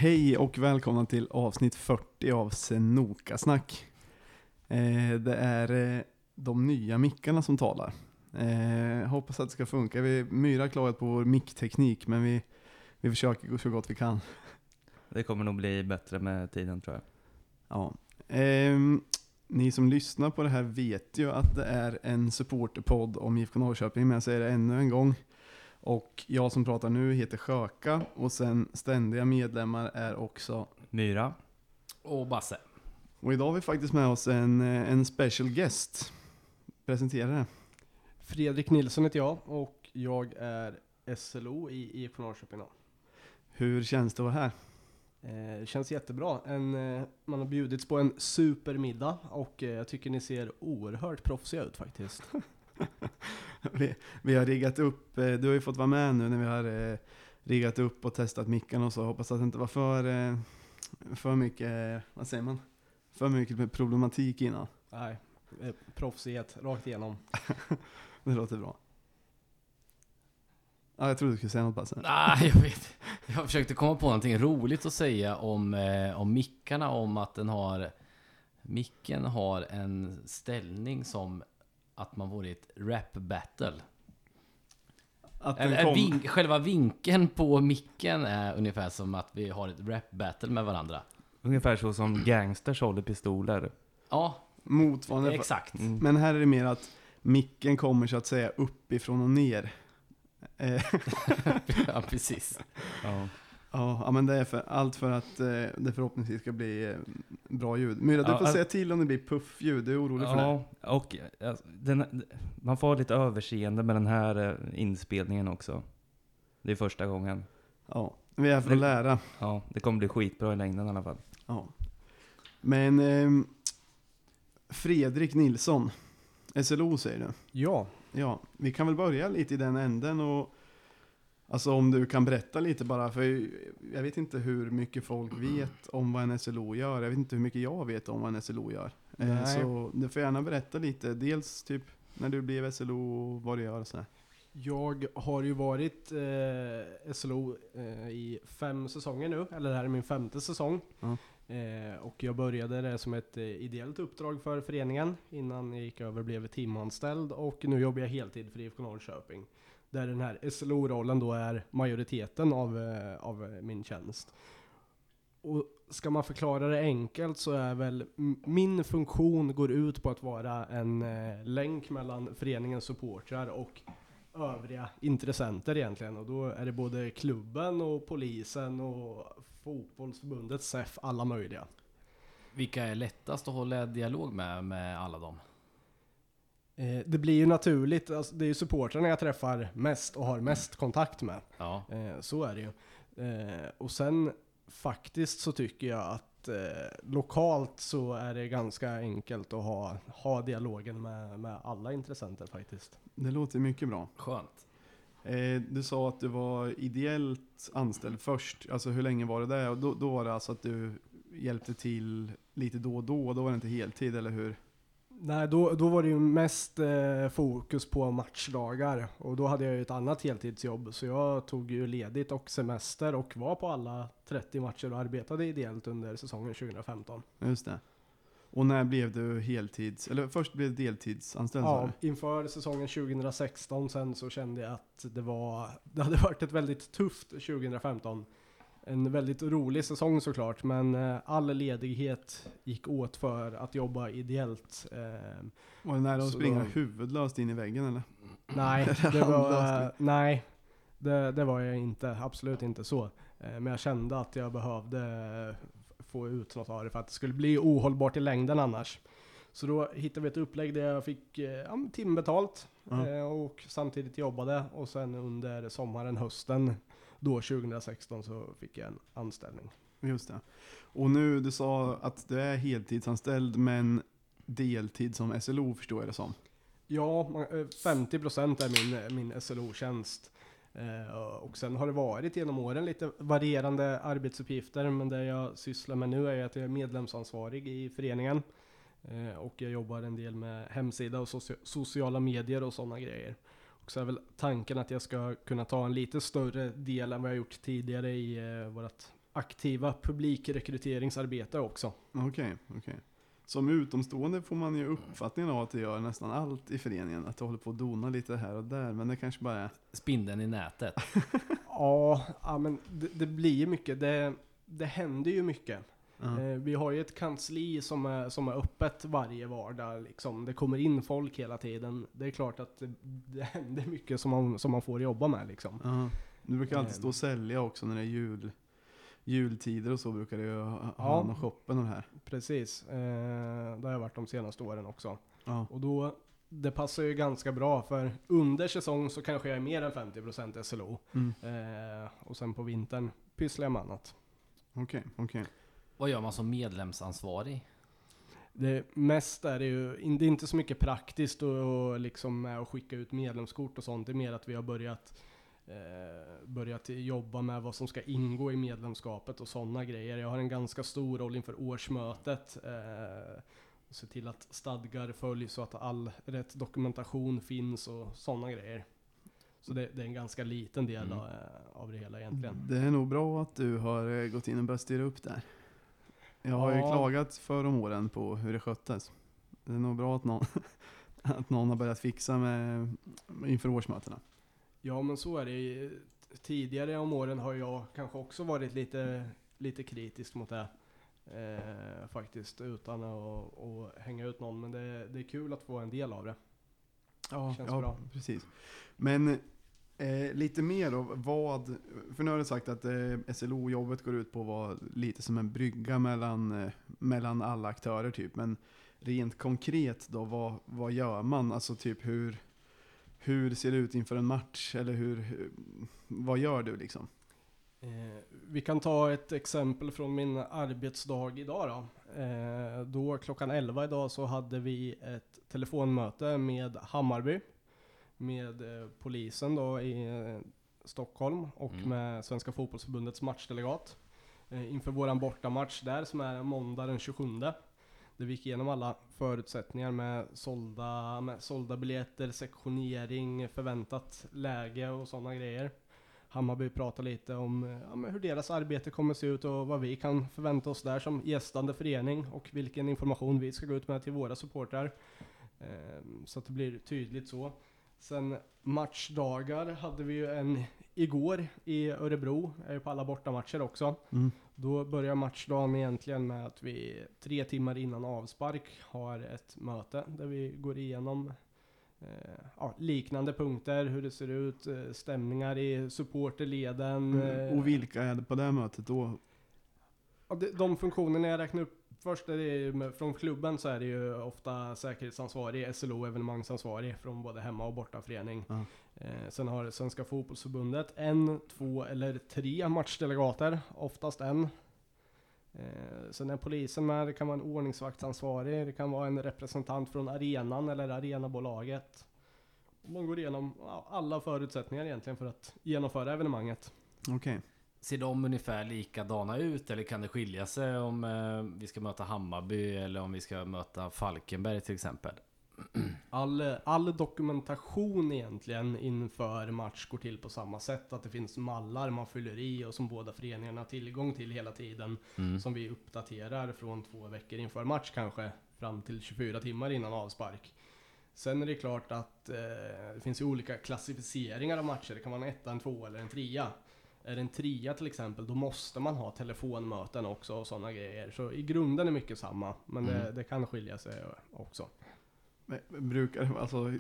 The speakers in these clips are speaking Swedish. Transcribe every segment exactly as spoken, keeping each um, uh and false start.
Hej och välkomna till avsnitt fyrtio av Snokasnack. Eh, det är eh, de nya mickarna som talar. Eh, hoppas att det ska funka. Vi myra klagat på vår mickteknik, men vi, vi försöker gå så gott vi kan. Det kommer nog bli bättre med tiden, tror jag. Ja. Eh, ni som lyssnar på det här vet ju att det är en supporterpodd om I F K Norrköping, men jag säger det ännu en gång. Och jag som pratar nu heter Sjöka, och sen ständiga medlemmar är också Myra och Basse. Och idag har vi faktiskt med oss en, en special guest. Presentera det. Fredrik Nilsson heter jag och jag är S L O i I F K Norrköping. Hur känns det att vara här? Eh, det känns jättebra. En, eh, man har bjudits på en supermiddag och eh, jag tycker ni ser oerhört proffsiga ut faktiskt. vi, vi har riggat upp, eh, du har ju fått vara med nu när vi har eh, riggat upp och testat micken och så. Hoppas att det inte var för, eh, för mycket, eh, vad säger man? För mycket med problematik innan. Nej, eh, proffsighet rakt igenom. Det låter bra. Ja, jag trodde du skulle säga något, Basse. Nej, jag vet. Jag försökte komma på någonting roligt att säga om, eh, om mickarna, om att den har micken har en ställning som att man vore i ett rap battle. Att Eller, den kom... vink, själva vinkeln på micken är ungefär som att vi har ett rap battle med varandra. Ungefär så som gangsters håller pistoler. Ja, Motsvarande. exakt. Mm. Men här är det mer att micken kommer så att säga uppifrån och ner. Eh, Ja, precis. Ja. Ja, ja, men det är för, allt för att eh, det förhoppningsvis ska bli eh, bra ljud. Myra, du Ja, får all... säga till om det blir puffljud. Du är orolig för det? Ja, och alltså, den, man får ha lite överseende med den här eh, inspelningen också. Det är första gången. Ja, vi är för att lära. Ja, det kommer bli skitbra i längden i alla fall. Ja. Men eh, Fredrik Nilsson, S L O säger du? Ja. Ja, vi kan väl börja lite i den änden och alltså om du kan berätta lite bara, för jag vet inte hur mycket folk vet om vad en S L O gör. Jag vet inte hur mycket jag vet om vad en S L O gör. Eh, Nej. så du får gärna berätta lite. Dels typ när du blev S L O, vad du gör och sådär. Jag har ju varit eh, S L O eh, i fem säsonger nu, eller det här är min femte säsong. Ja. Eh, och jag började det som ett eh, ideellt uppdrag för föreningen innan jag gick över och blev timanställd, och nu jobbar jag heltid för I F K Norrköping. Där den här S L O-rollen då är majoriteten av, eh, av min tjänst. Och ska man förklara det enkelt så är väl m- min funktion går ut på att vara en eh, länk mellan föreningens supportrar och övriga intressenter egentligen. Och då är det både klubben och polisen och fotbollsförbundet, S E F, alla möjliga. Vilka är lättast att hålla dialog med, med alla dem? Eh, det blir ju naturligt, alltså, det är ju supportrarna jag träffar mest och har mest kontakt med. Ja. Eh, så är det ju. Eh, och sen faktiskt så tycker jag att eh, lokalt så är det ganska enkelt att ha, ha dialogen med, med alla intressenter faktiskt. Det låter mycket bra. Skönt. Eh, du sa att du var ideellt anställd först. Alltså hur länge var det där? Och då, då var det alltså att du hjälpte till lite då och då. Då var det inte heltid, eller hur? Nej, då, då var det ju mest eh, fokus på matchdagar, och då hade jag ju ett annat heltidsjobb, så jag tog ju ledigt och semester och var på alla trettio matcher och arbetade ideellt under säsongen tjugohundrafemton. Just det. Och när blev du heltids... Eller först blev du deltidsanställd? Ja, inför säsongen tjugohundrasexton sen så kände jag att det var det hade varit ett väldigt tufft tjugohundrafemton. En väldigt rolig säsong såklart, men eh, all ledighet gick åt för att jobba ideellt. Eh, Var det nära att Så springa då- huvudlöst in i väggen, eller? nej, Det det var, handlas nej det, det var jag inte, absolut inte så. Eh, men jag kände att jag behövde eh, få ut något av det för att det skulle bli ohållbart i längden annars. Så då hittade vi ett upplägg där jag fick eh, ja, timbetalt Ja. eh, och samtidigt jobbade, och sen under sommaren, hösten då tjugohundrasexton så fick jag en anställning. Just det. Och nu, du sa att du är heltidsanställd men deltid som S L O, förstår jag det som. Ja, man- eh, femtio procent är min, min S L O-tjänst. Eh, och sen har det varit genom åren lite varierande arbetsuppgifter, men det jag sysslar med nu är att jag är medlemsansvarig i föreningen. Eh, och jag jobbar en del med hemsida och soci- sociala medier och sådana grejer. Och så är väl tanken att jag ska kunna ta en lite större del än vad jag gjort tidigare i eh, vårt aktiva publikrekryteringsarbete också. Okej, okay, okej. Okay. Som utomstående får man ju uppfattningen av att det gör nästan allt i föreningen. Att det håller på att dona lite här och där, men det kanske bara är... Spindeln i nätet. ja, ja, men det, det blir ju mycket. Det, det händer ju mycket. Uh-huh. Eh, vi har ju ett kansli som är, som är öppet varje vardag. Liksom. Det kommer in folk hela tiden. Det är klart att det, det händer mycket som man, som man får jobba med. Liksom. Uh-huh. Du brukar alltid stå och sälja också när det är jul, jultider och så brukar det ju ha ja, någon shoppen och det här. Precis. Eh, det har jag varit de senaste åren också. Uh-huh. Och då, det passar ju ganska bra för under säsong så kanske jag är mer än femtio procent S L O. Mm. Eh, och sen på vintern pysslar jag med annat. Okej, okay, okej. Okay. Vad gör man som medlemsansvarig? Det mest är det ju, det är inte så mycket praktiskt och, och liksom med att skicka ut medlemskort och sånt. Det är mer att vi har börjat, eh, börjat jobba med vad som ska ingå i medlemskapet och sådana grejer. Jag har en ganska stor roll inför årsmötet. Eh, och se till att stadgar följs så att all rätt dokumentation finns och sådana grejer. Så det, det är en ganska liten del Mm. av, av det hela egentligen. Det är nog bra att du har eh, gått in och börjat styra upp där. Jag har ju Ja. klagat för om åren på hur det sköttes. Det är nog bra att någon, att någon har börjat fixa med inför årsmötena. Ja, men så är det ju. Tidigare om åren har jag kanske också varit lite, lite kritisk mot det. Eh, faktiskt, utan att, att hänga ut någon. Men det, det är kul att få en del av det. Ja, Känns ja bra. precis. Men eh, lite mer då, vad, för nu har du sagt att eh, S L O-jobbet går ut på att vara lite som en brygga mellan, eh, mellan alla aktörer typ. Men rent konkret då, vad, vad gör man? Alltså typ hur, hur ser det ut inför en match? Eller hur, hur vad gör du liksom? Eh, vi kan ta ett exempel från min arbetsdag idag då. Eh, då klockan elva idag så hade vi ett telefonmöte med Hammarby. Med eh, polisen då i eh, Stockholm och Mm. med Svenska fotbollsförbundets matchdelegat. Eh, inför våran bortamatch där som är måndag den tjugosjunde. Där vi gick igenom alla förutsättningar med sålda, med sålda biljetter, sektionering, förväntat läge och sådana grejer. Hammarby pratar lite om ja, men hur deras arbete kommer se ut och vad vi kan förvänta oss där som gästande förening och vilken information vi ska gå ut med till våra supportrar. Eh, så att det blir tydligt så. Sen matchdagar hade vi ju en igår i Örebro, är ju på alla bortamatcher också. Mm. Då börjar matchdagen egentligen med att vi tre timmar innan avspark har ett möte där vi går igenom eh, ja, liknande punkter, hur det ser ut, eh, stämningar i supporterleden. Mm. Eh, Och vilka är det på det här mötet då? ja, de, de funktionerna jag räknar upp först är det ju med, från klubben så är det ju ofta säkerhetsansvarig, S L O evenemangsansvarig från både hemma och bortaförening. Ja. Eh, sen har Svenska fotbollsförbundet en, två eller tre matchdelegater, oftast en. Eh, sen är polisen med, det kan vara en ordningsvaktsansvarig, det kan vara en representant från arenan eller arenabolaget. Man går igenom ja, alla förutsättningar egentligen för att genomföra evenemanget. Okej. Okay. Ser de ungefär likadana ut eller kan det skilja sig om eh, vi ska möta Hammarby eller om vi ska möta Falkenberg till exempel? All, all dokumentation egentligen inför match går till på samma sätt. Att det finns mallar man fyller i och som båda föreningarna har tillgång till hela tiden. Mm. Som vi uppdaterar från två veckor inför match kanske fram till tjugofyra timmar innan avspark. Sen är det klart att eh, det finns ju olika klassificeringar av matcher. Det kan vara en etta, en två eller en trea. Är det en trea till exempel, då måste man ha telefonmöten också och sådana grejer. Så i grunden är mycket samma, men Mm. det, det kan skilja sig också. Men brukar det, alltså,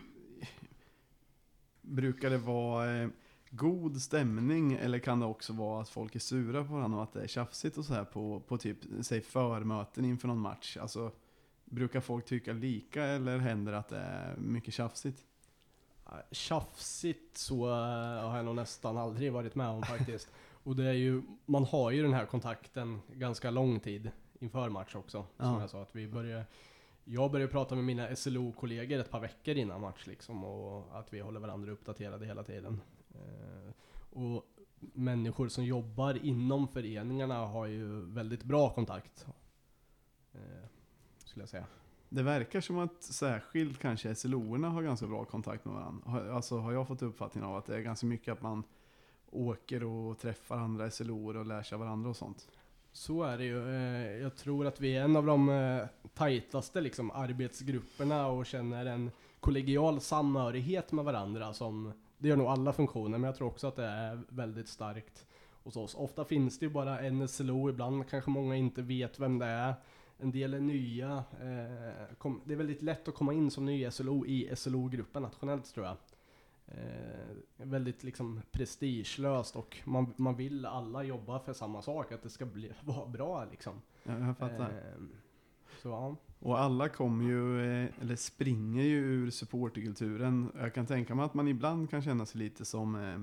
brukar det vara eh, god stämning eller kan det också vara att folk är sura på varandra och att det är tjafsigt och så här på, på typ, säg förmöten inför någon match? Alltså, brukar folk tycka lika eller händer det att det är mycket tjafsigt? Tjafsigt så uh, har jag nog nästan aldrig varit med om faktiskt. Och det är ju, man har ju den här kontakten ganska lång tid inför match också. Ja. Som jag sa, att vi börjar, jag börjar prata med mina S L O-kollegor ett par veckor innan match liksom, och att vi håller varandra uppdaterade hela tiden. Uh, och människor som jobbar inom föreningarna har ju väldigt bra kontakt. Uh, skulle jag säga. Det verkar som att särskilt kanske S L O-erna har ganska bra kontakt med varandra. Har- Alltså har jag fått uppfattningen av att det är ganska mycket att man åker och träffar andra S L O:er och lär sig varandra och sånt. Så är det ju. Eh, Jag tror att vi är en av de eh, tajtaste liksom, arbetsgrupperna och känner en kollegial samhörighet med varandra. Som, det gör nog alla funktioner, men jag tror också att det är väldigt starkt hos oss. Ofta finns det ju bara en S L O, ibland kanske många inte vet vem det är. En del är nya. Eh, kom, det är väldigt lätt att komma in som ny S L O i S L O-gruppen nationellt, tror jag. Eh, väldigt liksom prestigelöst, och man, man vill alla jobba för samma sak, att det ska bli, vara bra liksom. Ja, jag fattar. Eh, så ja. Och alla kommer ju, eh, eller springer ju ur supporterkulturen. Jag kan tänka mig att man ibland kan känna sig lite som, eh,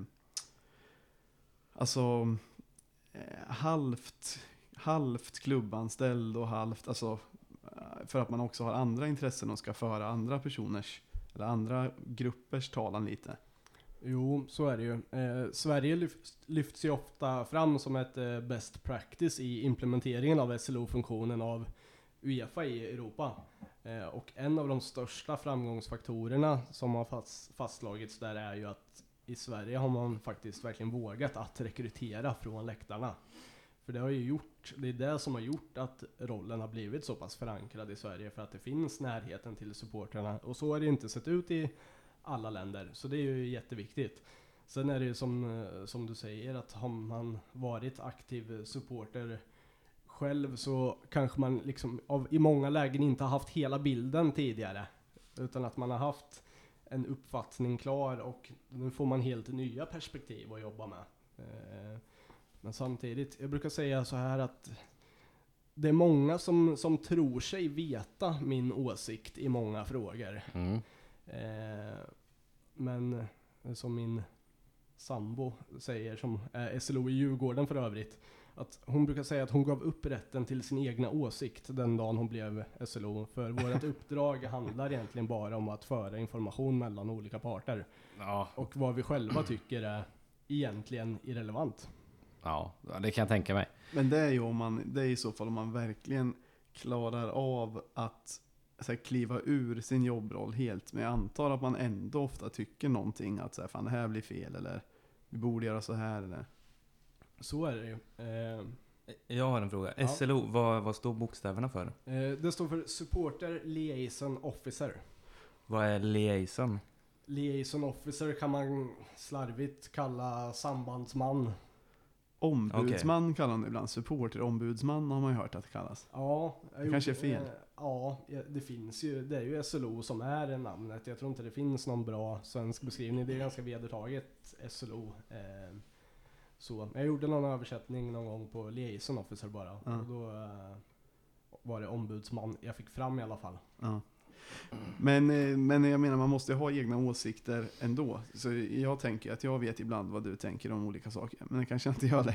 alltså, eh, halvt, halvt klubbanställd och halvt, alltså, eh, för att man också har andra intressen och ska föra andra personers, eller andra gruppers talan lite. Jo, så är det ju. Eh, Sverige lyfts, lyfts ju ofta fram som ett eh, best practice i implementeringen av S L O-funktionen av UEFA i Europa. Eh, och en av de största framgångsfaktorerna som har fast, fastslagits där är ju att i Sverige har man faktiskt verkligen vågat att rekrytera från läktarna. För det har ju gjort, det är det som har gjort att rollen har blivit så pass förankrad i Sverige, för att det finns närheten till supporterna. Och så har det inte sett ut i alla länder, så det är ju jätteviktigt. Sen är det ju som, som du säger, att har man varit aktiv supporter själv så kanske man liksom av, i många lägen inte har haft hela bilden tidigare, utan att man har haft en uppfattning klar, och nu får man helt nya perspektiv att jobba med. Eh, men samtidigt, jag brukar säga så här att det är många som, som tror sig veta min åsikt i många frågor. Mm. Eh, men som min sambo säger, som är S L O i Djurgården för övrigt, att hon brukar säga att hon gav upp rätten till sin egna åsikt den dagen hon blev S L O. För vårt uppdrag handlar egentligen bara om att föra information mellan olika parter. Ja. Och vad vi själva tycker är egentligen irrelevant. Ja, det kan jag tänka mig. Men det är ju om man, det är i så fall om man verkligen klarar av att så här, kliva ur sin jobbroll helt. Men jag antar att man ändå ofta tycker någonting, att så här, fan det här blir fel, eller vi borde göra så här, eller. Så är det ju. Eh, Jag har en fråga. Ja. S L O, vad, vad står bokstäverna för? eh, det står för Supporter Liaison Officer. Vad är liaison? Liaison Officer kan man slarvigt kalla sambandsman. Ombudsman kallar man det ibland. Supporterombudsman har man ju hört att det kallas. Ja, Det jo, kanske är fel. eh, Ja, det finns ju. Det är ju S L O som är namnet. Jag tror inte det finns någon bra svensk beskrivning. Det är ganska vedertaget S L O. Eh, så jag gjorde någon översättning någon gång på Liaison Officer bara. Ja. Och då eh, var det ombudsman jag fick fram i alla fall. Ja. Men, eh, men jag menar, man måste ha egna åsikter ändå. Så jag tänker att jag vet ibland vad du tänker om olika saker. Men det kanske inte gör det.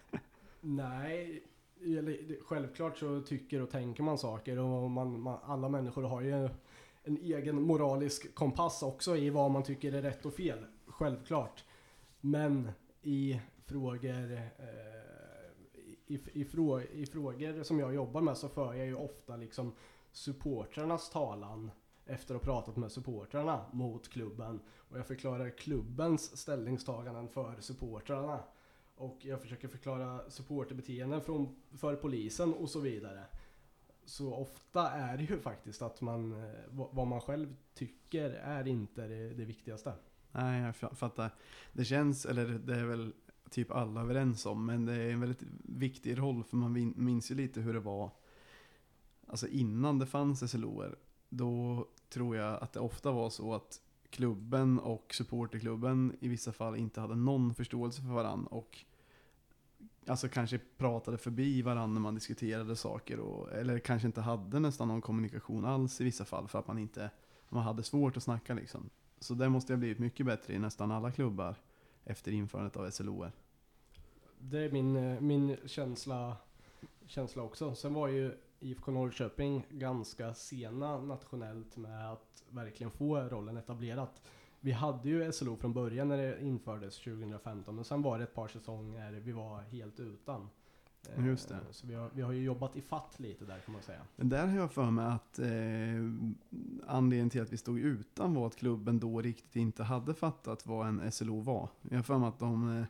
Nej, eller, det- självklart så tycker och tänker man saker, och man, man, alla människor har ju en egen moralisk kompass också i vad man tycker är rätt och fel. Självklart. Men i frågor eh, i, i, frå, i frågor som jag jobbar med så för jag ju ofta liksom supportrarnas talan efter att ha pratat med supportrarna mot klubben, och jag förklarar klubbens ställningstaganden för supportrarna, och jag försöker förklara supporterbeteenden från, för polisen och så vidare. Så ofta är det ju faktiskt att man, eh, vad vad man själv tycker är inte det, det viktigaste. Nej, jag fa- fattar. Det känns, eller det är väl typ alla överens om, men det är en väldigt viktig roll, för man vin- minns ju lite hur det var alltså innan det fanns S L O:er. Då tror jag att det ofta var så att klubben och supporterklubben i vissa fall inte hade någon förståelse för varann, och alltså kanske pratade förbi varann när man diskuterade saker, och, eller kanske inte hade nästan någon kommunikation alls i vissa fall, för att man inte man hade svårt att snacka liksom. Så det måste ha blivit mycket bättre i nästan alla klubbar efter införandet av S L O:er. Det är min, eh, min känsla, känsla också. Sen var ju I F K Norrköping ganska sena nationellt med att verkligen få rollen etablerat. Vi hade ju S L O från början när det infördes tjugohundrafemton, men sen var det ett par säsonger vi var helt utan. Eh, Just det. Så vi har, vi har ju jobbat i fatt lite där, kan man säga. Men där har jag för mig att eh, anledningen till att vi stod utan var att klubben då riktigt inte hade fattat vad en S L O var. Jag har för mig att de, eh,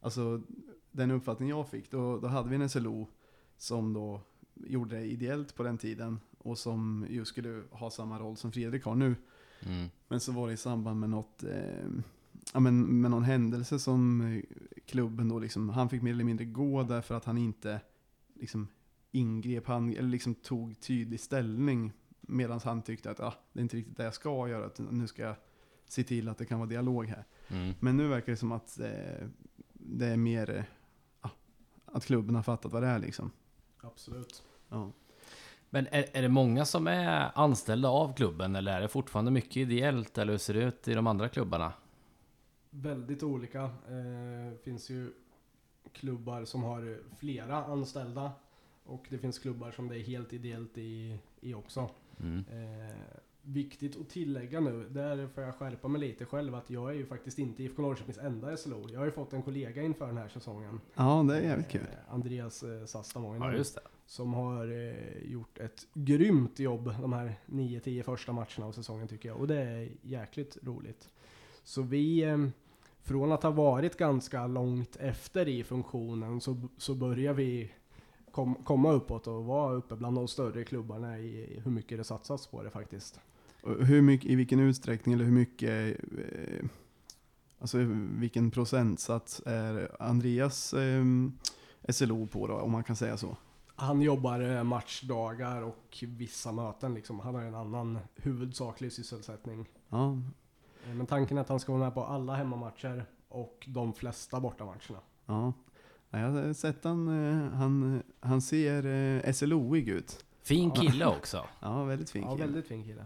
alltså den uppfattning jag fick, då, då hade vi en S L O som då gjorde det ideellt på den tiden och som ju skulle ha samma roll som Fredrik har nu. Mm. Men så var det i samband med något, eh, ja, men med någon händelse som klubben då liksom, han fick mer eller mindre gå därför att han inte liksom ingrep, han, eller liksom tog tydlig ställning medan han tyckte att ah, det är inte riktigt det jag ska göra, att nu ska jag se till att det kan vara dialog här. Mm. Men nu verkar det som att eh, det är mer eh, ah, att klubben har fattat vad det är liksom. Absolut. Ja. Men är, är det många som är anställda av klubben eller är det fortfarande mycket ideellt eller hur ser det ut i de andra klubbarna? Väldigt olika. Eh, finns ju klubbar som har flera anställda och det finns klubbar som det är helt ideellt i, i också. Mm. Eh, viktigt att tillägga nu, där får jag skärpa mig lite själv, att jag är ju faktiskt inte I F K Norrköpings enda S L O. Jag har ju fått en kollega inför den här säsongen. Ja, det är jävligt kul. Eh, Andreas eh, Sastamoinen. Ja, just det. Som har eh, gjort ett grymt jobb de här nio tio första matcherna av säsongen tycker jag. Och det är jäkligt roligt. Så vi, eh, från att ha varit ganska långt efter i funktionen så, så börjar vi kom, komma uppåt och vara uppe bland de större klubbarna i hur mycket det satsas på det faktiskt. Och hur mycket, i vilken utsträckning eller hur mycket, eh, alltså vilken procentsats är Andreas eh, S L O på då, om man kan säga så? Han jobbar matchdagar och vissa möten liksom. Han har en annan huvudsaklig sysselsättning. Ja. Men tanken är att han ska vara med på alla hemmamatcher och de flesta bortamatcherna. Ja. Jag har sett han, eh, han, han ser eh, S L O-ig ut. Fin kille också. Ja, väldigt fin Ja, kille. väldigt fin kille.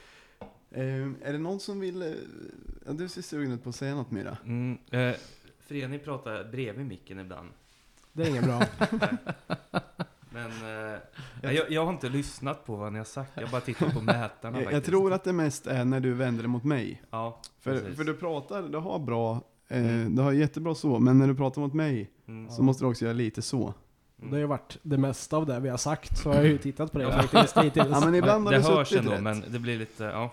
Eh, är det någon som vill, eh, ja, du ser sugen ut på att säga något Myra? Mm, eh, Förening pratar bredvid micken ibland. Det är inget bra. Men eh, jag, jag har inte lyssnat på vad ni har sagt. Jag bara tittar på mätarna Jag, jag faktiskt. tror att det mest är när du vänder dig mot mig. Ja, För, precis. för du pratar, du har bra, eh, Mm. du har jättebra så, men när du pratar mot mig Mm. så måste du också göra lite så. Det har ju varit det mesta av det vi har sagt, så har Mm. jag ju tittat på det faktiskt hittills. Ja, men ibland har det du hörs suttit ändå, rätt. men det blir lite, ja.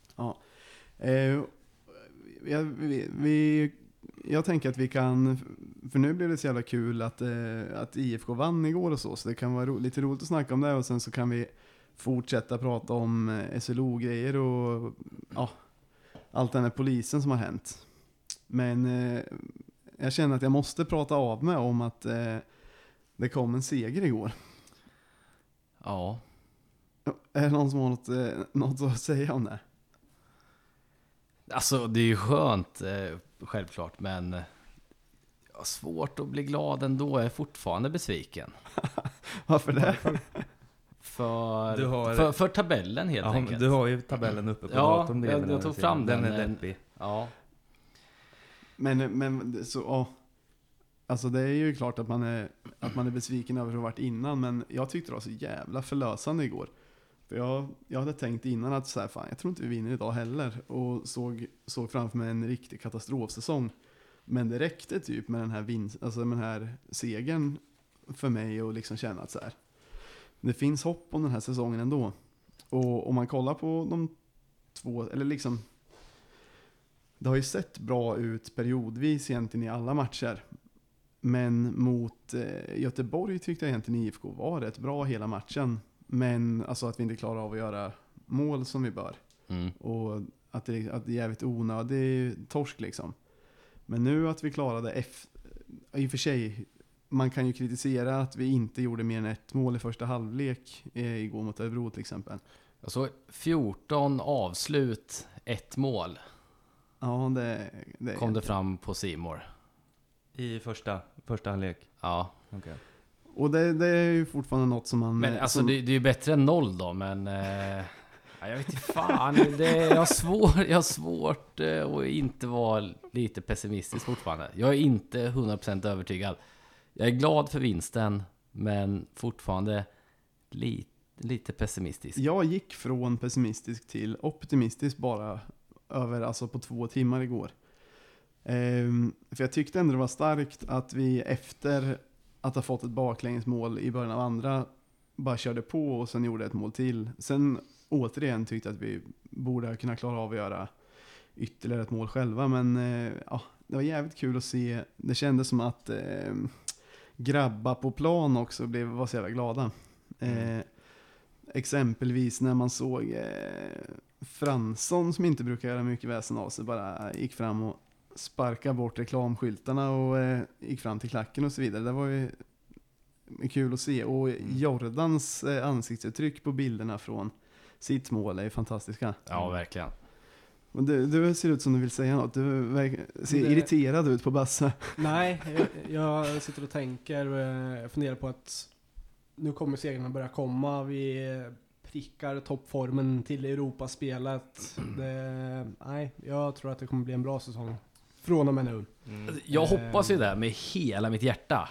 Eh, jag, vi, vi, jag tänker att vi kan, för nu blev det så jävla kul att, eh, att I F K vann igår och så, så det kan vara ro, lite roligt att snacka om det och sen så kan vi fortsätta prata om eh, S L O-grejer och ja, allt den här polisen som har hänt. Men eh, jag känner att jag måste prata av mig om att eh, det kom en seger igår. Ja. Är det någon som har något, eh, något att säga om det? Alltså det är ju skönt, eh, självklart, men eh, ja, svårt att bli glad ändå. Jag är fortfarande besviken. Varför det? För, Du har- för, för tabellen helt ja enkelt. du har ju tabellen uppe på Ja, datorn. jag- bredvid jag den tog här fram sidan. den, Den är en- deppig. Ja, Men, men så, ja. Alltså det är ju klart att man är, att man är besviken över hur det varit innan, men jag tyckte det var så jävla förlösande igår. För jag, jag hade tänkt innan att så här, fan, jag tror inte vi vinner idag heller, och såg, såg framför mig en riktig katastrofsäsong. Men det räckte typ med den här vinst, alltså med den här segern för mig att liksom känna att så här, det finns hopp om den här säsongen ändå. Och om man kollar på de två, eller liksom, det har ju sett bra ut periodvis egentligen i alla matcher. Men mot eh, Göteborg tyckte jag egentligen I F K var rätt bra hela matchen. Men alltså att vi inte klarar av att göra mål som vi bör. mm. Och att det, att det är jävligt onödig torsk liksom. Men nu att vi klarade F... I och för sig, man kan ju kritisera att vi inte gjorde mer än ett mål i första halvlek eh, igår mot Örebro till exempel. Jag såg fjorton avslut, ett mål Ja, det, det kom det fram på C More. I första, första halvlek. Ja, Okay. Och det, det är ju fortfarande något som man... men alltså som, det, det är ju bättre än noll då, men eh, ja, jag vet inte fan, det, jag har svårt, jag har svårt eh, att inte vara lite pessimistisk fortfarande. Jag är inte hundra procent övertygad. Jag är glad för vinsten, men fortfarande li, lite pessimistisk. Jag gick från pessimistisk till optimistisk bara över, alltså på två timmar igår. Ehm, för jag tyckte ändå det var starkt att vi efter att ha fått ett baklängesmål i början av andra bara körde på och sen gjorde ett mål till. Sen återigen tyckte jag att vi borde kunna klara av att göra ytterligare ett mål själva. Men eh, ja, det var jävligt kul att se. Det kändes som att eh, grabbar på plan också blev, var så jävla glada. Eh, exempelvis när man såg eh, Fransson, som inte brukar göra mycket väsen av sig, bara gick fram och sparkade bort reklamskyltarna och eh, gick fram till klacken och så vidare. Det var ju kul att se. Och Jordans eh, ansiktsuttryck på bilderna från sitt mål är fantastiska. Ja, verkligen. Och du, du ser ut som du vill säga något. Du verkar, ser Det- irriterad ut på Basse. Nej, jag, jag sitter och tänker, eh, funderar på att nu kommer segrarna börja komma. Vi prickar toppformen till Europaspelet. Det, nej, jag tror att det kommer bli en bra säsong från och med nu. Mm. Jag Eh. hoppas ju det med hela mitt hjärta.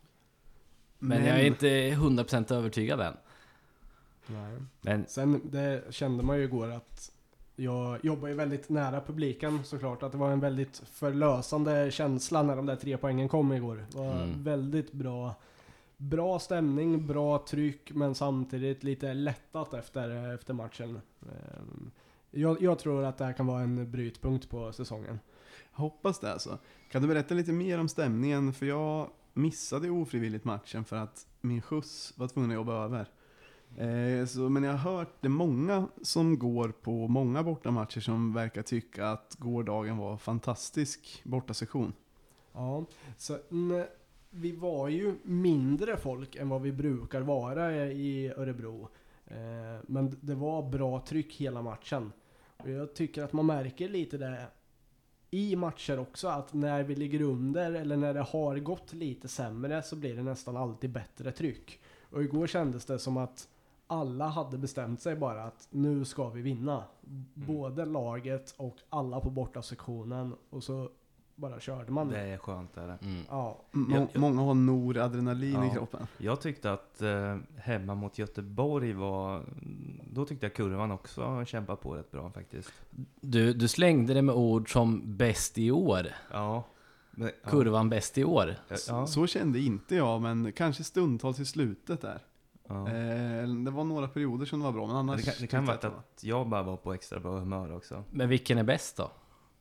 Men, jag är inte hundra procent övertygad än. Nej. Men Sen det kände man ju igår att jag jobbar ju väldigt nära publiken såklart, att det var en väldigt förlösande känsla när de där tre poängen kom igår. Det var Mm. väldigt bra bra stämning, bra tryck, men samtidigt lite lättat efter, efter matchen. Ehm, Jag, jag tror att det här kan vara en brytpunkt på säsongen. Hoppas det alltså. Kan du berätta lite mer om stämningen? För jag missade ofrivilligt matchen för att min skjuts var tvungen att jobba över. Eh, så, men jag har hört det många som går på många bortamatcher som verkar tycka att gårdagen var fantastisk bortasektion. Ja, så n- vi var ju mindre folk än vad vi brukar vara i Örebro. Eh, men det var bra tryck hela matchen. Och jag tycker att man märker lite det i matcher också, att när vi ligger under eller när det har gått lite sämre så blir det nästan alltid bättre tryck. Och igår kändes det som att alla hade bestämt sig bara att nu ska vi vinna. Både laget och alla på bortasektionen, och så bara körde man. Det är skönt är det. mm. Ja. Må- Jag- jag- Många har noradrenalin Ja. i kroppen. Jag tyckte att eh, hemma mot Göteborg var... Då tyckte jag kurvan också kämpade på rätt bra faktiskt. du, du slängde det med ord som bäst i år. Ja. Men, ja. Kurvan bäst i år. Ja. Så kände inte jag, men kanske stundtals i slutet där. Ja. Eh, det var några perioder som det var bra, men Men annars... det kan, det kan tyckte vara jag det var- att jag bara var på extra bra humör också. Men vilken är bäst då?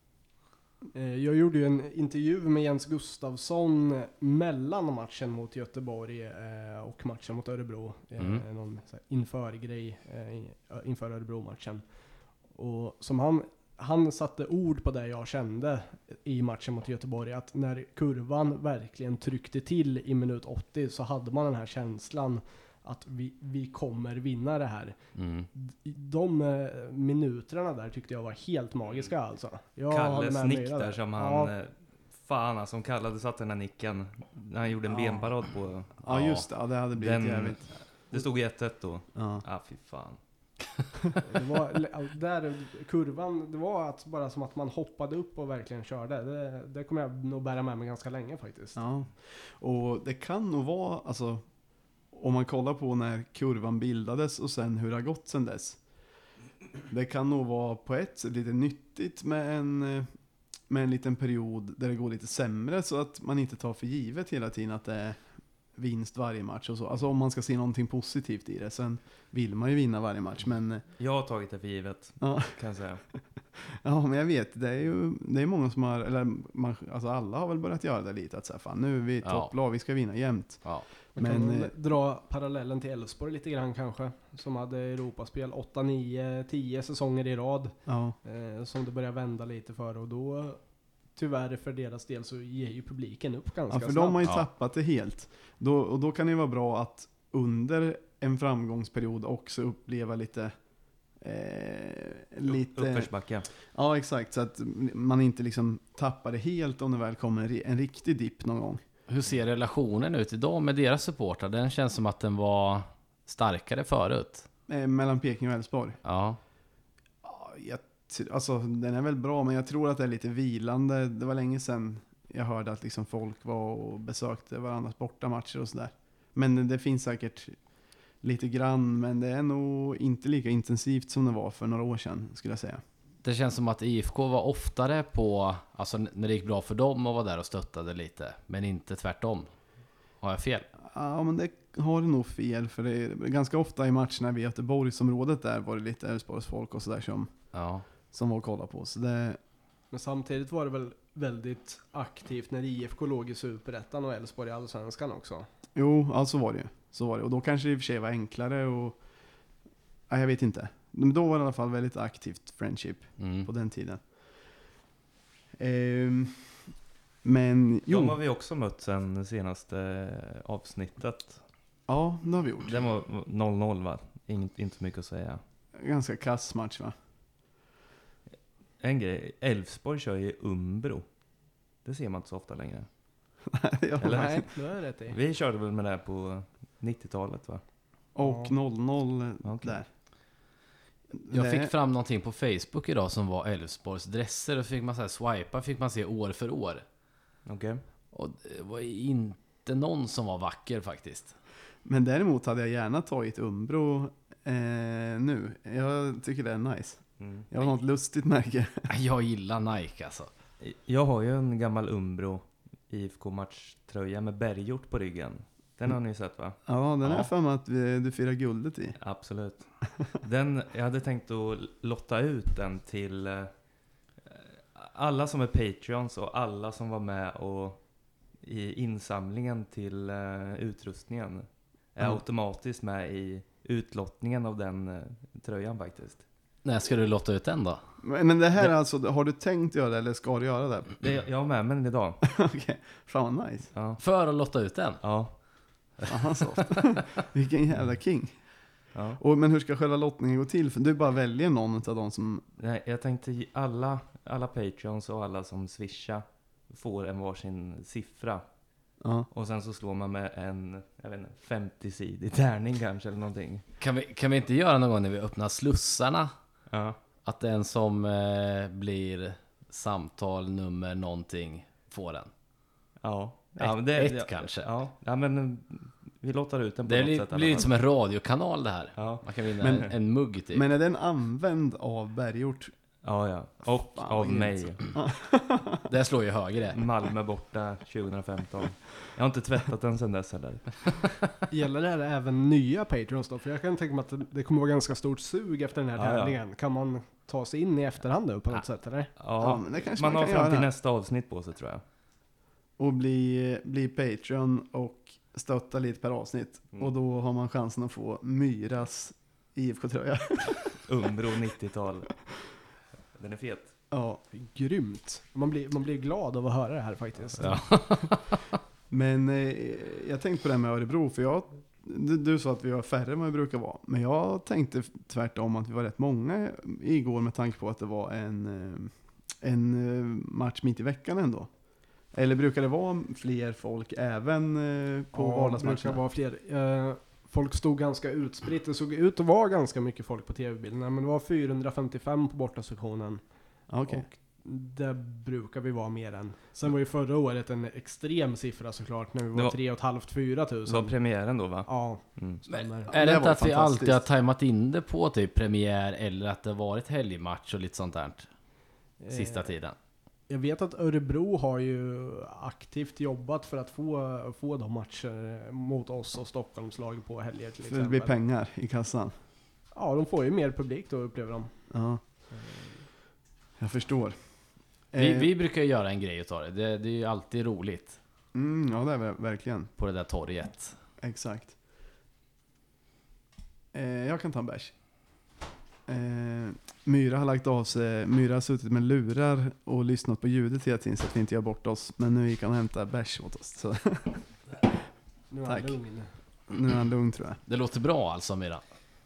Eh, Jag gjorde ju en intervju med Jens Gustafsson mellan matchen mot Göteborg eh, och matchen mot Örebro. Eh, Mm. Någon så här inför-grej eh, i- inför Örebro-matchen. Och som han, han satte ord på det jag kände i matchen mot Göteborg, att när kurvan verkligen tryckte till i minut åttio så hade man den här känslan att vi, vi kommer vinna det här. Mm. De eh, minuterna där tyckte jag var helt magiska alltså. Jag håller Kalles med nick Myra där som han... Ja, eh, Fan alltså, som Kalle satte den här nicken. När han gjorde en Ja. benparad på... Ja, just det. Ja, det hade blivit Den, jävligt. det stod ett ett då. Ja. Ah, fy fan. det var där kurvan, det var att bara som att man hoppade upp och verkligen körde. Det, det kommer jag nog bära med mig ganska länge faktiskt. Ja, och det kan nog vara, alltså, om man kollar på när kurvan bildades och sen hur det har gått sen dess. Det kan nog vara på ett sätt lite nyttigt med en, eh, med en liten period där det går lite sämre, så att man inte tar för givet hela tiden att det är vinst varje match och så. Alltså om man ska se någonting positivt i det. Sen vill man ju vinna varje match, men eh, Jag har tagit det för givet, ja. kan jag säga. Ja, men jag vet, det är ju det är många som har, eller man, alltså alla har väl börjat göra det lite, att säga fan nu är vi Ja. topplag, vi ska vinna jämt. Ja. Man kan Men, väl eh, dra parallellen till Elfsborg lite grann kanske. Som hade Europaspel åtta, nio, tio säsonger i rad. Ja, Eh, som det börjar vända lite för, och då tyvärr för deras del så ger ju publiken upp ganska ja för snabbt. de har ju Ja. tappat det helt. Då, och då kan det ju vara bra att under en framgångsperiod också uppleva lite eh, lite, Uppförsbacke. ja exakt, så att man inte liksom tappar det helt om det väl kommer en, ri- en riktig dipp någon gång. Hur ser relationen ut idag med deras supportrar? Den känns som att den var starkare förut. Eh, mellan Peking och Elfsborg. Ja. Ja, jag, t- alltså den är väl bra, men jag tror att det är lite vilande. Det var länge sedan jag hörde att liksom folk var och besökte varandras bortamatcher och sådär. Men det finns säkert lite grann, men det är nog inte lika intensivt som det var för några år sedan, skulle jag säga. Det känns som att I F K var oftare på, alltså när det gick bra för dem och var där och stöttade lite, men inte tvärtom. Har jag fel? Ja, men det har du nog fel, för det är ganska ofta i matcherna vid Göteborgsområdet där var det lite Elfsborgs folk och sådär som, Ja. som var och kollade på. Så det, Men samtidigt var det väl väldigt aktivt när I F K låg i Superettan och Elfsborg i Allsvenskan också. Jo, alltså var det ju. Så var det. Och då kanske det i och för sig var enklare och... Nej, jag vet inte. Men då var det i alla fall väldigt aktivt friendship Mm. på den tiden. Ehm, men jo, De har vi också mött sen senaste avsnittet. ja, det har vi gjort. Det var noll noll va? Inget, inte så mycket att säga. Ganska kass match va? En grej, Elfsborg kör ju Umbro. Det ser man inte så ofta längre. Ja, Eller? Nej, det är rätt i. Vi körde väl med det här på nittiotalet va? och Ja. noll noll Okej. där. Jag Det- fick fram någonting på Facebook idag som var Elfsborgs dresser och fick man så här swipa, fick man se år för år. Okej. Och det var inte någon som var vacker faktiskt. Men däremot hade jag gärna tagit Umbro eh, nu. Jag tycker det är nice. Mm. Jag har något lustigt märke. Jag gillar Nike alltså. Jag har ju en gammal Umbro I F K-matchtröja med bergjort på ryggen. Den har ni sett va? Ja, den är Ja. för mig att vi, du firar guldet i. Absolut. Den, jag hade tänkt att lotta ut den till eh, alla som är Patreons och alla som var med och i insamlingen till eh, utrustningen är Ja. automatiskt med i utlottningen av den eh, tröjan faktiskt. När ska du låta ut den då? Men, men det här Det- är alltså, har du tänkt göra det eller ska du göra det? Det, jag har med mig den idag. Okej, fan vad nice. Ja. För att låta ut den? Ja. Aha, så. Vilken jävla king. Ja. Och, men hur ska själva lottningen gå till? För du bara väljer någon av de som... Nej, jag tänkte ge alla, alla Patreons och alla som swishar får en varsin siffra. Ja. Och sen så slår man med en, jag vet inte, femtio-sidig tärning kanske eller någonting. Kan vi, kan vi inte göra någon gång när vi öppnar slussarna? Ja. Att den som eh, blir samtal nummer någonting får den? Ja. Ett, ja men det, ett ja, kanske? Ja. ja, men mm, vi låter ut den på Det något blir, sätt. i alla blir lite fall. som en radiokanal det här. Ja. Man kan vinna Men- en, en mugg typ. Men är den använd av Bergjort? Ja, ja. Och Fan, av vad mig. grymt. Det slår ju högre. Malmö borta tjugohundrafemton. Jag har inte tvättat den sedan dess heller. Gäller det här även nya Patreons då? För jag kan tänka mig att det- det kommer vara ganska stort sug efter den här Ja, ja. tävlingen. Kan man ta sig in i efterhand nu på något sätt eller? Ja, Ja, men det kanske man, man har kan fram till göra. nästa avsnitt på sig tror jag. Och bli, bli Patreon och stötta lite per avsnitt. Mm. Och då har man chansen att få Myras I F K-tröja. Umbro nittiotal. Den är fet. Ja, Grymt. Man blir, man blir glad av att höra det här faktiskt. Ja. men eh, jag tänkte på det här med Örebro, för jag, du, du sa att vi var färre än vad vi brukar vara. Men jag tänkte tvärtom att vi var rätt många igår med tanke på att det var en, eh, en eh, match mitt i veckan ändå. Eller brukar det vara fler folk även eh, på Ja, det brukar vardagsmatcherna? vara fler. Eh, folk stod ganska utspritt. Det såg ut att vara ganska mycket folk på tv-bilderna. Men det var fyrahundrafemtiofem på bortasektionen. Ja, okej. Och det brukar vi vara mer än. Sen var ju förra året en extrem siffra såklart. När vi Det var var- tre och ett halvt, fyra Det var tusen. premiären då va? Ja, Mm. stämmer. Är det det var inte att vi alltid har fantastiskt. tajmat in det på typ premiär eller att det varit helgmatch och lite sånt där sista Eh, tiden? Jag vet att Örebro har ju aktivt jobbat för att få, få de matcher mot oss och Stockholmslag på helger till För det blir exempel. pengar i kassan. Ja, de får ju mer publik då upplever de. Ja, jag förstår. Vi, Eh, vi brukar ju göra en grej utav det. det. Det är ju alltid roligt Mm, ja, det är ver- verkligen. på det där torget. Exakt. Eh, jag kan ta en bärs. Eh, Myra har lagt av sig. Myra har suttit med lurar och lyssnat på ljudet hela tiden så att vi inte gör bort oss. Men nu gick han och hämtade bärs åt oss. Så Nu är Tack. han lugn. nu är han lugn tror jag. Det låter bra alltså, Myra.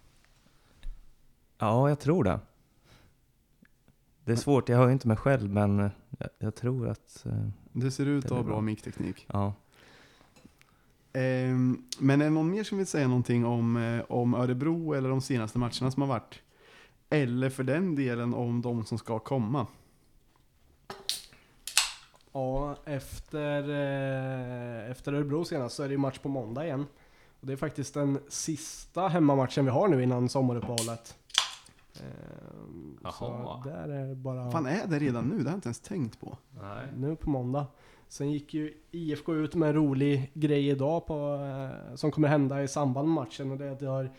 Ja, jag tror det. Det är svårt, jag hör ju inte mig själv men eh, jag, jag tror att... eh, Du ser ut Det att ha blir bra bra. mickteknik. Ja. Eh, men är det någon mer som vill säga någonting om, eh, om Örebro eller de senaste matcherna som har varit? Eller för den delen om de som ska komma? Ja, efter, eh, efter Örebro senast så är det ju match på måndag igen. Och det är faktiskt den sista hemmamatchen vi har nu innan sommaruppehållet. Ehm, Jaha. så där är det bara Fan, är det redan nu? Det har jag inte ens tänkt på. Nej. nu på måndag. Sen gick ju I F K ut med en rolig grej idag på, eh, som kommer hända i samband med matchen. Och det är att det har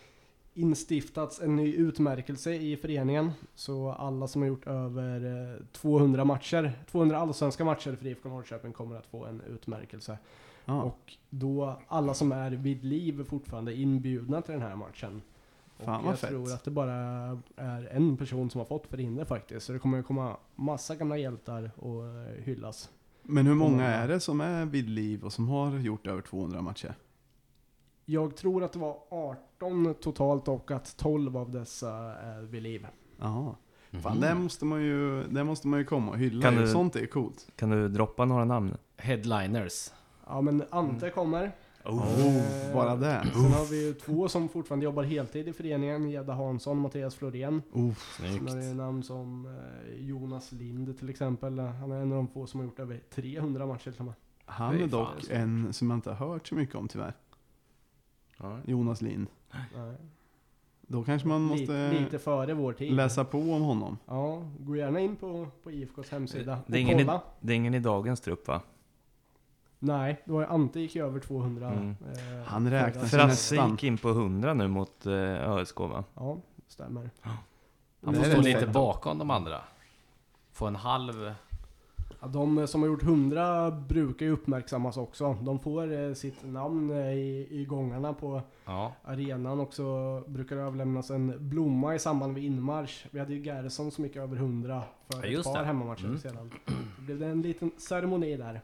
instiftats en ny utmärkelse i föreningen. Så alla som har gjort över eh, tvåhundra matcher, tvåhundra allsvenska matcher för I F K Norrköping kommer att få en utmärkelse. Ja. Och då alla som är vid liv är fortfarande inbjudna till den här matchen. Fan och vad jag fett. tror att det bara är en person som har fått förhinder faktiskt. Så det kommer att komma massa gamla hjältar och eh, hyllas. Men hur många många. är det som är vid liv och som har gjort över tvåhundra matcher? Jag tror att det var arton totalt och att tolv av dessa är vid liv. Jaha. Fan, Mhm. det måste man ju, det måste man ju komma och hylla. Kan ju. du- Sånt är coolt. Kan du droppa några namn? Headliners. Ja, men Ante kommer. Oh, Eh, bara det. Sen har vi ju två som fortfarande jobbar heltid i föreningen. Gedda Hansson och Mattias Florén. Oh, Sen har vi Snyggt. namn som eh, Jonas Lind till exempel. Han är en av de få som har gjort över trehundra matcher till och med. han Det är är dock fan så. en som jag inte har hört så mycket om tyvärr. Ja. Jonas Lind. Nej. Då kanske man måste lite, lite före vår tid. läsa på om honom. Ja, gå gärna in på, på I F K:s hemsida Det är och ingen kolla. Det är ingen i dagens trupp va? Nej, det var ju Ante gick ju över tvåhundra. Mm. Eh, Han räknas förra- Alltså Frasse nästan. gick in på hundra nu mot eh, Ö S K va? Ja, stämmer. Han Det får är stå rätt lite fett. bakom de andra. Få en halv... Ja, de som har gjort hundra brukar ju uppmärksammas också. De får eh, sitt namn eh, i, i gångarna på Ja. arenan och så brukar det överlämnas en blomma i samband med inmarsch. Vi hade ju Gerson som gick över hundra för Ja, ett just par det. hemmamatcher Mm. sedan. Så blev det en liten ceremoni där.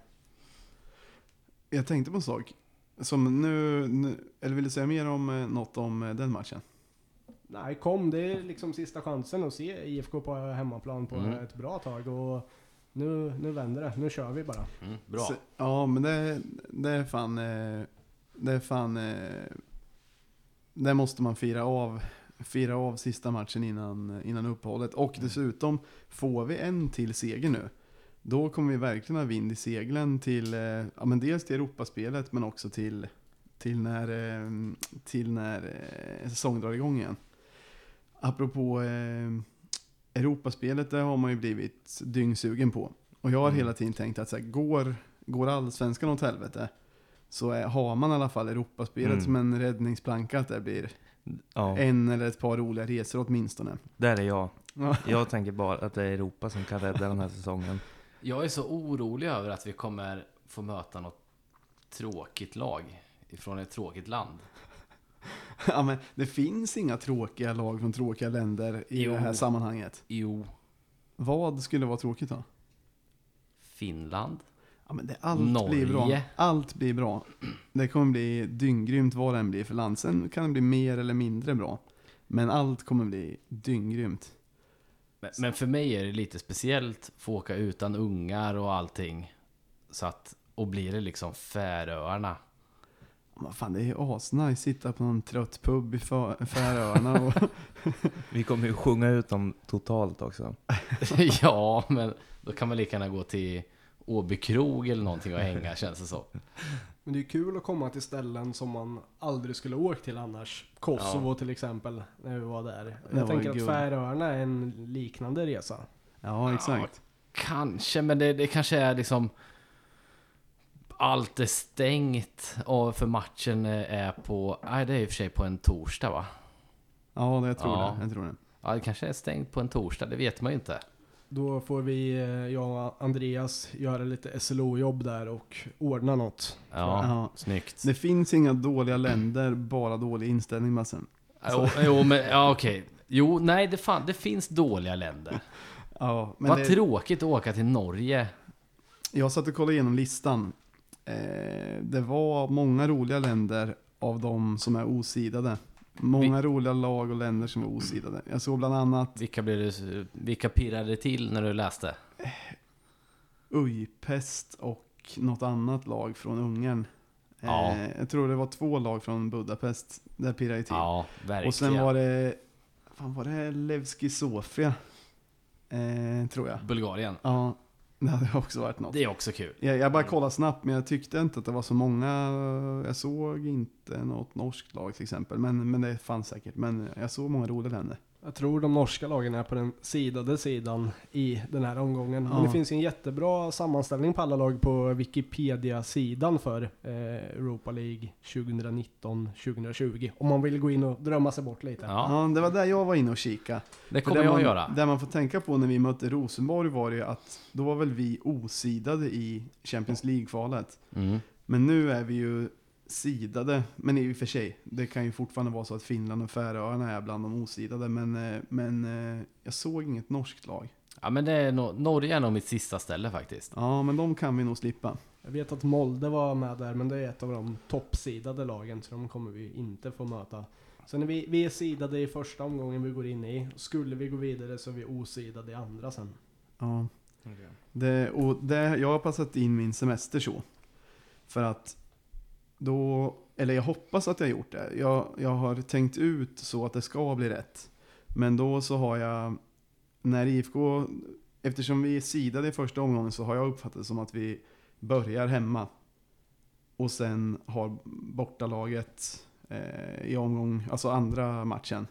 Jag tänkte på en sak. Som nu, nu eller vill du säga mer om eh, något om eh, den matchen? Nej, kom, det är liksom sista chansen att se I F K på hemmaplan på Mm. ett bra tag och nu, nu vänder det. Nu kör vi bara. Mm, bra. Så, ja, men det, det är fan... eh, Det är fan... eh, Det måste man fira av. Fira av sista matchen innan, innan uppehållet. Och dessutom, får vi en till seger nu, då kommer vi verkligen ha vind i seglen till, eh, ja, men dels till Europaspelet, men också till, till när, eh, till när eh, säsongen drar igång igen. Apropå eh, Europaspelet, det har man ju blivit dyngsugen på. Och jag har Mm. hela tiden tänkt att så här, går, går allsvenskan åt helvete, så är, har man i alla fall Europaspelet Mm. som en räddningsplanka, att det blir Ja, en eller ett par roliga resor åtminstone. där är jag. Ja. Jag tänker bara att det är Europa som kan rädda den här säsongen. Jag är så orolig över att vi kommer få möta något tråkigt lag ifrån ett tråkigt land. Ja, men det finns inga tråkiga lag från tråkiga länder i Jo. det här sammanhanget. Jo, Vad skulle vara tråkigt då? Finland. Ja, men det, allt Norge. blir bra. Allt blir bra. Det kommer bli dynggrymt vad det än blir för land. Sen kan det bli mer eller mindre bra. Men allt kommer bli dynggrymt. Men, men för mig är det lite speciellt att få åka utan ungar och allting. Så att, och blir det liksom Färöarna. Men fan, det är asnice. Sitta på någon trött pub i Fä- Färöarna. Och Vi kommer ju sjunga ut dem totalt också. Ja, men då kan man lika gärna gå till Åby krog eller någonting och hänga, känns det så. Men det är kul att komma till ställen som man aldrig skulle åkt till annars. Kosovo till exempel, när vi var där. Jag var tänker ju att guld. Färöarna är en liknande resa. ja, exakt. Kanske, men det, det kanske är liksom... Allt är stängt och för matchen är på... Nej, det är i och för sig på en torsdag va? Ja, det jag tror Ja. det. Jag tror det. Ja, det kanske är stängt på en torsdag, det vet man ju inte. Då får vi, eh, jag och Andreas, göra lite S L O-jobb där och ordna något. Ja, Ja. snyggt. Det finns inga dåliga länder, bara dålig inställning massen. Jo, jo, men ja, okej. Jo, nej, det, fan, det finns dåliga länder. Ja, men Vad det, tråkigt att åka till Norge. jag satt och kollade igenom listan. Eh, det var många roliga länder av de som är osidade. Många roliga lag och länder som är osidade. Jag såg bland annat Vilka, blev det, vilka pirrade till när du läste? Ujpest och något annat lag från Ungern. Ja. Eh, jag tror det var två lag från Budapest. Där pirrade jag till. Ja, verkligen. och sen var det, fan var det Levski Sofia? Eh, tror jag. Bulgarien. Ja, det hade också varit något. Det är också kul. Jag, jag bara kollade snabbt, men jag tyckte inte att det var så många. Jag såg inte något norskt lag till exempel. Men, men det fanns säkert. Men jag såg många roliga länder. Jag tror de norska lagen är på den sidade sidan i den här omgången. Ja. Men det finns en jättebra sammanställning på alla lag på Wikipedia-sidan för eh, Europa League tjugonitton tjugohundratjugo. Om man vill gå in och drömma sig bort lite. Ja, Ja, det var där jag var inne och kika. det För kommer det jag man, att göra. Det man får tänka på när vi mötte Rosenborg var ju att då var väl vi osidade i Champions League-kvalet. Mm. Men nu är vi ju sidade, men i och för sig, det kan ju fortfarande vara så att Finland och Färöarna är bland de osidade, men, eh, men eh, jag såg inget norskt lag. Ja, men det är no- Norge är nog mitt sista ställe faktiskt. Ja, men de kan vi nog slippa. Jag vet att Molde var med där, men det är ett av de toppsidade lagen, så de kommer vi inte få möta. Så när vi, vi är sidade i första omgången vi går in i, skulle vi gå vidare så är vi osidade i andra sen. Ja. Okay. Det, och det, jag har passat in min semester så. För att då, eller jag hoppas att jag har gjort det. Jag, jag har tänkt ut så att det ska bli rätt. Men då så har jag, när I F K, eftersom vi är sidade i första omgången, så har jag uppfattat det som att vi börjar hemma. Och sen har bortalaget eh, i omgång, alltså andra matchen.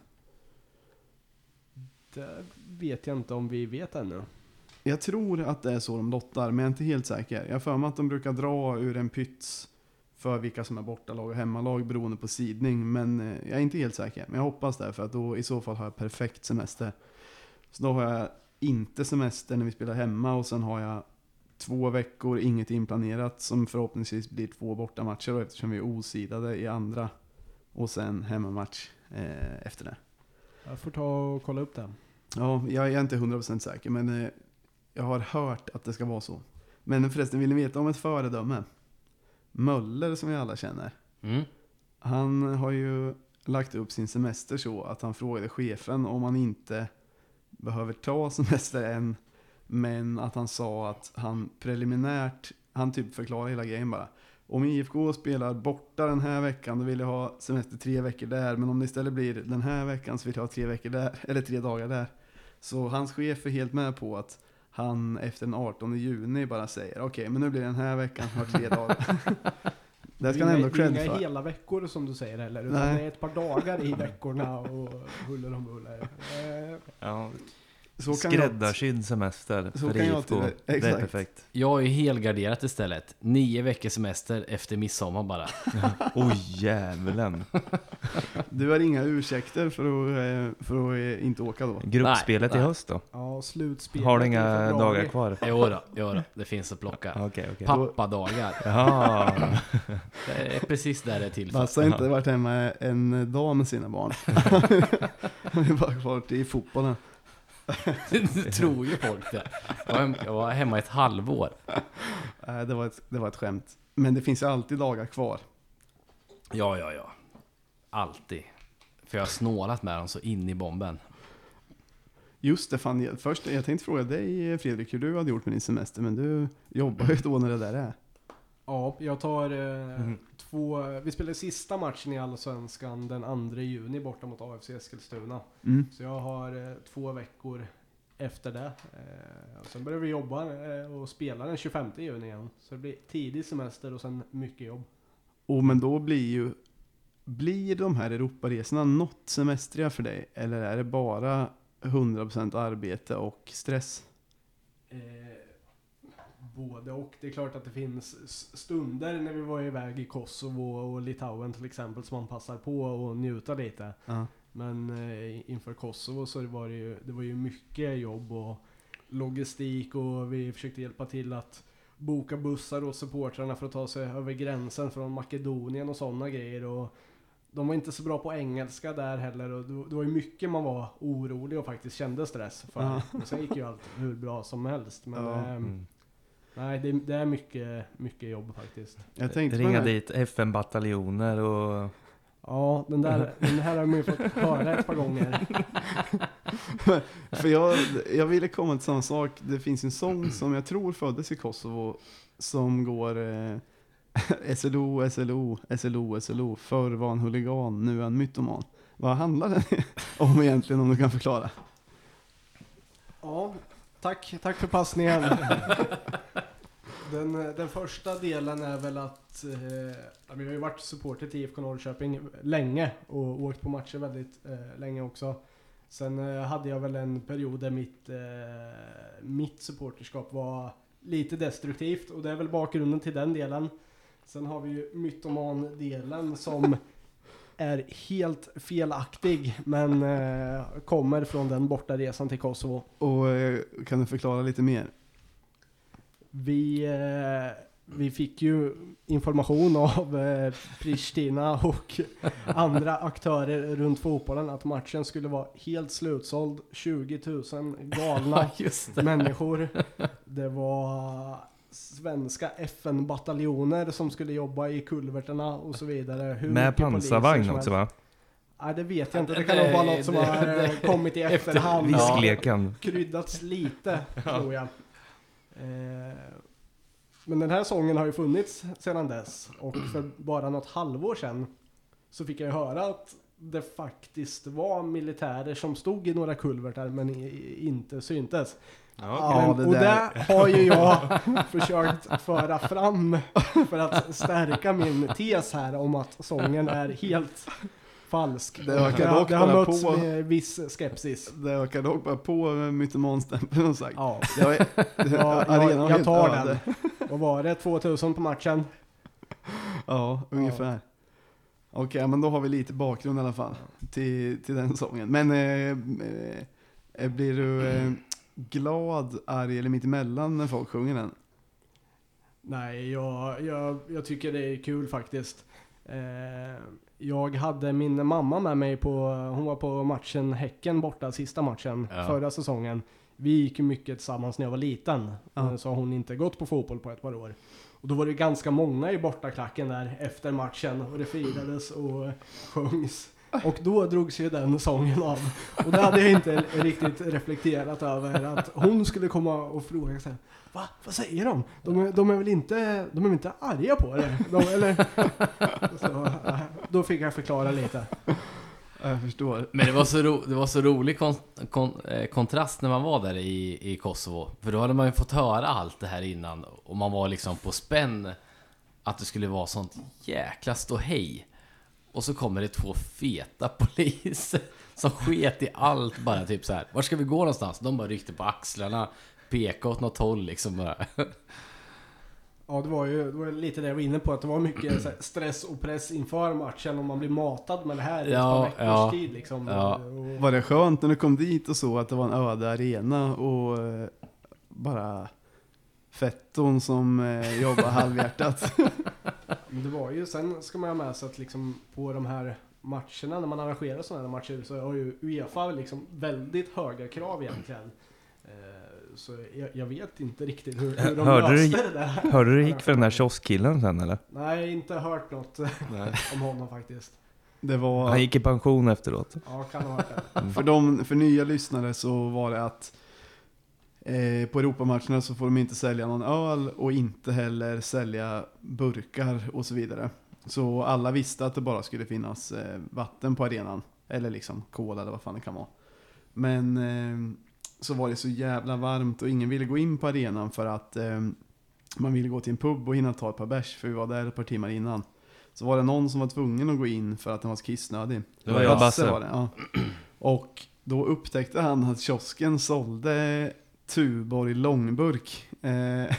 Det vet jag inte om vi vet ännu. Jag tror att det är så de lottar, men jag är inte helt säker. Jag har för mig att de brukar dra ur en pyts för vilka som är bortalag och hemmalag beroende på sidning. Men eh, jag är inte helt säker. Men jag hoppas det, för att då i så fall har jag perfekt semester. Så då har jag inte semester när vi spelar hemma, och sen har jag två veckor, inget inplanerat, som förhoppningsvis blir två bortamatcher då, eftersom vi är osidade i andra. Och sen hemmamatch eh, efter det. Jag får ta och kolla upp det. Ja, jag är inte hundra procent säker, men eh, jag har hört att det ska vara så. Men förresten, vill ni veta om ett föredöme? Möller, som vi alla känner. Mm. Han har ju lagt upp sin semester så att han frågade chefen om han inte behöver ta semester än. Men att han sa att han preliminärt, han typ förklarar hela grejen bara. Om I F K spelar borta den här veckan, då vill jag ha semester tre veckor där. Men om det istället blir den här veckan, så vill jag ha tre veckor där, eller tre dagar där. Så hans chef är helt med på att han efter den artonde juni bara säger okej, okay, men nu blir den här veckan har tre dagar. Det ska han ändå cred inga för. hela veckor som du säger heller, utan Nej. det är ett par dagar i veckorna och huller om buller. Eh, Ja, Så kan jag, skräddarsydd semester så för kan jag I F K. till- Det är exakt. perfekt. Jag är helgarderat istället. Nio veckors semester efter midsommar bara. Oj, jävlen. Du har inga ursäkter för att, eh, för att eh, inte åka då. Gruppspelet Nej, i nej. höst då? ja, slutspelet Har du i inga februari. dagar kvar? Jo då, jo då, det finns att plocka. Okej, okej. Pappadagar. Jaha. Det är precis där det är till för. Basse har inte varit hemma en dag med sina barn. Han är bara kvar till fotbollen. Det tror ju folk det. Jag var, hem, jag var hemma ett halvår. Nej, det var ett, det var ett skämt. Men det finns ju alltid dagar kvar. Ja, ja, ja. Alltid. För jag har snålat med dem så in i bomben. Just det, fan, jag, först, jag tänkte fråga dig, Fredrik, hur du hade gjort med din semester, men du jobbar ju då när det där är. Ja, jag tar eh, Mm. två, vi spelar sista matchen i Allsvenskan den andra juni borta mot A F C Eskilstuna. Mm. Så jag har eh, två veckor efter det. Eh, och sen börjar vi jobba eh, och spela den tjugofemte juni igen. Så det blir tidig semester och sen mycket jobb. Och men då blir ju, blir de här Europaresorna något semestriga för dig? Eller är det bara hundra procent arbete och stress? Eh, både och. Det är klart att det finns s- stunder när vi var iväg i Kosovo och Litauen till exempel som man passar på att njuta lite. Ja. Men eh, inför Kosovo så var det ju, det var ju mycket jobb och logistik, och vi försökte hjälpa till att boka bussar åt supportrarna för att ta sig över gränsen från Makedonien och sådana grejer. Och de var inte så bra på engelska där heller, och det, det var ju mycket man var orolig och faktiskt kände stress för. Ja. Men sen gick ju allt hur bra som helst. Men Ja. ehm, Mm. nej, det, det är mycket, mycket jobb faktiskt. Jag tänkte på Ringa den här- dit F N-bataljoner och... Ja, den där, den här har man ju fått höra ett par gånger. För jag, jag ville komma till samma sak. Det finns en sång som jag tror föddes i Kosovo som går eh, S L O, S L O, S L O, S L O. Förr var en huligan, nu är en mytoman. Vad handlar den om egentligen, om du kan förklara? Ja, tack, tack för passningen. Den, den första delen är väl att eh, vi har ju varit supporter till I F K Norrköping länge och åkt på matcher väldigt eh, länge också. Sen eh, hade jag väl en period där mitt, eh, mitt supporterskap var lite destruktivt, och det är väl bakgrunden till den delen. Sen har vi ju mytoman-delen som är helt felaktig, men eh, kommer från den bortaresan till Kosovo. Och eh, kan du förklara lite mer? Vi, eh, vi fick ju information av eh, Pristina och andra aktörer runt fotbollen att matchen skulle vara helt slutsåld. tjugo tusen galna Just det. människor. Det var svenska F N-bataljoner som skulle jobba i kulverterna och så vidare. Hur Med mycket poliser pansarvagn som också, helst. va? Nej, det vet jag inte. Det kan nog vara något som har eh, kommit i efterhand. Viskleken. Kryddats lite, tror jag. Eh, men den här sången har ju funnits sedan dess. Och för bara något halvår sedan så fick jag höra att det faktiskt var militärer som stod i några kulvertar men i, inte syntes. Ja, Men, det och där. det har ju jag försökt föra fram för att stärka min tes här om att sången är helt falsk. Det ökar har- dock det har bara mötts på. med viss skepsis. Det ökar dock bara på mytomanstämpeln och sagt. Ja, Jag, är, ja arenan jag, var jag helt tar öde. den. Vad var det? tvåtusen på matchen? Ja, ungefär. Okej, men då har vi lite bakgrund i alla fall till, till den sången. Men eh, eh, blir du eh, glad, arg eller mittemellan när folk sjunger den? Nej, jag, jag, jag tycker det är kul faktiskt. Eh, jag hade min mamma med mig på, hon var på matchen Häcken borta, sista matchen Ja. förra säsongen. Vi gick ju mycket tillsammans när jag var liten. Ja. Eh, Så har hon inte gått på fotboll på ett par år. Och då var det ganska många i bortaklacken där efter matchen. Och det firades och sjöngs. Och då drogs ju den sången av. Och det hade jag inte riktigt reflekterat över. Att hon skulle komma och fråga sig. Va? Vad säger de? De är, de är väl inte, de är väl inte arga på det? De, eller? Så, äh, då fick jag förklara lite. Jag förstår. Men det var så, ro, det var så rolig kon, kon, eh, kontrast när man var där i, i Kosovo. För då hade man ju fått höra allt det här innan. Och man var liksom på spänn att det skulle vara sånt jäkla ståhej. Och så kommer det två feta poliser som sket i allt bara typ så här. Var ska vi gå någonstans? De bara ryckte på axlarna, pekade åt något håll liksom bara. Ja, det var ju det var lite det jag var inne på. Att det var mycket så här, stress och press inför matchen. Om man blir matad med det här i ett Ja, par veckors ja, tid liksom. ja. Och, Var det skönt när du kom dit och så att det var en öde arena och eh, bara fetton som eh, jobbar halvhjärtat? Men det var ju, sen ska man ha med sig att liksom på de här matcherna, när man arrangerar sådana här matcher, så har ju UEFA liksom väldigt höga krav egentligen. Eh, Så jag, jag vet inte riktigt hur, hur de Hörde du- löste det där. Hörde du hur det gick för den där kioskkillen sen, eller? Nej, inte hört något om honom faktiskt. Det var... Han gick i pension efteråt. Ja, kan ha hört det. För, de, för nya lyssnare så var det att eh, på Europamatcherna så får de inte sälja någon öl och inte heller sälja burkar och så vidare. Så alla visste att det bara skulle finnas eh, vatten på arenan. Eller liksom cola eller vad fan det kan vara. Men eh, så var det så jävla varmt och ingen ville gå in på arenan för att eh, man ville gå till en pub och hinna ta ett par bärs, för vi var där ett par timmar innan. Så var det någon som var tvungen att gå in för att den var kissnödig. Det var jag, Basse. Var det, ja. Och då upptäckte han att kiosken sålde Tuborg långburk. Eh,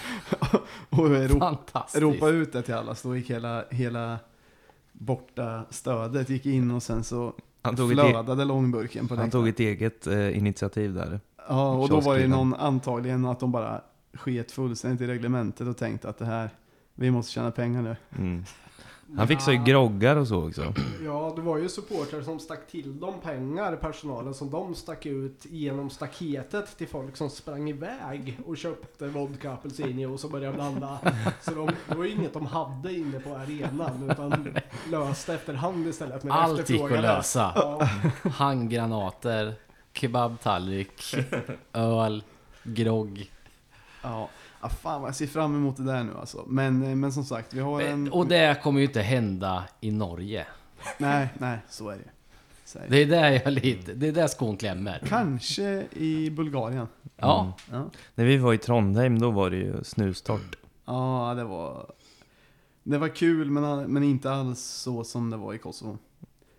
och ropa, Fantastiskt. ropa ut det till alla. Så då gick hela, hela borta stödet gick in och sen så Han tog, ett, e- flödade långburken på han läktaren. tog ett eget eh, initiativ där. Ja, och då var det kioskkillen. någon antagligen att de bara sket fullständigt i reglementet och tänkte att det här, vi måste tjäna pengar nu. Mm. Han fixade ju groggar och så också. Ja, det var ju supportrar som stack till dem pengar, personalen, som de stack ut genom staketet till folk som sprang iväg och köpte vodka, apelsinjuice och började blanda. Så de, det var ju inget de hade inne på arenan, utan löste efterhand istället. När de Allt gick att efterfrågade. lösa. Ja, Handgranater, kebabtallrik, öl, grogg. Ja, ah, fan vad jag ser fram emot det där nu alltså. Men, men som sagt, vi har en... Och det kommer ju inte hända i Norge. Nej, nej, så är det. Så är det. Det är där jag lite, det är där skon klämmer. Kanske i Bulgarien. Ja, Ja, När vi var i Trondheim, då var det ju snustort. ja det var... Det var kul, men, men inte alls så som det var i Kosovo.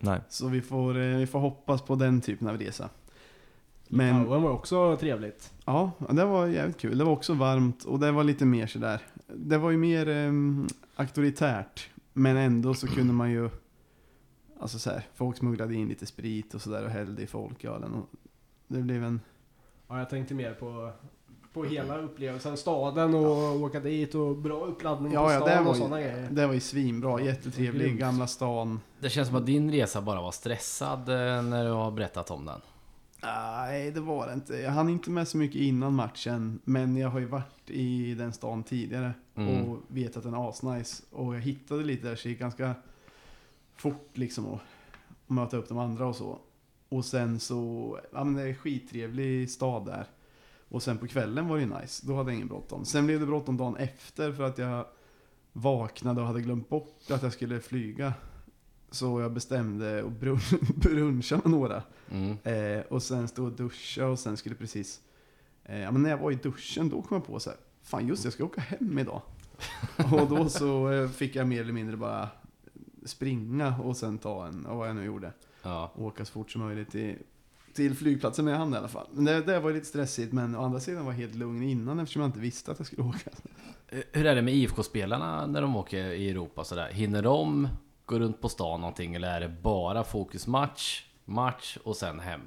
Nej. Så vi får, eh, vi får hoppas på den typen av resa. Men Litauen var också trevligt. ja, det var jävligt kul. Det var också varmt och det var lite mer sådär. Det var ju mer eh, auktoritärt. Men ändå så kunde man ju, alltså så här, folk smugglade in lite sprit och sådär och hällde i folkölen. Och det blev en... Ja, jag tänkte mer på, på hela upplevelsen, staden och ja. åka dit och bra uppladdning ja, på ja, stan det och ju, sådana grejer. Det var ju svinbra, Ja, jättetrevlig, grymt. gamla stan. Det känns som att din resa bara var stressad eh, när du har berättat om den. Nej, det var det inte. Jag hann inte med så mycket innan matchen. Men jag har ju varit i den stan tidigare. Mm. Och vet att den är asnice. Och jag hittade lite där så det gick ganska fort liksom att möta upp de andra och så. Och sen så, ja men det är en skittrevlig stad där. Och sen på kvällen var det ju nice. Då hade jag ingen bråttom. Sen blev det bråttom dagen efter för att jag vaknade och hade glömt bort att jag skulle flyga. Så jag bestämde att brun- bruncha med några. Mm. Eh, och sen stod och duscha och sen skulle precis... Eh, ja, men när jag var i duschen då kom jag på så här, fan just det, jag ska åka hem idag. Och då så eh, fick jag mer eller mindre bara springa och sen ta en, och vad jag nu gjorde. Ja. Åka så fort som möjligt till, till flygplatsen med jag hann i alla fall. Men det, det var lite stressigt, men å andra sidan var jag helt lugn innan eftersom jag inte visste att jag skulle åka. Hur är det med I F K-spelarna när de åker i Europa sådär? Hinner de gå runt på stan någonting eller är det bara fokusmatch, match och sen hem?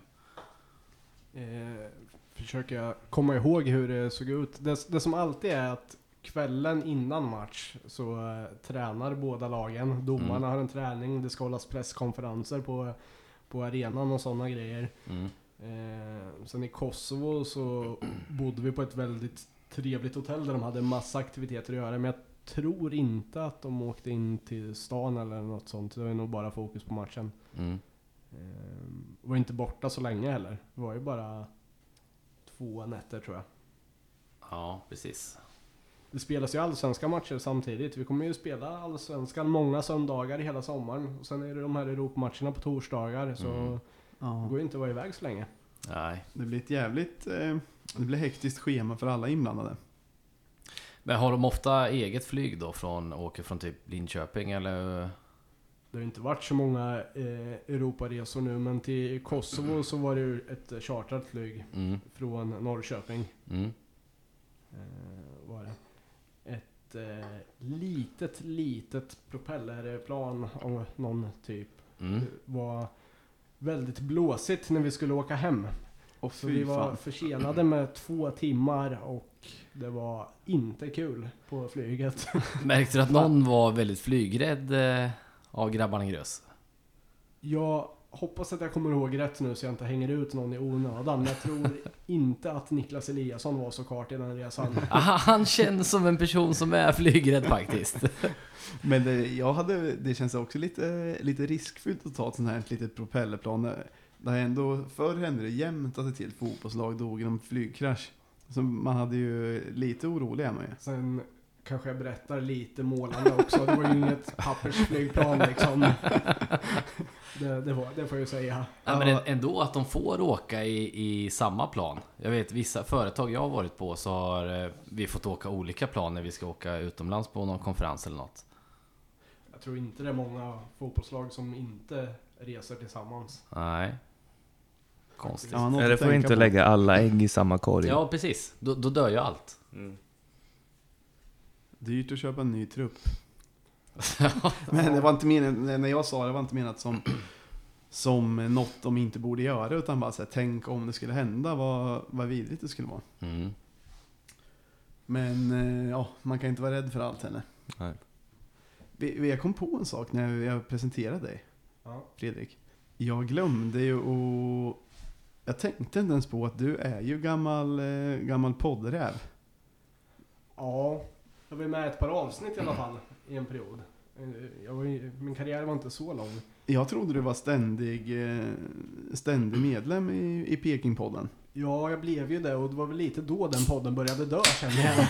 Eh, försöker jag komma ihåg hur det såg ut. Det, det som alltid är att kvällen innan match så eh, tränar båda lagen. Domarna Mm. har en träning, det ska hållas presskonferenser på, på arenan och sådana grejer. Mm. Eh, sen i Kosovo så bodde vi på ett väldigt trevligt hotell där de hade massa aktiviteter att göra. Men jag tror inte att de åkte in till stan eller något sånt. Det var nog bara fokus på matchen. Mm. Eh, var inte borta så länge heller. Det var ju bara två nätter tror jag. Ja, precis. Det spelas ju allsvenska matcher samtidigt. Vi kommer ju spela allsvenskan många söndagar hela sommaren. Och sen är det de här Europamatcherna på torsdagar. Så Mm. det Ja, går ju inte att vara iväg så länge. Nej. det blir ett jävligt... Eh, det blir hektiskt schema för alla inblandade. Men har de ofta eget flyg då från, åker från typ Linköping eller? Det har ju inte varit så många eh, Europaresor nu, men till Kosovo så var det ju ett chartrat flyg Mm. från Norrköping. Mm. Eh, var det. Ett eh, litet, litet propellerplan av någon typ. Mm. Det var väldigt blåsigt när vi skulle åka hem. Och Så vi var försenade med två timmar och det var inte kul på flyget. Märkte du att någon var väldigt flygrädd eh, av grabbarna i Grös? Jag hoppas att jag kommer ihåg rätt nu så jag inte hänger ut någon i onödan. Men jag tror inte att Niklas Eliasson var så kart i den resan. Aha, han känns som en person som är flygrädd faktiskt. Men det, jag hade, det känns också lite, lite riskfyllt att ta ett sånt här litet propellerplan. Det har ändå, förr hände det jämt att ett till fotbollslag dog i en flygkrasch. Så man hade ju lite oroliga med. Sen kanske jag berättar lite målande också. Det var ju inget pappersflygplan liksom. Det, det, var, det får jag ju säga. Ja, men ändå att de får åka i, i samma plan. Jag vet vissa företag jag har varit på så har eh, vi fått åka olika plan när vi ska åka utomlands på någon konferens eller något. Jag tror inte det är många fotbollslag som inte reser tillsammans. Nej. Konstigt. Ja, något Eller att får tänka inte på. lägga alla ägg i samma korg. Ja, precis. Då, då dör ju allt. Mm. Dyrt att köpa en ny trupp. Men det var inte menat, när jag sa det var inte menat som, som något de inte borde göra, utan bara så här, tänk om det skulle hända, vad, vad vidrigt det skulle vara. Mm. Men eh, ja, man kan inte vara rädd för allt heller. Nej. Vi, vi- jag kom på en sak när jag presenterade dig, Ja. Fredrik. Jag glömde ju och jag tänkte inte ens på att du är ju gammal, eh, gammal poddräv. Ja, jag var med ett par avsnitt i alla fall i en period. Jag var ju, min karriär var inte så lång. Jag trodde du var ständig, eh, ständig medlem i, i Pekingpodden. Ja, jag blev ju det och det var väl lite då den podden började dö, kände jag.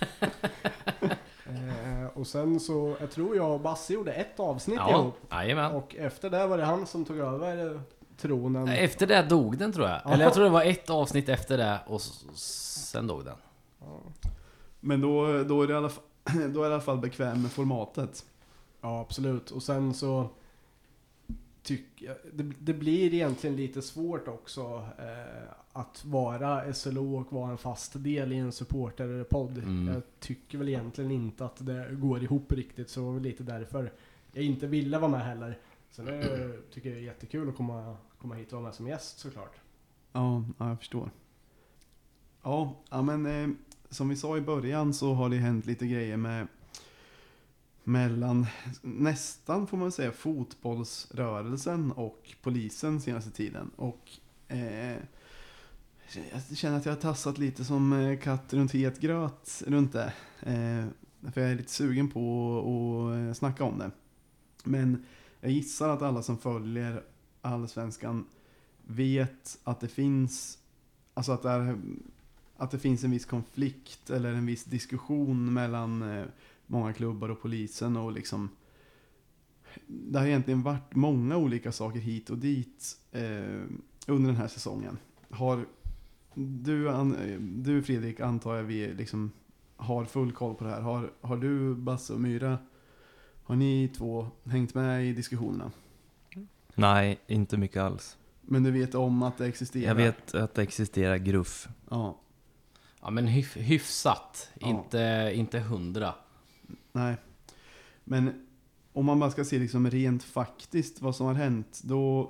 eh, och sen så, jag tror jag och Basse gjorde ett avsnitt Ja, ihop. jajamän. Och efter det var det han som tog över eh, tronen. Efter det dog den tror jag. Ja. Eller jag tror det var ett avsnitt efter det och s- sen dog den. Ja. Men då, då, är det i alla fall, då är det i alla fall bekväm med formatet. Ja, absolut. Och sen så tyck, det, det blir egentligen lite svårt också eh, att vara S L O och vara en fast del i en supporterpodd. Mm. Jag tycker väl egentligen inte att det går ihop riktigt, så det var väl lite därför jag inte ville vara med heller. Sen är, tycker jag det är jättekul att komma, komma hit och vara med som gäst såklart. Ja, ja jag förstår. Ja, ja men eh, som vi sa i början så har det hänt lite grejer med mellan nästan får man säga fotbollsrörelsen och polisen senaste tiden. Och eh, jag känner att jag har tassat lite som eh, katt runt het gröt runt det. Eh, för jag är lite sugen på att eh, snacka om det. Men jag gissar att alla som följer Allsvenskan vet att det finns, alltså att det, är, att det finns en viss konflikt eller en viss diskussion mellan eh, många klubbar och polisen och liksom det har egentligen varit många olika saker hit och dit eh, under den här säsongen. Har du, du Fredrik, antar jag vi liksom har full koll på det här. Har, har du, Basse och Myra, har ni två hängt med i diskussionerna? Nej, inte mycket alls. Men du vet om att det existerar? Jag vet att det existerar gruff. Ja. Ja, men hyf- hyfsat. Ja. Inte, inte hundra. Nej. Men om man bara ska se liksom rent faktiskt vad som har hänt, då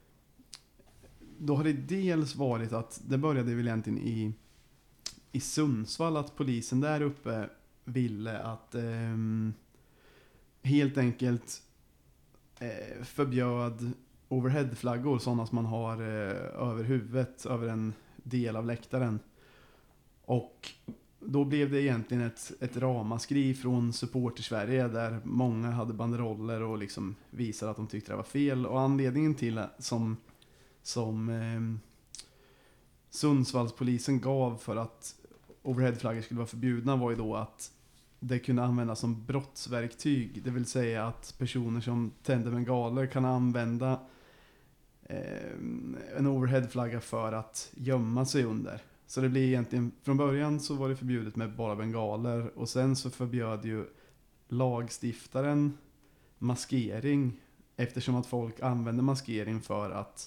då har det dels varit att det började väl egentligen i i Sundsvall att polisen där uppe ville att eh, helt enkelt eh, förbjöd overheadflaggor, sådana som man har eh, över huvudet, över en del av läktaren. Och då blev det egentligen ett, ett ramaskri från Supporter-Sverige där många hade banderoller och liksom visade att de tyckte det var fel. Och anledningen till som, som eh, Sundsvallspolisen gav för att overheadflaggor skulle vara förbjudna var ju då att det kunde användas som brottsverktyg. Det vill säga att personer som tänder bengaler kan använda eh, en overheadflagga för att gömma sig under. Så det blir egentligen, från början så var det förbjudet med bara bengaler och sen så förbjöd ju lagstiftaren maskering eftersom att folk använder maskering för att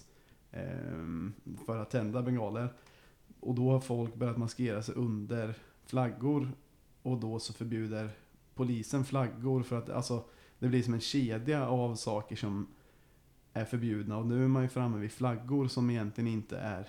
eh, för att tända bengaler. Och då har folk börjat maskera sig under flaggor och då så förbjuder polisen flaggor för att alltså det blir som en kedja av saker som är förbjudna och nu är man ju framme vid flaggor som egentligen inte är,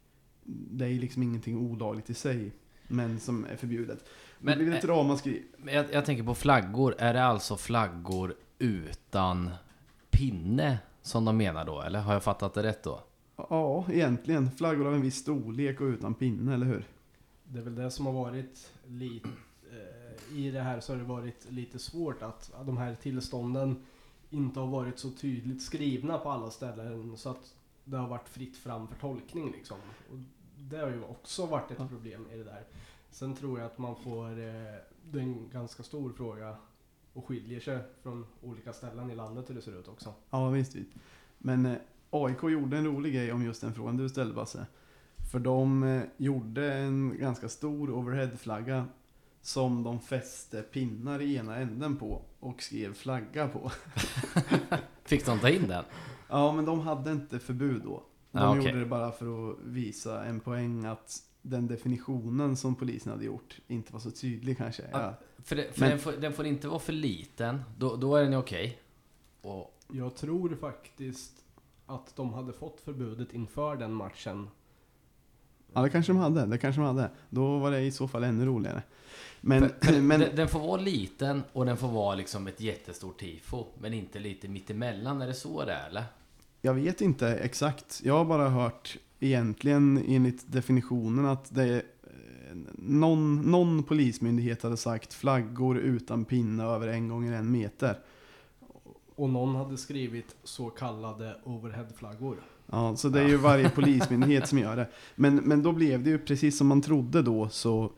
det är liksom ingenting olagligt i sig men som är förbjudet. Men det blir ett ramaskri. Jag, jag tänker på flaggor. Är det alltså flaggor utan pinne som de menar då? Eller har jag fattat det rätt då? Ja, egentligen. Flaggor av en viss storlek och utan pinne, eller hur? Det är väl det som har varit lite eh, i det här, så har det varit lite svårt att de här tillstånden inte har varit så tydligt skrivna på alla ställen så att det har varit fritt fram för tolkning liksom. Och det har ju också varit ett Ja. problem i det där. Sen tror jag att man får, eh, det är en ganska stor fråga och skiljer sig från olika ställen i landet hur det ser ut också. Ja, visst, visst. Men eh, A I K gjorde en rolig grej om just den frågan du ställde, Basse. För de eh, gjorde en ganska stor overheadflagga som de fäste pinnar i ena änden på och skrev flagga på. Fick de ta in den? Ja, men de hade inte förbud då. De Ah, okej. gjorde det bara för att visa en poäng att den definitionen som polisen hade gjort inte var så tydlig kanske. Ah, Ja. För, det, för Men- den, får, den får inte vara för liten. Då, då är den okej. Och Jag tror faktiskt att de hade fått förbudet inför den matchen. ja, det kanske de hade. Det kanske de hade. Då var det i så fall ännu roligare. Men, För, för men den, den får vara liten och den får vara liksom ett jättestort tifo. Men inte lite mittemellan. Är det så det är, eller? jag vet inte exakt. Jag har bara hört egentligen enligt definitionen att det är eh, någon, någon polismyndighet hade sagt flaggor utan pinne över en gånger en meter. Och någon hade skrivit så kallade overheadflaggor. Ja, så det är ju varje polismyndighet som gör det. Men, men då blev det ju precis som man trodde då, så,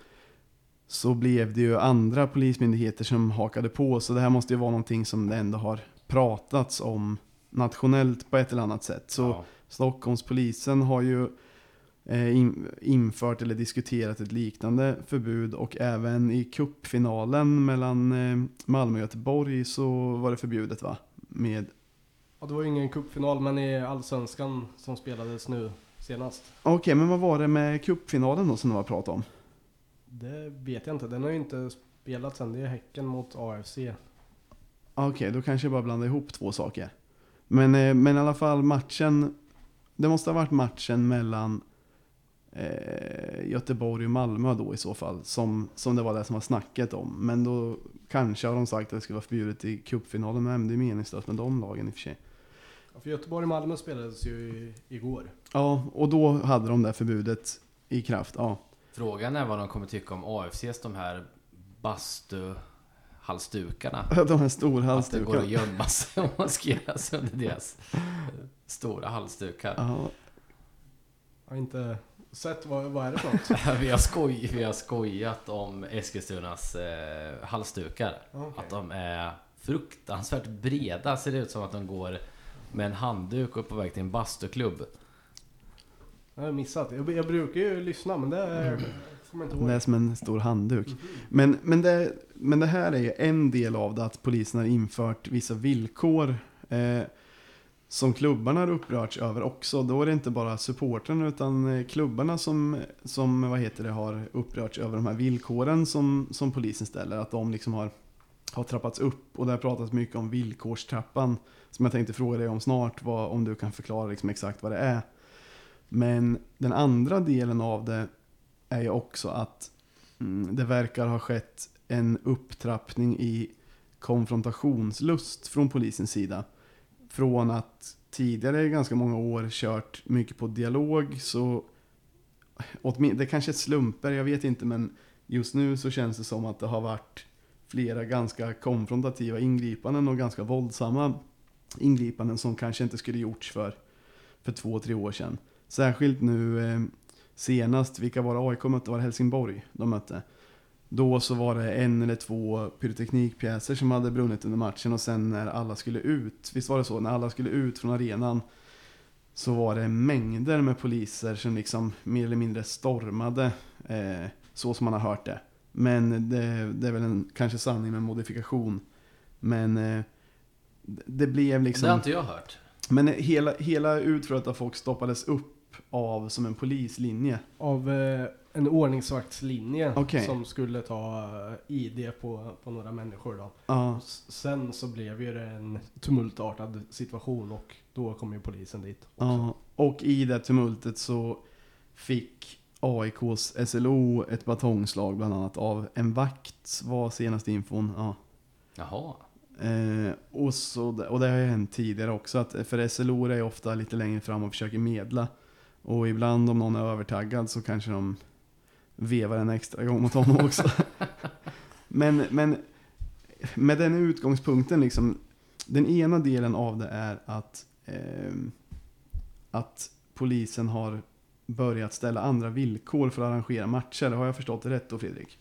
så blev det ju andra polismyndigheter som hakade på. Så det här måste ju vara någonting som det ändå har pratats om nationellt på ett eller annat sätt. Så Ja. Stockholmspolisen har ju eh, in, infört eller diskuterat ett liknande förbud och även i cupfinalen mellan eh, Malmö och Göteborg så var det förbjudet va? Med Ja, det var ju ingen cupfinal, men i Allsvenskan som spelades nu senast. Okej, okay, men vad var det med cupfinalen då som du har pratat om? Det vet jag inte. Den har ju inte spelats än. Det är Häcken mot A F C. Okej, okay, då kanske jag bara blandar ihop två saker. Men, eh, men i alla fall matchen, det måste ha varit matchen mellan eh, Göteborg och Malmö då i så fall, som, som det var det som var snacket om. Men då kanske har de sagt att det skulle vara förbjudet i cupfinalen, men det är meningslöst med de lagen i och för sig. Ja, för Göteborg och Malmö spelades ju i, igår. Ja, och då hade de det förbudet i kraft, ja. Frågan är vad de kommer tycka om A F C:s de här bastu halsdukarna. De här stora Att det halsdukarna. går att gömma sig om man maskerar sig under deras stora halsdukar. Ja. Jag har inte sett, vad, vad är det för något? vi, har skoj, vi har skojat om Eskilstunas eh, halsdukar. Okay. Att de är fruktansvärt breda. Ser det ut som att de går med en handduk och är på väg till en bastuklubb. Jag har missat. Jag, jag brukar ju lyssna, men det är, kommer inte ihåg. Det är som en stor handduk. Mm-hmm. Men, men, det, men det här är ju en del av det, att polisen har infört vissa villkor eh, som klubbarna har upprörts över också. Då är det inte bara supportrarna utan klubbarna som, som vad heter det, har upprörts över de här villkoren som, som polisen ställer. Att de liksom har, har trappats upp. Och det har pratats mycket om villkorstrappan som jag tänkte fråga dig om snart. Vad, om du kan förklara liksom exakt vad det är. Men den andra delen av det är ju också att mm, det verkar ha skett en upptrappning i konfrontationslust från polisens sida. Från att tidigare ganska många år kört mycket på dialog, så det kanske är slumper, jag vet inte, men just nu så känns det som att det har varit flera ganska konfrontativa ingripanden och ganska våldsamma ingripanden som kanske inte skulle gjorts för, för två, tre år sedan. Särskilt nu eh, senast, vilka var det A I K mötte, var det Helsingborg de mötte. Då så var det en eller två pyroteknikpjäser som hade brunnit under matchen, och sen när alla skulle ut, visst var det så, när alla skulle ut från arenan så var det mängder med poliser som liksom mer eller mindre stormade, eh, så som man har hört det. Men det, det är väl en kanske sanning med modifikation. Men eh, det blev liksom... Det har inte jag hört. Men hela, hela utflödet av folk stoppades upp av som en polislinje. Av eh, en ordningsvaktslinje okay. som skulle ta I D på, på några människor då. Uh. Sen så blev ju det en tumultartad situation och då kom ju polisen dit. Uh. Och i det tumultet så fick A I K:s S L O ett batongslag bland annat av en vakt, var senaste infon. Uh. Jaha. Eh, och, så, och det har ju hänt tidigare också, att för S L O är ofta lite längre fram och försöker medla, och ibland om någon är övertaggad så kanske de vevar en extra gång mot honom också. men, men med den utgångspunkten liksom, den ena delen av det är att eh, att polisen har börjat ställa andra villkor för att arrangera matcher. Har jag förstått det rätt då, Fredrik?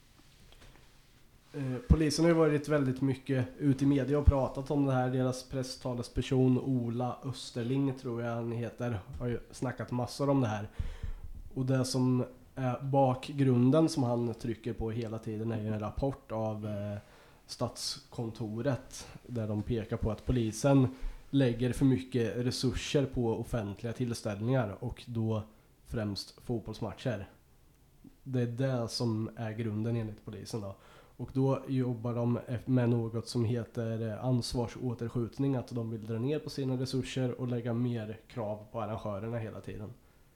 Eh, polisen har ju varit väldigt mycket ute i media och pratat om det här. Deras presstalesperson Ola Österling, tror jag han heter, har ju snackat massor om det här. Och det som är bakgrunden som han trycker på hela tiden är ju en rapport av eh, Statskontoret där de pekar på att polisen lägger för mycket resurser på offentliga tillställningar och då främst fotbollsmatcher. Det är det som är grunden enligt polisen då. Och då jobbar de med något som heter ansvarsåterskjutning, att de vill dra ner på sina resurser och lägga mer krav på arrangörerna hela tiden.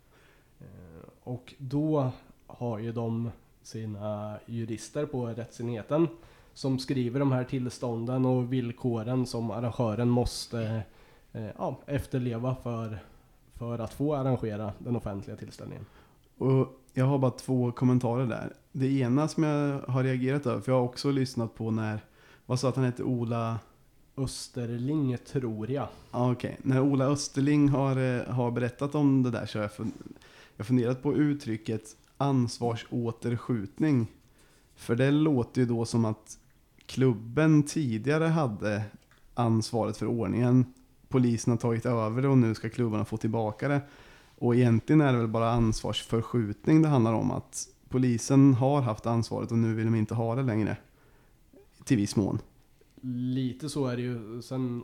Och då har ju de sina jurister på rättsenheten som skriver de här tillstånden och villkoren som arrangören måste ja, efterleva för, för att få arrangera den offentliga tillställningen. Och jag har bara två kommentarer där. Det ena som jag har reagerat över, för jag har också lyssnat på när, vad sa att han hette, Ola Österling, tror jag. Ja, okej. Okay. När Ola Österling har, har berättat om det där så har jag, fun- jag funderat på uttrycket ansvarsåterskjutning. För det låter ju då som att klubben tidigare hade ansvaret för ordningen. Polisen har tagit över det och nu ska klubbarna få tillbaka det. Och egentligen är det väl bara ansvarsförskjutning det handlar om, att polisen har haft ansvaret och nu vill de inte ha det längre. Till viss mån. Lite så är det ju. Sen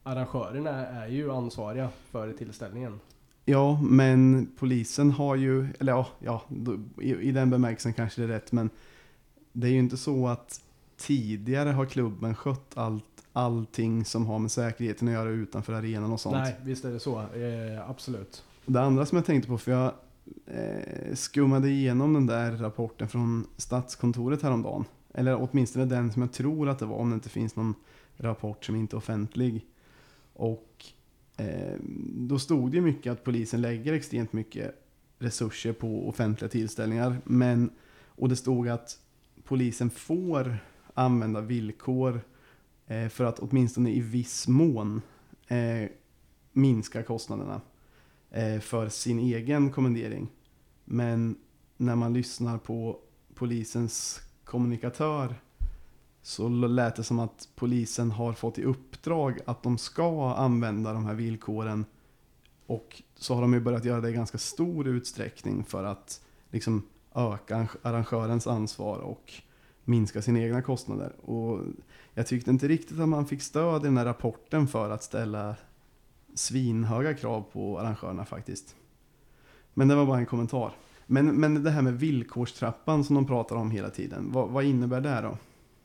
arrangörerna är ju ansvariga för tillställningen. Ja, men polisen har ju, eller ja, ja då, i, i den bemärkelsen kanske det är rätt, men det är ju inte så att tidigare har klubben skött allt, allting som har med säkerheten att göra utanför arenan och sånt. Nej, visst är det så. Eh, absolut. Det andra som jag tänkte på, för jag eh, skummade igenom den där rapporten från Statskontoret häromdagen. Eller åtminstone den som jag tror att det var, om det inte finns någon rapport som inte är offentlig. Och eh, då stod det mycket att polisen lägger extremt mycket resurser på offentliga tillställningar. Men, och det stod att polisen får använda villkor eh, för att åtminstone i viss mån eh, minska kostnaderna eh, för sin egen kommendering. Men när man lyssnar på polisens kommunikatör så lät det som att polisen har fått i uppdrag att de ska använda de här villkoren, och så har de ju börjat göra det i ganska stor utsträckning för att liksom öka arrangörens ansvar och minska sina egna kostnader. Och jag tyckte inte riktigt att man fick stöd i den här rapporten för att ställa svinhöga krav på arrangörerna faktiskt. Men det var bara en kommentar. Men, men det här med villkorstrappan som de pratar om hela tiden, vad, vad innebär det då?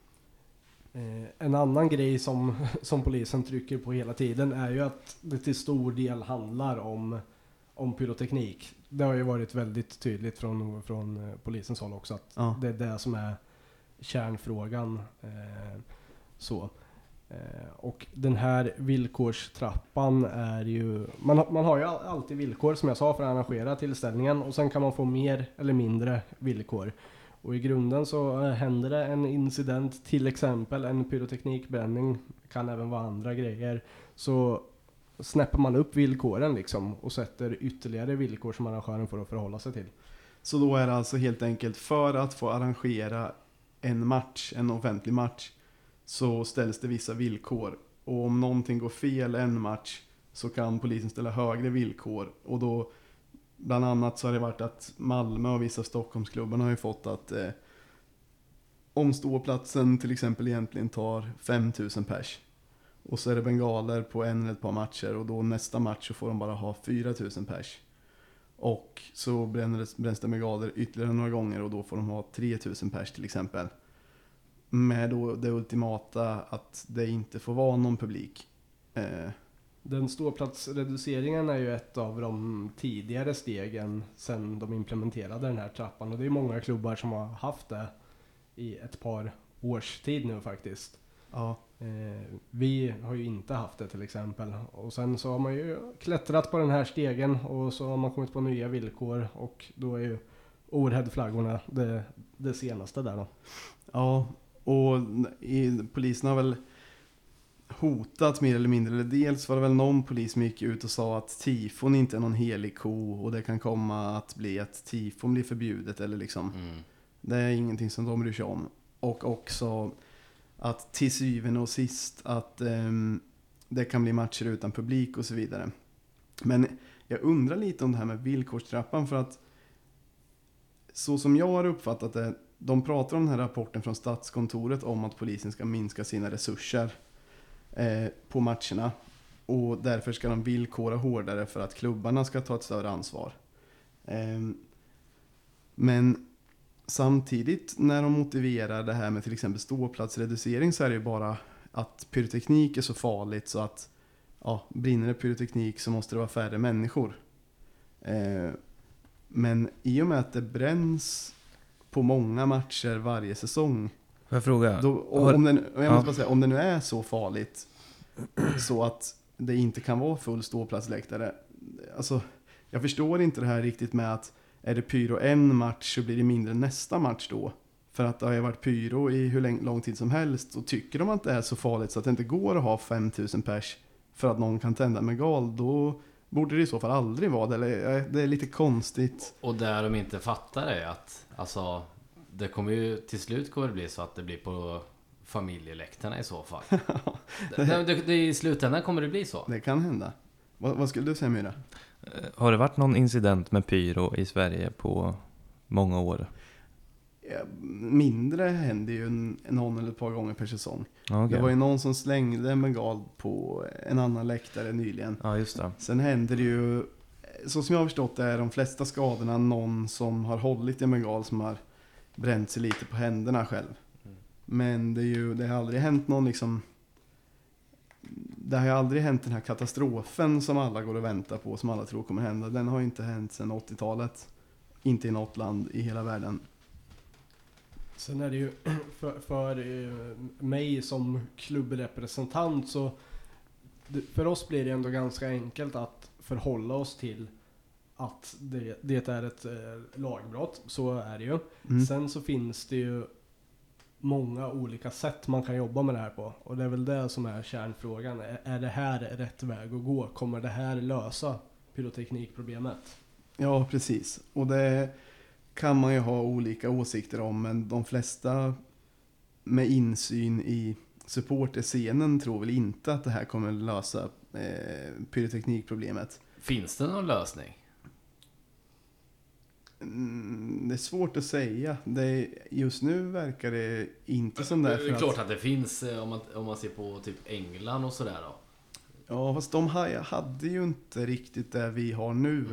Eh, en annan grej som, som polisen trycker på hela tiden är ju att det till stor del handlar om, om pyroteknik. Det har ju varit väldigt tydligt från, från eh, polisens håll också att Ja. det är det som är kärnfrågan. Eh, så. Eh, och den här villkorstrappan är ju, man, har- man har ju all- alltid villkor som jag sa för att arrangera tillställningen, och sen kan man få mer eller mindre villkor. Och i grunden så eh, händer det en incident, till exempel en pyroteknikbränning, kan även vara andra grejer, så snäpper man upp villkoren liksom och sätter ytterligare villkor som arrangören får att förhålla sig till. Så då är det alltså helt enkelt för att få arrangera en match, en offentlig match, så ställs det vissa villkor. Och om någonting går fel en match så kan polisen ställa högre villkor. Och då, bland annat så har det varit att Malmö och vissa Stockholmsklubbarna har ju fått att eh, om ståplatsen till exempel egentligen tar fem tusen pers. Och så är det bengaler på en eller ett par matcher, och då nästa match så får de bara ha fyra tusen pers. Och så bränns, bränns det bengaler ytterligare några gånger, och då får de ha tre tusen pers till exempel. Med då det ultimata att det inte får vara någon publik. Eh, Den ståplatsreduceringen är ju ett av de tidigare stegen sedan de implementerade den här trappan, och det är många klubbar som har haft det i ett par års tid nu faktiskt. ja. Eh, vi har ju inte haft det till exempel, och sen så har man ju klättrat på den här stegen och så har man kommit på nya villkor, och då är ju overheadflaggorna det, det senaste där då. Ja, och i, polisen har väl hotat mer eller mindre. Eller dels var det väl någon polis som gick ut och sa att tifon inte är någon helig ko, och det kan komma att bli att tifon blir förbjudet eller liksom. Mm. Det är ingenting som de bryr sig om. Och också att till syvende och sist att ehm, det kan bli matcher utan publik och så vidare. Men jag undrar lite om det här med villkorstrappan, för att så som jag har uppfattat det, de pratar om den här rapporten från Statskontoret om att polisen ska minska sina resurser eh, på matcherna, och därför ska de villkora hårdare för att klubbarna ska ta ett större ansvar. Eh, men samtidigt när de motiverar det här med till exempel ståplatsreducering, så är det ju bara att pyroteknik är så farligt så att ja, brinner det pyroteknik så måste det vara färre människor. Eh, men i och med att det bränns på många matcher varje säsong, Får jag fråga? då, och Har- om, det, och jag ja. måste bara säga, om det nu är så farligt så att det inte kan vara full ståplatsläktare, alltså jag förstår inte det här riktigt med att är det pyro en match så blir det mindre nästa match då. För att det har ju varit pyro i hur lång, lång tid som helst, och tycker de att det är så farligt så att det inte går att ha fem tusen pers för att någon kan tända med gal, då borde det i så fall aldrig vara det. Eller, det är lite konstigt. Och där de inte fattar är att alltså, det kommer ju till slut kommer det bli så att det blir på familjeläktarna i så fall. det, det, det, det, I slutändan kommer det bli så. Det kan hända. Vad, vad skulle du säga, Myra? Har det varit någon incident med pyro i Sverige på många år? mindre händer ju en, någon eller ett par gånger per säsong. Okay. Det var ju någon som slängde en bengal på en annan läktare nyligen. Ja, just det. Sen händer det ju, så som jag har förstått det, är de flesta skadorna någon som har hållit en bengal som har bränt sig lite på händerna själv. Mm. Men det, är ju, det har aldrig hänt någon liksom, det har ju aldrig hänt den här katastrofen som alla går och väntar på, som alla tror kommer hända. Den har ju inte hänt sedan åttiotalet. Inte i något land i hela världen. Sen är det ju för, för mig som klubbrepresentant så för oss blir det ändå ganska enkelt att förhålla oss till att det, det är ett eh, lagbrott. Så är det ju. Mm. Sen så finns det ju många olika sätt man kan jobba med det här på. Och det är väl det som är kärnfrågan. Är, är det här rätt väg att gå? Kommer det här lösa pyroteknikproblemet? Ja, precis. Och det kan man ju ha olika åsikter om, men de flesta med insyn i supporterscenen tror väl inte att det här kommer lösa eh, pyroteknikproblemet. Finns det någon lösning? Mm, det är svårt att säga. Det är, just nu verkar det inte som det. Det är klart att det finns om man, om man ser på typ England och sådär då. Ja, fast de hade ju inte riktigt det vi har nu.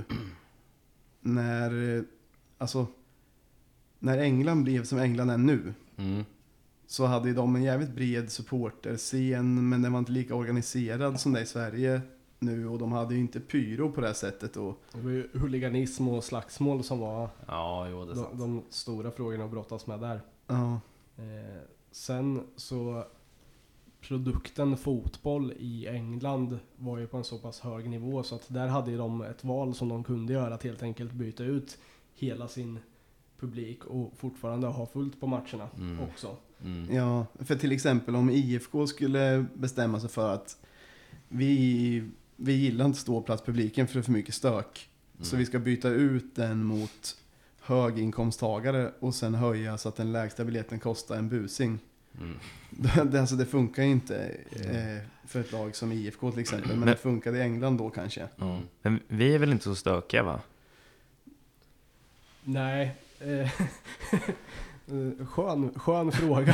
När, alltså, när England blev som England är nu, Mm. så hade ju de en jävligt bred supporterscen, men den var inte lika organiserad som det är i Sverige nu, och de hade ju inte pyro på det här sättet. Och Det var ju huliganism och slagsmål som var Ja, jo, det är sant. de, de stora frågorna att brottas med där. ja, Eh, sen så produkten fotboll i England var ju på en så pass hög nivå så att där hade ju de ett val som de kunde göra, att helt enkelt byta ut hela sin publik och fortfarande ha fullt på matcherna Mm. också. Mm. ja, för till exempel om I F K skulle bestämma sig för att vi, vi gillar inte ståplatspubliken för det är för mycket stök. Mm. Så vi ska byta ut den mot höginkomsttagare och sen höja så att den lägsta biljetten kostar en busing. Mm. Det, alltså det funkar ju inte eh, för ett lag som I F K till exempel, men, Men- det funkade i England då kanske. Ja. Men vi är väl inte så stökiga, va? Nej. Eh, eh, skön, skön fråga.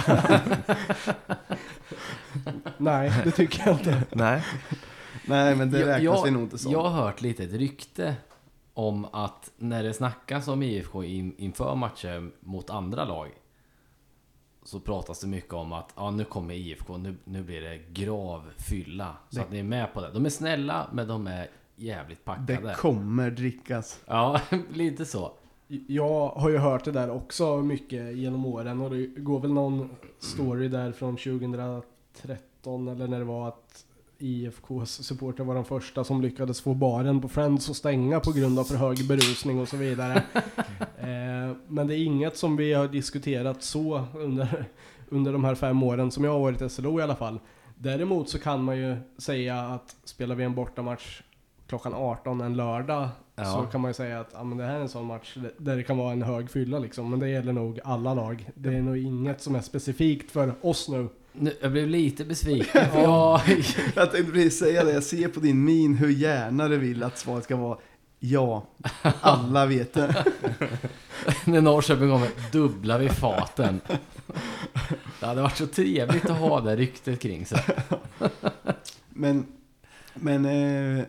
Nej, det tycker jag inte. Nej. Nej, men det Jag- räknas jag- ju nog inte som. Jag har hört lite ett rykte om att när det snackas om I F K in, inför matcher mot andra lag så pratas det mycket om att ja, nu kommer I F K, nu, nu blir det gravfylla. Så Det- att ni är med på det. De är snälla, men de är jävligt packade. Det kommer drickas. Ja, lite så. Jag har ju hört det där också mycket genom åren och det går väl någon story där från tjugohundratretton eller när det var att I F K:s supporter var de första som lyckades få baren på Friends att stänga på grund av för hög berusning och så vidare. eh, men det är inget som vi har diskuterat så under, under de här fem åren som jag har varit i S L O i alla fall. Däremot så kan man ju säga att spelar vi en bortamatch klockan arton en lördag Ja. så kan man ju säga att ja, men det här är en sån match där det kan vara en hög fylla liksom. Men det gäller nog alla lag. Det är nog inget som är specifikt för oss nu. Nu, jag blev lite besviken. För jag, Jag tänkte precis säga det, jag ser på din min hur gärna du vill att svaret ska vara ja. Alla vet det. när Norrköping kommer dubbla vid faten. Det hade varit så trevligt att ha det ryktet kring sig. Men, men eh, eh,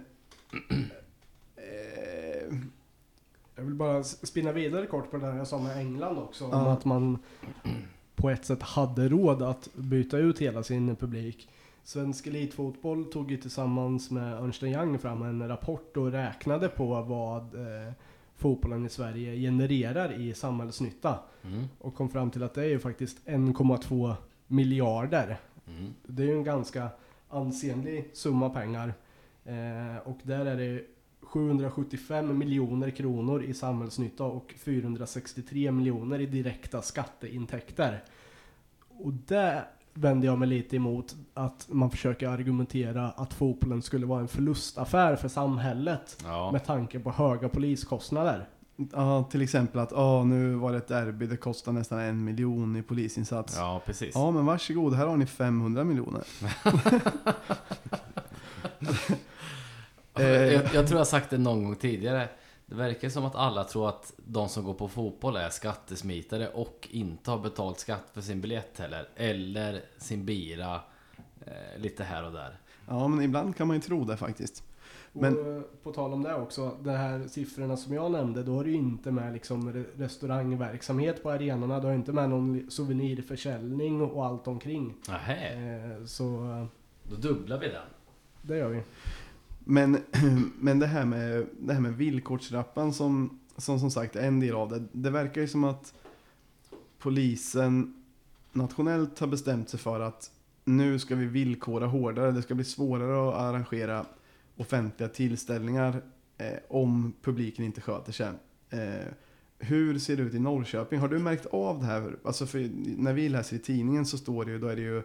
Jag vill bara spinna vidare kort på det där jag sa med England också. Om Ja. att man på ett sätt hade råd att byta ut hela sin publik. Svensk elitfotboll tog ju tillsammans med Ernst and Young fram en rapport och räknade på vad eh, fotbollen i Sverige genererar i samhällsnytta. Mm. Och kom fram till att det är ju faktiskt en komma två miljarder. Mm. Det är ju en ganska ansenlig summa pengar. Eh, och där är det sjuhundrasjuttiofem miljoner kronor i samhällsnytta och fyrahundrasextiotre miljoner i direkta skatteintäkter. Och där vänder jag mig lite emot att man försöker argumentera att fotbollen skulle vara en förlustaffär för samhället Ja. med tanke på höga poliskostnader. ja, till exempel att ah, nu var det ett derby, det kostar nästan en miljon i polisinsats. Ja. ja, precis. ja, men varsågod, här har ni femhundra miljoner. jag, jag tror jag har sagt det någon gång tidigare. Det verkar som att alla tror att de som går på fotboll är skattesmitare och inte har betalt skatt för sin biljett heller. Eller sin bira eh, lite här och där. Ja, men ibland kan man ju tro det faktiskt. Men Och på tal om det också, de här siffrorna som jag nämnde, då är det ju inte med liksom re- restaurangverksamhet på arenorna, då är inte med någon souvenirförsäljning och allt omkring. Nähä, Eh, så då dubblar vi den. det gör vi. Men, men det här med, det här med villkorstrappan som, som som sagt är en del av det. Det verkar ju som att polisen nationellt har bestämt sig för att nu ska vi villkora hårdare. Det ska bli svårare att arrangera offentliga tillställningar eh, om publiken inte sköter sig. Eh, hur ser det ut i Norrköping? Har du märkt av det här? Alltså för när vi läser i tidningen så står det ju, då är det ju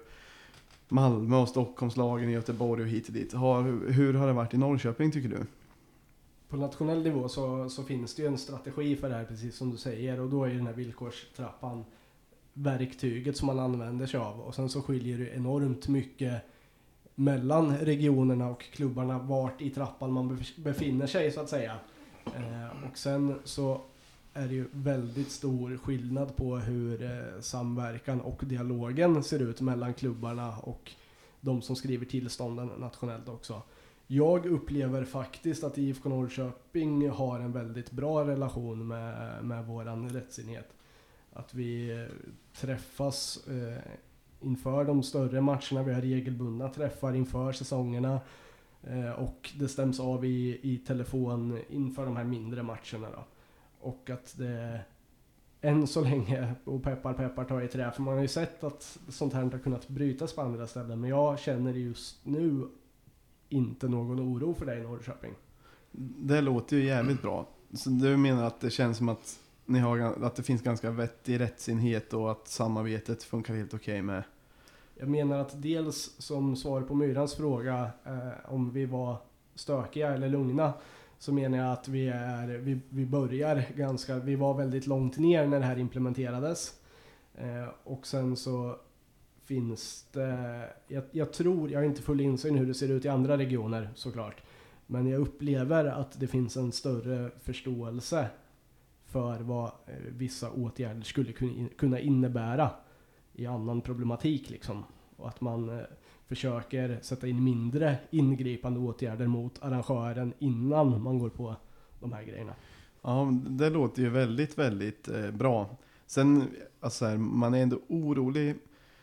Malmö och Stockholmslagen i Göteborg och hit och dit. Har, hur har det varit i Norrköping tycker du? På nationell nivå så, så finns det ju en strategi för det här, precis som du säger, och då är ju den här villkorstrappan verktyget som man använder sig av. Och sen så skiljer det enormt mycket mellan regionerna och klubbarna vart i trappan man befinner sig så att säga. Eh, och sen så är det ju väldigt stor skillnad på hur eh, samverkan och dialogen ser ut mellan klubbarna och de som skriver tillstånden nationellt också. Jag upplever faktiskt att I F K Norrköping har en väldigt bra relation med, med våran rättsenhet. Att vi eh, träffas eh, inför de större matcherna, vi har regelbundna träffar inför säsongerna eh, och det stäms av i, i telefon inför de här mindre matcherna då. Och att det än så länge, och peppar peppar tar i trä, för man har ju sett att sånt här inte har kunnat brytas på andra ställen, men jag känner just nu inte någon oro för det i Norrköping. Det låter ju jävligt bra. Så du menar att det känns som att ni har, att det finns ganska vettig rättsenhet och att samarbetet funkar helt okej med? Jag menar att dels som svar på Myrans fråga eh, om vi var stökiga eller lugna, så menar jag att vi är vi, vi börjar ganska, vi var väldigt långt ner när det här implementerades. Eh, och sen så finns det, jag, jag tror, jag har inte full insyn hur det ser ut i andra regioner såklart, men jag upplever att det finns en större förståelse för vad eh, vissa åtgärder skulle kunna innebära i annan problematik liksom. Och att man eh, försöker sätta in mindre ingripande åtgärder mot arrangören innan man går på de här grejerna. Ja, det låter ju väldigt, väldigt eh, bra. Sen, alltså här, man är ändå orolig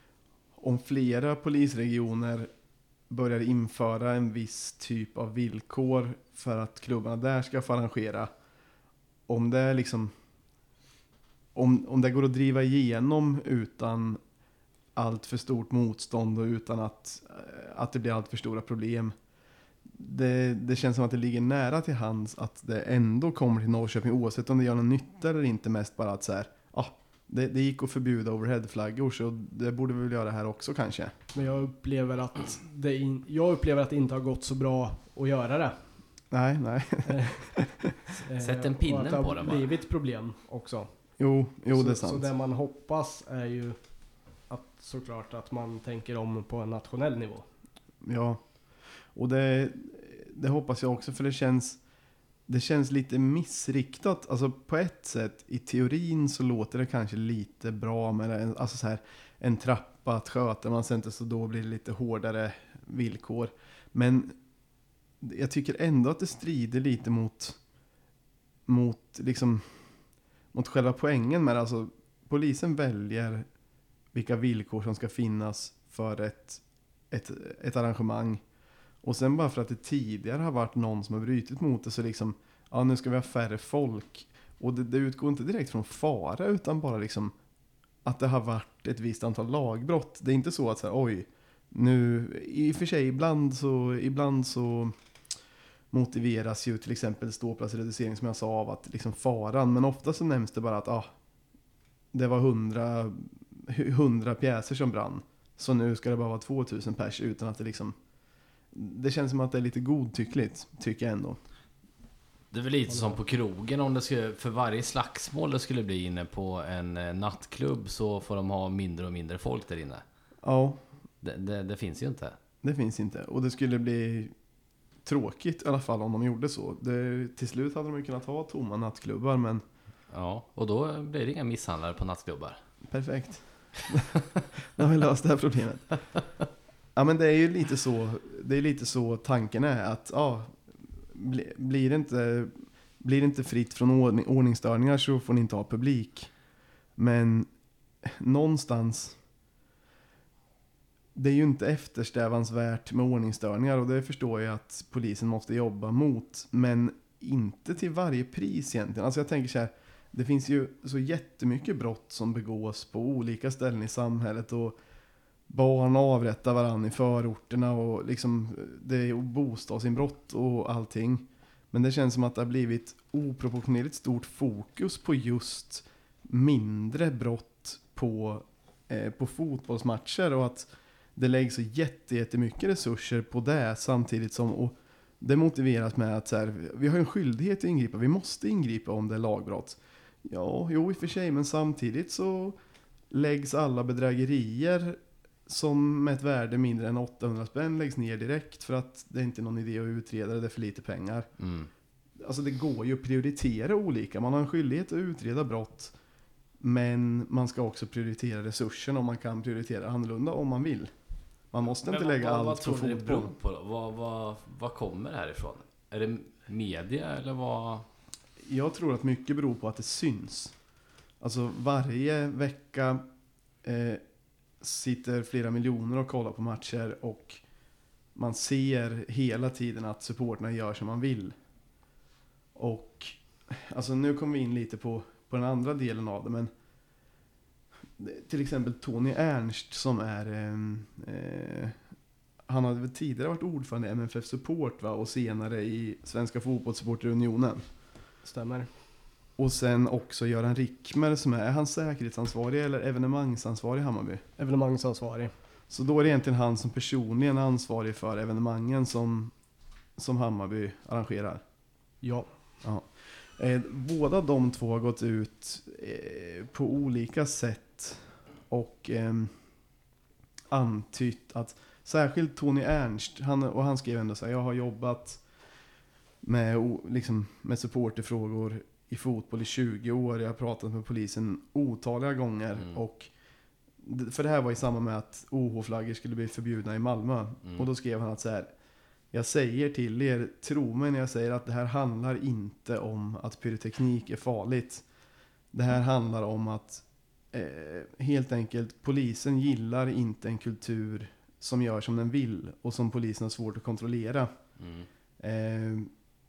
om flera polisregioner börjar införa en viss typ av villkor för att klubbarna där ska få arrangera. Om det är liksom om, om det går att driva igenom utan allt för stort motstånd och utan att, att det blir allt för stora problem. Det, det känns som att det ligger nära till hands att det ändå kommer till Norrköping oavsett om det gör någon nytta eller inte, mest bara att så här, ah, det, det gick att förbjuda overheadflaggor så det borde vi väl göra här också kanske. Men jag upplever att det, in, jag upplever att det inte har gått så bra att göra det. Nej, nej. Sätt en pinne och att det på har den bara. blivit problem också. Jo, jo så, det är sant. Så det man hoppas är ju att såklart att man tänker om på en nationell nivå. Ja, och det, det hoppas jag också, för det känns det känns lite missriktat. Alltså på ett sätt, i teorin så låter det kanske lite bra med en, alltså så här, en trappa att sköta man sen inte, så då blir det lite hårdare villkor. Men jag tycker ändå att det strider lite mot mot liksom mot själva poängen med det. Alltså polisen väljer vilka villkor som ska finnas för ett, ett, ett arrangemang. Och sen bara för att det tidigare har varit någon som har brytit mot det, så liksom, ja nu ska vi ha färre folk. Och det, det utgår inte direkt från fara, utan bara liksom att det har varit ett visst antal lagbrott. Det är inte så att så här, oj, nu, i och för sig ibland så, ibland så motiveras ju till exempel ståplatsreducering som jag sa av att liksom faran, men ofta så nämns det bara att ah, det var hundra, hundra pjäser som brann, så nu ska det bara vara tvåtusen pers, utan att det liksom, det känns som att det är lite godtyckligt, tycker jag ändå. Det är väl lite som på krogen, om det skulle, för varje slagsmål det skulle bli inne på en nattklubb, så får de ha mindre och mindre folk där inne. Ja, Det, det, det finns ju inte. det finns inte. Och det skulle bli tråkigt i alla fall om de gjorde så. Det, till slut hade de ju kunnat ha tomma nattklubbar, men Ja, och då blir det inga misshandlare på nattklubbar. perfekt. Nu har vi löst det här problemet. Ja, men det är ju lite så, det är lite så tanken är att ja, bli, blir det inte blir det inte fritt från ordning, ordningsstörningar så får ni inte ha publik. Men någonstans, det är ju inte eftersträvansvärt med ordningsstörningar, och det förstår jag att polisen måste jobba mot, men inte till varje pris egentligen. Alltså jag tänker så här, det finns ju så jättemycket brott som begås på olika ställen i samhället, och barn avrättar varandra i förorterna, och liksom det är bostadsinbrott och allting. Men det känns som att det har blivit oproportionerligt stort fokus på just mindre brott på, eh, på fotbollsmatcher, och att det läggs så jätte, jättemycket resurser på det, samtidigt som och det motiveras med att så här, vi har en skyldighet att ingripa, vi måste ingripa om det är lagbrott. Ja, jo i och för sig, men samtidigt så läggs alla bedrägerier som med ett värde mindre än åttahundra spänn läggs ner direkt, för att det är inte någon idé att utreda det, det är för lite pengar. Mm. Alltså det går ju att prioritera olika. Man har en skyldighet att utreda brott, men man ska också prioritera resurserna, och man kan prioritera annorlunda om man vill. Man måste inte Men lägga vad, vad allt på tror du det fotboll. beror på då? Vad, vad, vad kommer det här ifrån? Är det media eller vad? Jag tror att mycket beror på att det syns. Alltså varje vecka eh, sitter flera miljoner och kollar på matcher, och man ser hela tiden att supporterna gör som man vill. Och alltså nu kommer vi in lite på, på den andra delen av det, men till exempel Tony Ernst som är eh, eh, han hade väl tidigare varit ordförande i M F F Support, va? Och senare i Svenska Fotbollssupporterunionen. Stämmer. Och sen också Göran Rickmer som är, är han säkerhetsansvarig eller evenemangsansvarig i Hammarby? Evenemangsansvarig. Så då är det egentligen han som personligen är ansvarig för evenemangen som, som Hammarby arrangerar. Ja. Ja. Eh, båda de två har gått ut eh, på olika sätt och eh, antytt att särskilt Tony Ernst, han, och han skrev ändå så här, jag har jobbat med, liksom, med supporterfrågor i fotboll i tjugo år, jag har pratat med polisen otaliga gånger, Mm. och för det här var i samband med att O H-flaggor skulle bli förbjudna i Malmö. Mm. Och då skrev han att så här, jag säger till er, tro mig när jag säger att det här handlar inte om att pyroteknik är farligt. Det här handlar om att eh, helt enkelt polisen gillar inte en kultur som gör som den vill och som polisen har svårt att kontrollera. Mm. Eh,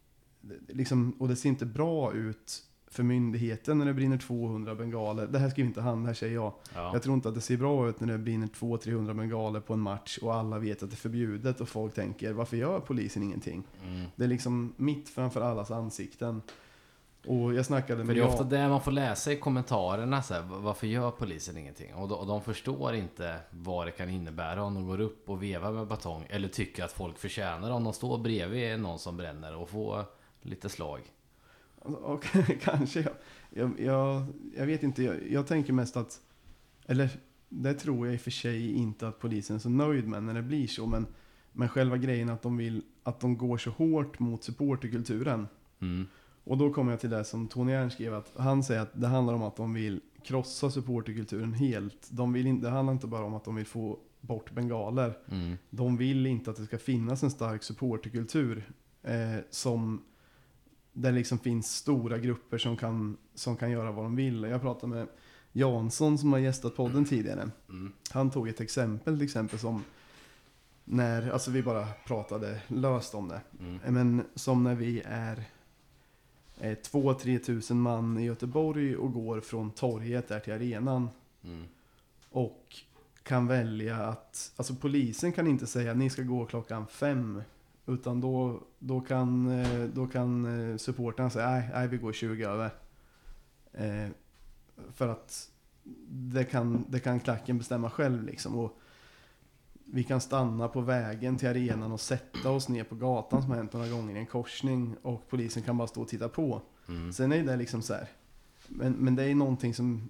liksom, och det ser inte bra ut för myndigheten när det brinner tvåhundra bengaler. Det här skriver inte han, det här säger jag. Ja. Jag tror inte att det ser bra ut när det brinner tvåhundra till trehundra bengaler på en match och alla vet att det är förbjudet och folk tänker, varför gör polisen ingenting? Mm. Det är liksom mitt framför allas ansikten. Och jag snackade För med det är ofta jag- det man får läsa i kommentarerna så här, varför gör polisen ingenting? Och de, och de förstår inte vad det kan innebära om de går upp och vevar med batong, eller tycker att folk förtjänar om de står bredvid någon som bränner och får lite slag. Och, kanske jag, jag, jag, jag vet inte, jag, jag tänker mest att, eller det tror jag i och för sig inte att polisen är så nöjd med när det blir så, men, men själva grejen att de vill, att de går så hårt mot supporterkulturen. Mm. Och då kommer jag till det som Tony Ernst skrev, att han säger att det handlar om att de vill krossa supporterkulturen helt. De vill inte, det handlar inte bara om att de vill få bort bengaler. Mm. De vill inte att det ska finnas en stark supporterkultur eh, som där liksom finns stora grupper som kan, som kan göra vad de vill. Jag pratade med Jansson som har gästat podden tidigare. Mm. Han tog ett exempel till exempel som när, alltså vi bara pratade löst om det. Mm. Men som när vi är eh, två till tre tusen man i Göteborg och går från torget där till arenan Mm. och kan välja att, alltså polisen kan inte säga ni ska gå klockan fem, utan då, då kan, eh, då kan eh, supporterna säga nej, nej vi går tjugo över. Eh, för att det kan, det kan klacken bestämma själv liksom, och vi kan stanna på vägen till arenan och sätta oss ner på gatan som har hänt några gånger i en korsning, och polisen kan bara stå och titta på. Mm. Sen är det liksom så här, men, men det är någonting som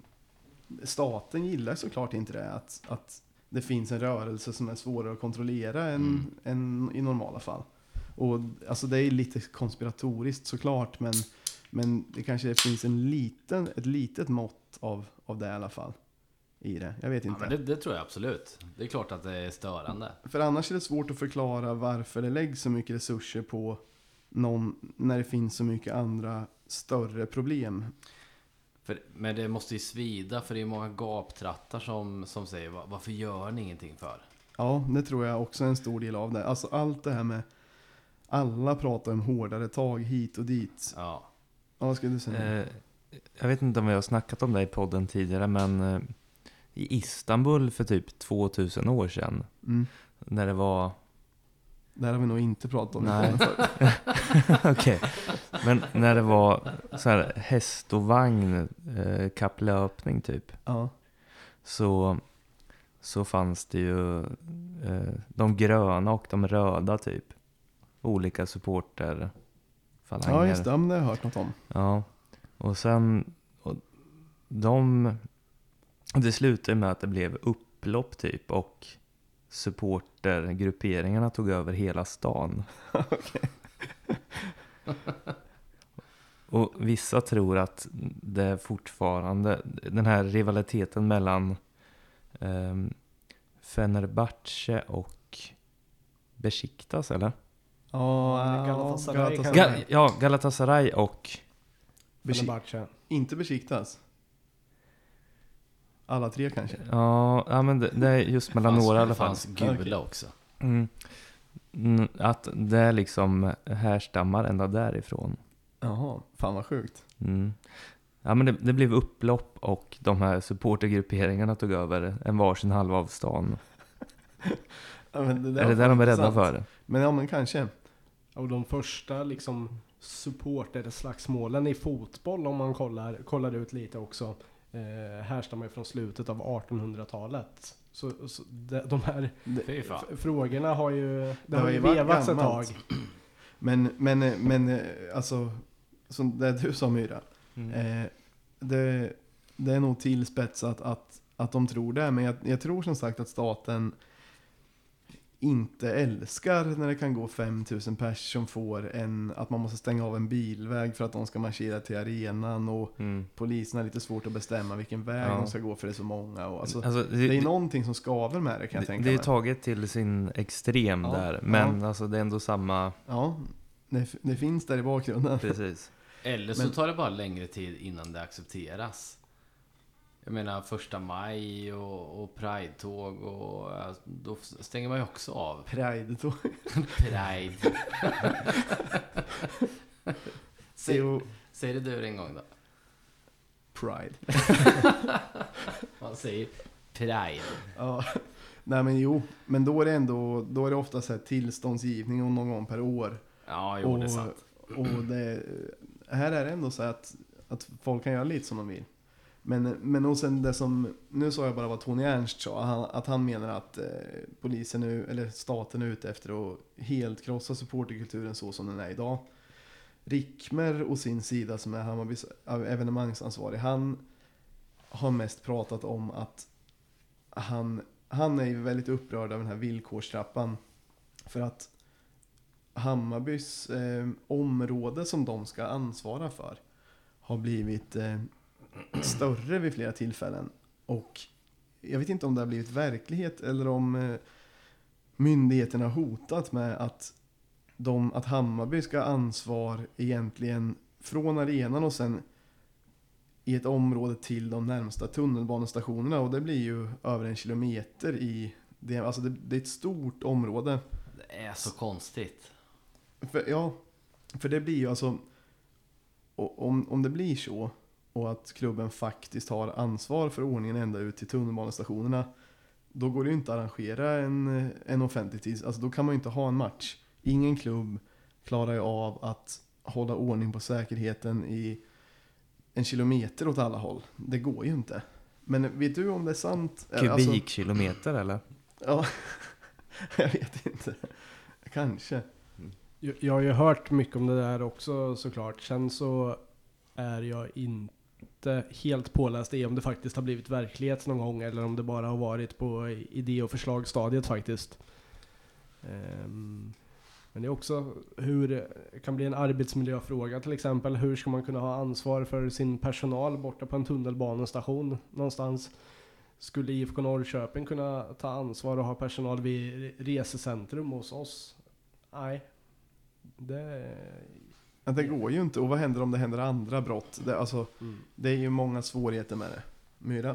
staten gillar såklart inte, det att, att det finns en rörelse som är svårare att kontrollera än, Mm. än i normala fall. Och alltså det är lite konspiratoriskt såklart, men, men det kanske finns en liten, ett litet mått av, av det i alla fall i det. Jag vet Ja, inte. men det, det tror jag absolut. Det är klart att det är störande. För annars är det svårt att förklara varför det läggs så mycket resurser på någon när det finns så mycket andra större problem. För, men det måste ju svida, för det är många gaptrattar som, som säger "Va- varför gör ni ingenting för?" Ja, det tror jag också är en stor del av det. Alltså allt det här med alla pratar om hårdare tag hit och dit. Ja. Ja, vad skulle du säga? Eh, jag vet inte om vi har snackat om det i podden tidigare, men eh, i Istanbul för typ tvåtusen år sedan, Mm. när det var... Det här har vi nog inte pratat om. Nej. Okej. Men när det var så här häst och vagn eh, kapplöpning typ, Ja. så, så fanns det ju eh, de gröna och de röda typ. Olika supporter falanger. Ja, just det. Ja, men det har jag hört något om. Ja, och sen och de, det slutade med att det blev upplopp typ, och supportergrupperingarna tog över hela stan. Okej. Och vissa tror att det är fortfarande den här rivaliteten mellan um, Fenerbahce och Besiktas, eller? Ja, Galatasaray Galatasaray. kanske. Ga- ja, Galatasaray och Besiktas. Fenerbahce. Inte Besiktas. Alla tre kanske. ja, ja men det, det är just mellan Fanns- några i alla det fall. fanns gula också. Mm. Mm, att det liksom härstammar ända därifrån. Jaha, fan vad sjukt. Mm. Ja, men det, det blev upplopp och de här supportergrupperingarna tog över en varsin halva av stan. Ja, men det Är det där de är rädda sant. för? Men ja, men kanske. Och de första liksom supporterslagsmålen i fotboll, om man kollar, kollar ut lite också, eh, härstammar från slutet av artonhundratalet. Så, så de, de här Fy fan. f- frågorna har ju, det, Det har har ju ju varit vevats ett gammalt. tag. Men, men, men alltså, som det du sa Myra. Mm. Eh, det, det är nog tillspetsat att, att de tror det. Men jag, jag tror som sagt att staten inte älskar när det kan gå fem tusen pers som får en, att man måste stänga av en bilväg för att de ska marschera till arenan, och Mm. polisen har lite svårt att bestämma vilken väg Ja. de ska gå för det är så många. Och alltså, Alltså, det, det är det, någonting som skaver med det, kan jag det, tänka det är mig. taget till sin extrem Ja, där. Men alltså, det är ändå samma... Ja, det, det finns där i bakgrunden. Precis. Eller så Men- tar det bara längre tid innan det accepteras. Jag menar första maj och, och Pride-tåg och ja, då stänger man ju också av. Pride-tåg. Pride. Säg, Jo, säg det du en gång då. Pride. Man säger Pride. Ja, nej men jo, men då är det ändå, då är det ofta så här tillståndsgivning om någon gång per år. Ja, jo, det är sant. Och det, här är det ändå så att, att folk kan göra lite som de vill. Men, men och sen det som, nu sa jag bara vad Tony Ernst sa, han, att han menar att eh, polisen nu, eller staten är ute efter att helt krossa supporterkulturen så som den är idag. Rickmer och sin sida, som är Hammarbys evenemangsansvarig, han har mest pratat om att han, han är ju väldigt upprörd av den här villkorstrappan. För att Hammarbys eh, område som de ska ansvara för har blivit eh, större vid flera tillfällen. Och jag vet inte om det har blivit verklighet eller om eh, myndigheterna har hotat med att, de, att Hammarby ska ha ansvar egentligen från arenan och sen i ett område till de närmsta tunnelbanestationerna. Och det blir ju över en kilometer i det. Alltså det, det är ett stort område. Det är så konstigt. För, ja, för det blir ju alltså, och om, om det blir så och att klubben faktiskt har ansvar för ordningen ända ut till tunnelbanestationerna, då går det ju inte att arrangera en, en offentlig tid. Alltså då kan man ju inte ha en match. Ingen klubb klarar ju av att hålla ordning på säkerheten i en kilometer åt alla håll. Det går ju inte. Men vet du om det är sant? Alltså, Kubikkilometer eller? ja, jag vet inte. Kanske. Jag, jag har ju hört mycket om det där också såklart. Sen så är jag inte helt påläst i om det faktiskt har blivit verklighet någon gång eller om det bara har varit på idé- och förslagsstadiet faktiskt. Um, Men det är också hur det kan bli en arbetsmiljöfråga till exempel. Hur ska man kunna ha ansvar för sin personal borta på en tunnelbanestation någonstans? Skulle I F K Norrköping kunna ta ansvar och ha personal vid resecentrum hos oss? Nej. Det, Men det går ju inte. Och vad händer om det händer andra brott? Det, alltså, mm. det är ju många svårigheter med det. Myra?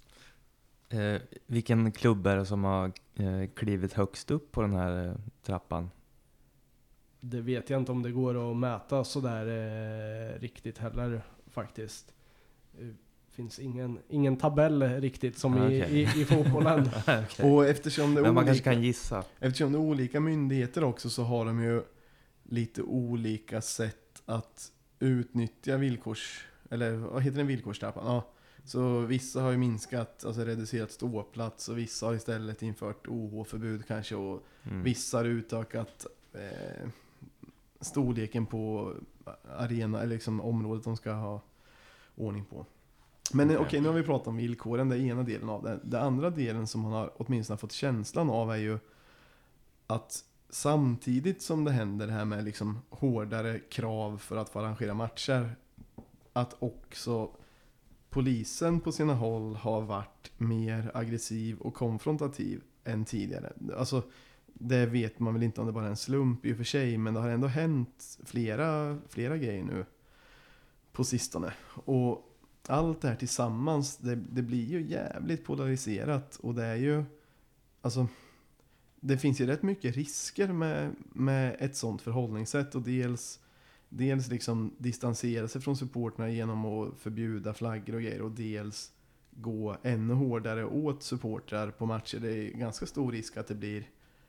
Eh, vilken klubb är det som har eh, klivit högst upp på den här eh, trappan? Det vet jag inte om det går att mäta så där eh, riktigt heller faktiskt. Det finns ingen, ingen tabell riktigt som Ah, i, okej. i, i fotbollen. Okay. Och eftersom det är Men man kanske olika, kan gissa. eftersom det är olika myndigheter också, så har de ju lite olika sätt att utnyttja villkors... Eller vad heter den, villkorstrappan? Ja. Så vissa har ju minskat, alltså reducerat ståplats, och vissa har istället infört O H-förbud kanske, och Mm. vissa har utökat eh, storleken på arena, eller liksom området de ska ha ordning på. Men okej, Okej. okay, nu har vi pratat om villkoren, det är ena delen av det. Det andra delen som man har åtminstone fått känslan av är ju att samtidigt som det händer det här med liksom hårdare krav för att få arrangera matcher, att också polisen på sina håll har varit mer aggressiv och konfrontativ än tidigare. Alltså, det vet man väl inte om det bara är en slump i och för sig, men det har ändå hänt flera, flera grejer nu på sistone. Och allt det här tillsammans, det, det blir ju jävligt polariserat, och det är ju, alltså, det finns ju rätt mycket risker med, med ett sånt förhållningssätt, och dels Dels liksom distansera sig från supporterna genom att förbjuda flaggor och grejer, och dels gå ännu hårdare åt supportrar på matcher. Det är ganska stor risk att det blir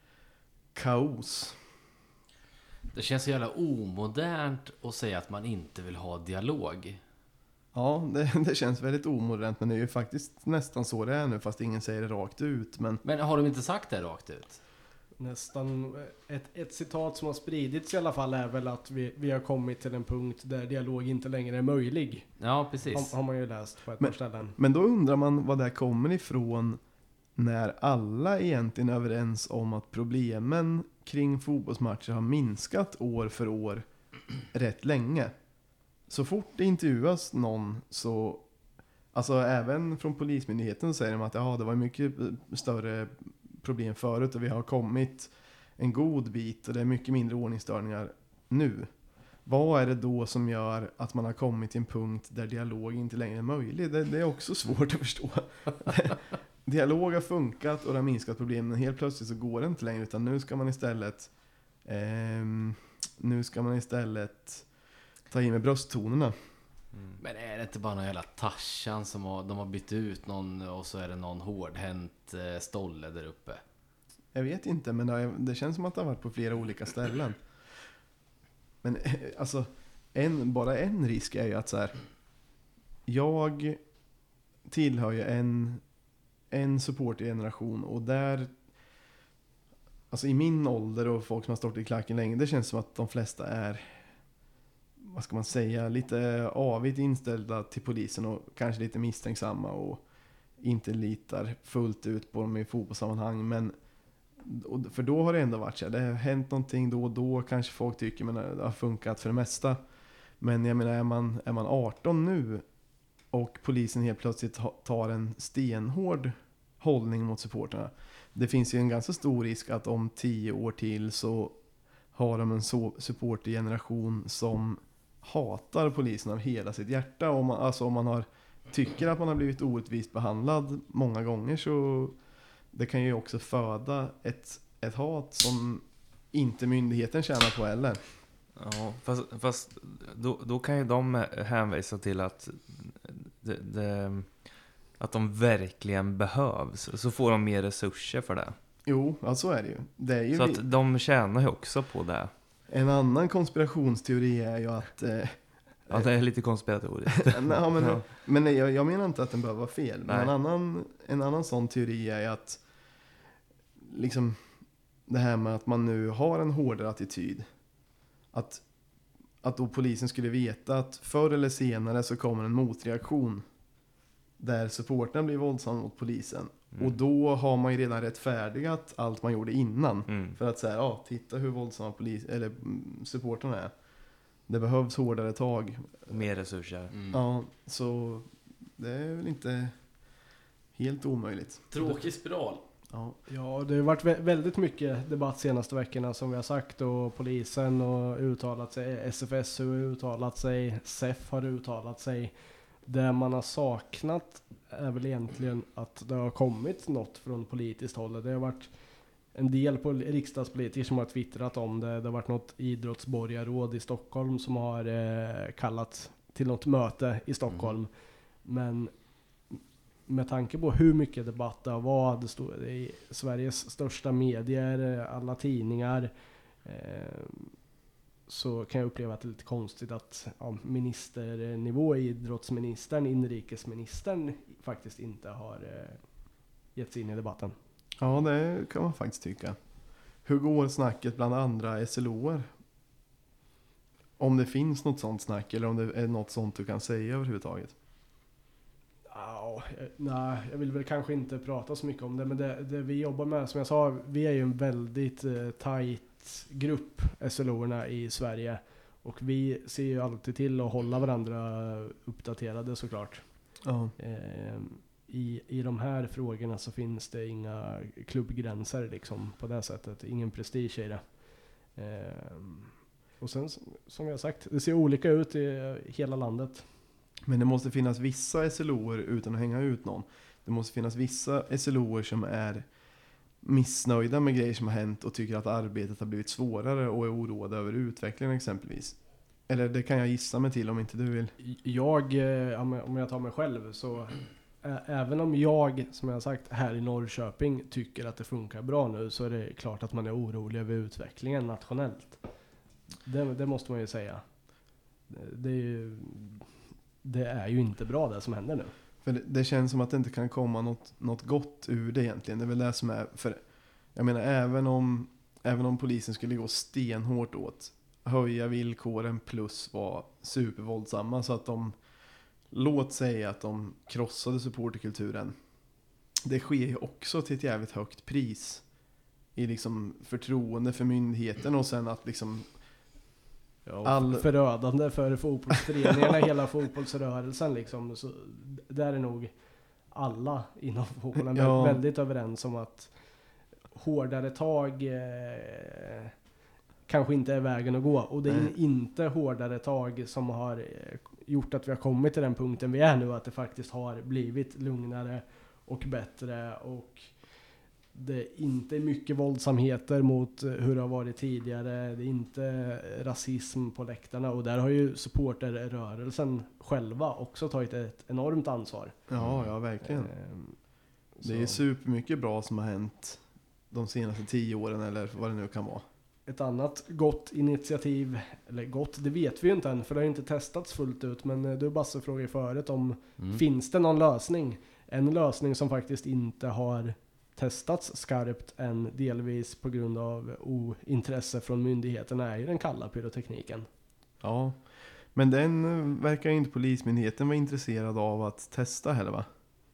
kaos. Det känns så jävla omodernt att säga att man inte vill ha dialog. Ja, det, det känns väldigt omodernt, men det är ju faktiskt nästan så det är nu, fast ingen säger det rakt ut. Men Men har de inte sagt det rakt ut? Nästan ett, ett citat som har spridits i alla fall är väl att vi, vi har kommit till en punkt där dialog inte längre är möjlig. Ja, precis. Har, har man ju läst på ett Men- par ställen. Men då undrar man vad det här kommer ifrån, när alla egentligen är överens om att problemen kring fotbollsmatcher har minskat år för år rätt länge. Så fort det intervjuas någon, så, alltså även från polismyndigheten, säger de att ja, det var mycket större problem förut och vi har kommit en god bit och det är mycket mindre ordningsstörningar nu. Vad är det då som gör att man har kommit till en punkt där dialog inte längre är möjlig? Det, det är också svårt att förstå. Dialog har funkat och det har minskat problemen. Helt plötsligt så går det inte längre, utan nu ska man istället ehm, nu ska man istället ta in med brösttonerna. Mm. Men är det inte bara någon jävla Tarzan som har, de har bytt ut någon och så är det någon hårdhänt eh, stolle där uppe? Jag vet inte, men det, har- det känns som att det har varit på flera olika ställen. Men eh, alltså, en, bara en risk är ju att så här, jag tillhör ju en, en supportergeneration, och där, alltså i min ålder och folk som har stått i klacken länge, det känns som att de flesta är, vad ska man säga, lite avigt inställda till polisen och kanske lite misstänksamma och inte litar fullt ut på dem i fotbollssammanhang. Men och för då har det ändå varit så här, det har hänt någonting då och då, kanske folk tycker, men det har funkat för det mesta. Men jag menar, är man, är man arton nu och polisen helt plötsligt ha- tar en stenhård hållning mot supporterna, det finns ju en ganska stor risk att om tio år till så har de en så supportergeneration som hatar polisen av hela sitt hjärta. Om man, alltså om man har, tycker att man har blivit orättvist behandlad många gånger, så det kan ju också föda ett, ett hat som inte myndigheten tjänar på heller. Ja, fast, fast då, då kan ju de hänvisa till att det, det, att de verkligen behövs. Så får de mer resurser för det. Jo, ja, så är det ju. Det är ju Så vi- att de tjänar ju också på det. En annan konspirationsteori är ju att eh, Ja, det är lite konspiratoriskt. nej, men, Ja. men jag, jag menar inte att den behöver vara fel. Men Nej. en annan, en annan sån teori är ju att liksom det här med att man nu har en hårdare attityd. Att, att då polisen skulle veta att förr eller senare så kommer en motreaktion. där supporten blir våldsam mot polisen. Mm. Och då har man ju redan rättfärdigat allt man gjorde innan. Mm. För att säga, ja, titta hur våldsamma polis, eller mm, supporterna är. Det behövs hårdare tag. Mer resurser. Mm. Ja, så det är väl inte helt omöjligt. Tråkig spiral. Ja. Ja, det har varit vä- väldigt mycket debatt senaste veckorna som vi har sagt, och polisen har uttalat sig, S F S U har uttalat sig, S E F har uttalat sig. Det man har saknat är väl egentligen att det har kommit något från politiskt håll. Det har varit en del pol- riksdagspolitiker som har twittrat om det. Det har varit något idrottsborgarråd i Stockholm som har eh, kallat till något möte i Stockholm. Mm. Men med tanke på hur mycket debatt det har varit, det stod i Sveriges största medier, alla tidningar, eh, så kan jag uppleva att det är lite konstigt att ja, ministernivå, idrottsministern, inrikesministern faktiskt inte har eh, gett sig in i debatten. Ja, det kan man faktiskt tycka. Hur går snacket bland andra S L O-er? Om det finns något sånt snack, eller om det är något sånt du kan säga överhuvudtaget. Ja, eh, nej, jag vill väl kanske inte prata så mycket om det, men det, det vi jobbar med, som jag sa, vi är ju en väldigt eh, tajt grupp S L O-erna i Sverige, och vi ser ju alltid till att hålla varandra uppdaterade såklart. Ja. Eh, i, I de här frågorna så finns det inga klubbgränser liksom på det sättet, ingen prestige i det. Eh, och sen som jag sagt, det ser olika ut i hela landet. Men det måste finnas vissa S L O-er, utan att hänga ut någon. Det måste finnas vissa S L O-er som är missnöjda med grejer som har hänt och tycker att arbetet har blivit svårare och är oroade över utvecklingen exempelvis. Eller det kan jag gissa mig till om inte du vill. Jag, eh, om jag tar mig själv, så ä- även om jag, som jag har sagt, här i Norrköping tycker att det funkar bra nu, så är det klart att man är orolig över utvecklingen nationellt. Det, det måste man ju säga. Det, det, är ju, det är ju inte bra det som händer nu. För det, det känns som att det inte kan komma något, något gott ur det egentligen. Det är väl det som är, för jag menar, även om, även om polisen skulle gå stenhårt åt, höja villkoren plus vara supervåldsamma så att de, låt säga att de krossade supporterkulturen. Det sker ju också till ett jävligt högt pris i liksom förtroende för myndigheten, och sen att liksom Ja, All- förödande för fotbollsföreningarna, hela fotbollsrörelsen liksom. Så där är nog alla inom fotbollen Ja. väldigt överens om att hårdare tag eh, kanske inte är vägen att gå. Och det är Nej. inte hårdare tag som har eh, gjort att vi har kommit till den punkten vi är nu, att det faktiskt har blivit lugnare och bättre, och det är inte mycket våldsamheter mot hur det har varit tidigare. Det är inte rasism på läktarna, och där har ju supporterrörelsen själva också tagit ett enormt ansvar. ja, ja verkligen. Ehm, Det är så supermycket bra som har hänt de senaste tio åren eller vad det nu kan vara. ett annat gott initiativ, eller gott, det vet vi ju inte än, för det har ju inte testats fullt ut, men eh, du Basse frågade ju förut om Mm. finns det någon lösning? En lösning som faktiskt inte har testats skarpt än, delvis på grund av ointresse från myndigheterna, är ju den kalla pyrotekniken. Ja, men den eh, verkar inte polismyndigheten vara intresserad av att testa heller, va?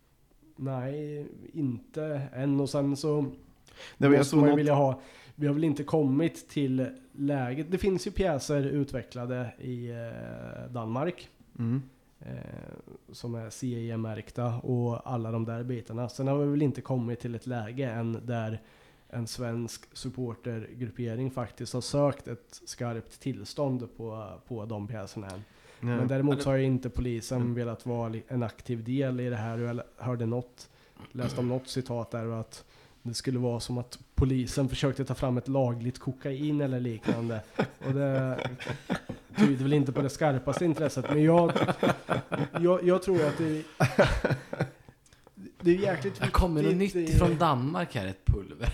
Nej, inte än. Och sen så Det var jag måste såg man ju något, vilja ha, vi har väl inte kommit till läget. Det finns ju pjäser utvecklade i eh, Danmark mm, eh, som är C E märkta och alla de där bitarna. Sen har vi väl inte kommit till ett läge än där en svensk supportergruppering faktiskt har sökt ett skarpt tillstånd på, på de pjäserna än. nej. Men däremot Ja, så har ju inte polisen velat vara li- en aktiv del i det här. Och jag hörde något, läste om något citat där, och att det skulle vara som att polisen försökte ta fram ett lagligt kokain eller liknande. Och det tyder väl inte på det skarpaste intresset. Men jag, jag, jag tror att det, det är jäkligt Jag kommer något nytt i- från Danmark här, ett pulver.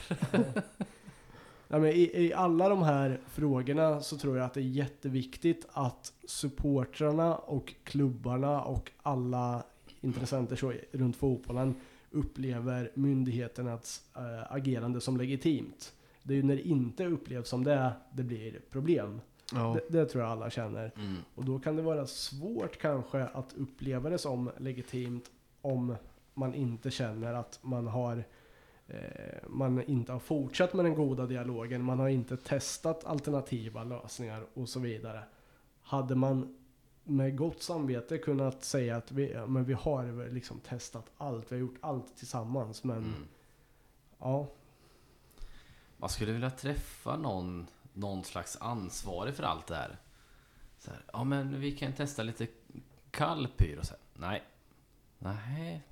Ja, men i, I alla de här frågorna så tror jag att det är jätteviktigt att supportrarna och klubbarna och alla intressenter så runt fotbollen upplever myndigheternas äh, agerande som legitimt. Det är ju när det inte upplevs som det, det blir problem. Ja. Det, det tror jag alla känner. Mm. Och då kan det vara svårt kanske att uppleva det som legitimt om man inte känner att man har eh, man inte har fortsatt med den goda dialogen, man har inte testat alternativa lösningar och så vidare. Hade man med gott samvete kunnat säga att vi, men vi har liksom testat allt, vi har gjort allt tillsammans, men Mm. ja. Man skulle vilja träffa någon, någon slags ansvarig för allt det här. Så här, ja men vi kan testa lite kall pyro. Så här, nej. Nej.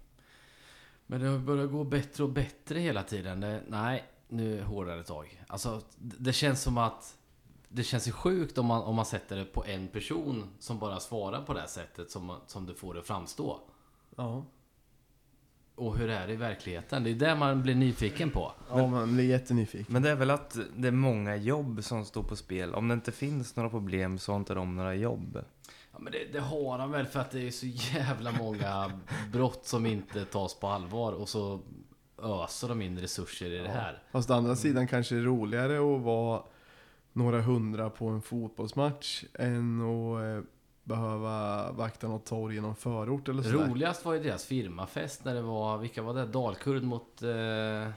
Men det börjar gå bättre och bättre hela tiden. Det, nej, nu hårdare tag. Alltså, det, det känns som att det känns ju sjukt om man, om man sätter det på en person som bara svarar på det här sättet som, som det får det framstå. Ja. Och hur är det i verkligheten? Det är det man blir nyfiken på. Ja, man blir jättenyfiken. Men det är väl att det är många jobb som står på spel. Om det inte finns några problem så har inte de några jobb. Ja, men det, det har han väl för att det är så jävla många brott som inte tas på allvar och så öser de in resurser i det här. Fast å andra sidan kanske det är roligare att vara några hundra på en fotbollsmatch än att eh, behöva vakta något torg i någon förort eller sådär. Roligast var ju deras firmafest när det var, vilka var det? Dalkurd mot eh,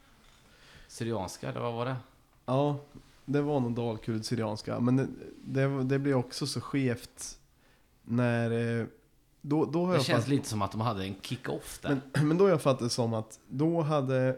Syrianska, eller vad var det? Ja, det var nog dalkurd syrianska. Men det, det, det blir också så skevt när... Eh, då, då har Det jag känns fatt... lite som att de hade en kick-off där. Men, men då har jag fattat det som att då hade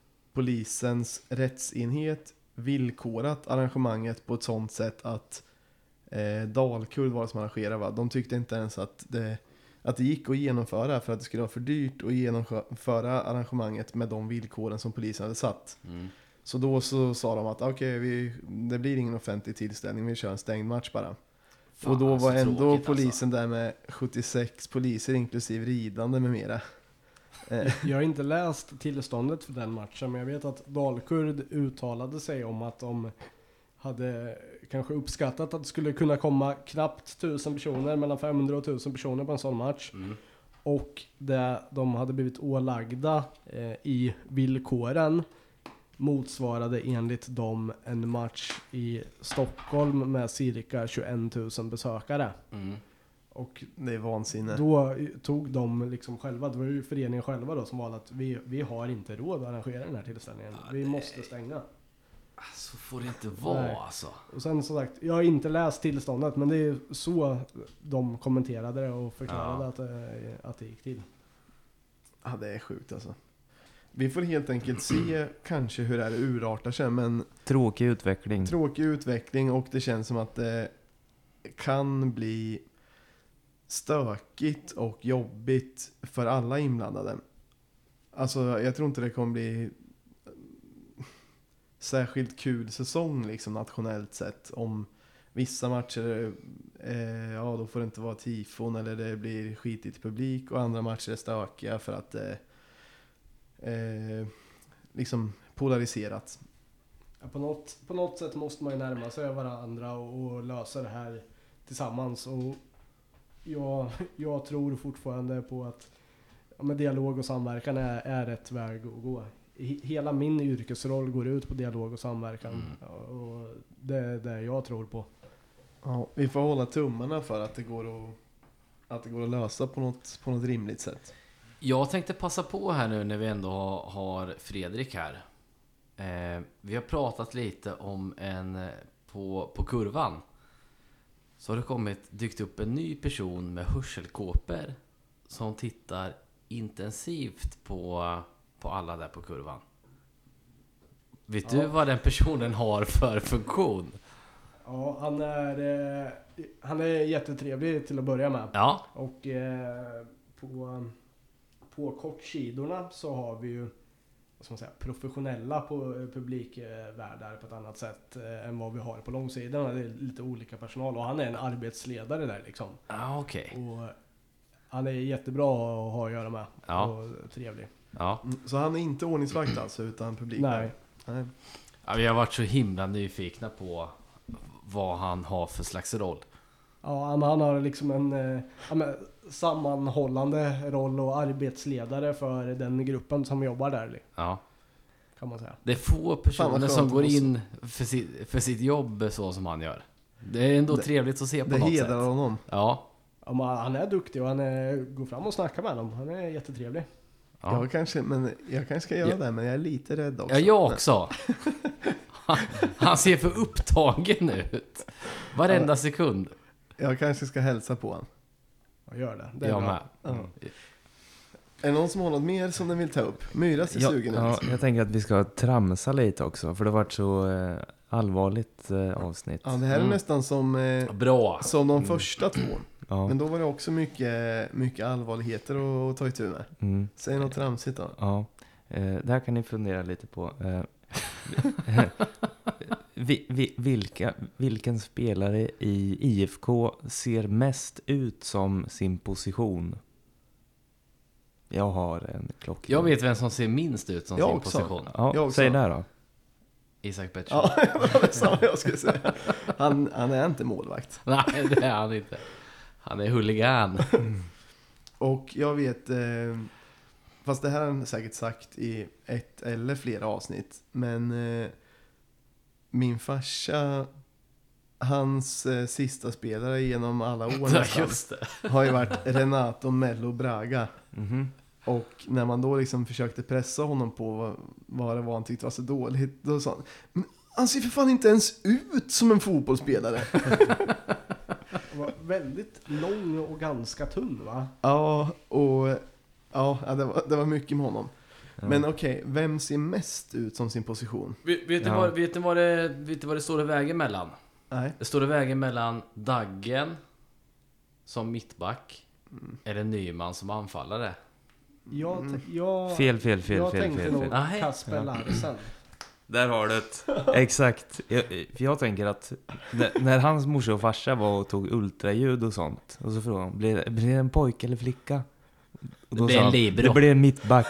polisens rättsenhet villkorat arrangemanget på ett sånt sätt att eh, Dalkurd var det som arrangerade, va? De tyckte inte ens att det, att det gick att genomföra för att det skulle vara för dyrt att genomföra arrangemanget med de villkoren som polisen hade satt. Mm. Så då så sa de att okej, okay, vi, det blir ingen offentlig tillställning, vi kör en stängd match bara. Fan, och då så var ändå tråkigt, polisen alltså. där med sjuttiosex poliser inklusive ridande med mera. Eh, Jag har inte läst tillståndet för den matchen, men jag vet att Dalkurd uttalade sig om att de hade kanske uppskattat att det skulle kunna komma knappt tusen personer, mellan femhundra och tusen personer på en sån match. Mm. Och det de hade blivit ålagda eh, i villkoren motsvarade enligt dem en match i Stockholm med cirka tjugoett tusen besökare. Mm. Och det är vansinne. då tog de liksom själva, det var ju föreningen själva då som valde att vi, vi har inte råd att arrangera den här tillställningen. Ja, vi det- måste stänga. Så får det inte vara Nej. alltså. Och sen som sagt, jag har inte läst tillståndet, men det är så de kommenterade det och förklarade Ja. att, det, att det gick till. Ja, det är sjukt alltså. Vi får helt enkelt se kanske hur det här urartar sig, men Tråkig utveckling. tråkig utveckling, och det känns som att det kan bli stökigt och jobbigt för alla inblandade. Alltså jag tror inte det kommer bli särskilt kul säsong liksom nationellt sett om vissa matcher eh, ja då får det inte vara tifon eller det blir skitigt publik, och andra matcher är stökiga för att det eh, liksom polariserat. Ja, på, något, på något sätt måste man ju närma sig varandra och, och lösa det här tillsammans. Och jag, jag tror fortfarande på att ja, med dialog och samverkan är, är rätt väg att gå. He- Hela min yrkesroll går ut på dialog och samverkan. Mm. Ja, och det är det jag tror på. Ja, vi får hålla tummarna för att det går att, att det går att lösa på något, på något rimligt sätt. Jag tänkte passa på här nu när vi ändå har, har Fredrik här. Eh, vi har pratat lite om en eh, på, på kurvan. Så har det kommit, dykt upp en ny person med hörselkåpor som tittar intensivt på, på alla där på kurvan. Vet Ja. du vad den personen har för funktion? Ja, han är, eh, han är jättetrevlig till att börja med. Ja, Och eh, på, på kortsidorna så har vi ju vad ska man säga, professionella på eh, publikvärdar på ett annat sätt eh, än vad vi har på långsidorna. Det är lite olika personal och han är en arbetsledare där liksom. ja okej. Och han är jättebra att ha att göra med. Ja. Och trevlig. Ja. Mm, så han är inte ordningsvakt alltså utan publik? Nej. Nej. Ja, vi har varit så himla nyfikna på vad han har för slags roll. Ja, men han har liksom en eh, ja, men, sammanhållande roll och arbetsledare för den gruppen som jobbar där, Ja. kan man säga. Det är få Fan, vad personer skönt som att går få- in för sitt, för sitt jobb så som han gör. Det är ändå Det- trevligt att se på Det något sätt. hedrar honom. Ja. Ja, men han är duktig och han är, går fram och snackar med honom. Han är jättetrevlig. Ja. Jag kanske, men jag kanske ska göra Ja. det, men jag är lite rädd också. Ja, jag också. Han, han ser för upptagen ut. Varenda sekund. Jag kanske ska hälsa på honom. Ja, gör det. Det är Jag bra. med. Ja. Mm. Är det någon som har något mer som den vill ta upp? Myra ser Ja, sugen ja, ut. jag tänker att vi ska tramsa lite också, för det har varit så eh, allvarligt eh, avsnitt. Ja, det här är Mm. nästan som, eh, Bra. som de Mm. första två. Ja. Men då var det också mycket, mycket allvarligheter att ta itu med. Mm. Säg något tramsigt då. Ja, eh, det här kan ni fundera lite på. Eh, vi, vi, vilka, vilken spelare i I F K ser mest ut som sin position? Jag har en klocka. Jag vet vem som ser minst ut som Jag sin också. position. Ja, jag också. säg det då. Isak Pettersson. Ja, det var samma jag skulle säga. Han, han är inte målvakt. Nej, det är han inte. Han är huligan. Och jag vet, eh, fast det här har han säkert sagt i ett eller flera avsnitt. Men eh, min farsa, hans eh, sista spelare genom alla år Ja, nästan, just det. har ju varit Renato Mello Braga. Mhm. Och när man då liksom försökte pressa honom på vad, vad det var han tyckte var så dåligt, då sa han, men han ser för fan inte ens ut som en fotbollsspelare. Han var väldigt lång och ganska tunn, va? Ja, och ja, det var, det var mycket med honom. Ja. Men okej, vem ser mest ut som sin position? Vet, vet, Ja. ni vad, vet, ni vad det, vet ni vad det står i vägen mellan? Nej. Det står i vägen mellan Daggen som mittback eller Nyman som anfallare. Jag, Mm. t- jag, Fel, fel, fel, jag fel, tänkte fel, nog fel. Nej. Kasper Ja. Larsen. Där har du det. Exakt. Jag, för jag tänker att när, när hans morsa och farsa var och tog ultraljud och sånt, och så frågade de, blir, det- blir det en pojke eller flicka? Och Det blir sa en han, libero. Det blir en mittback.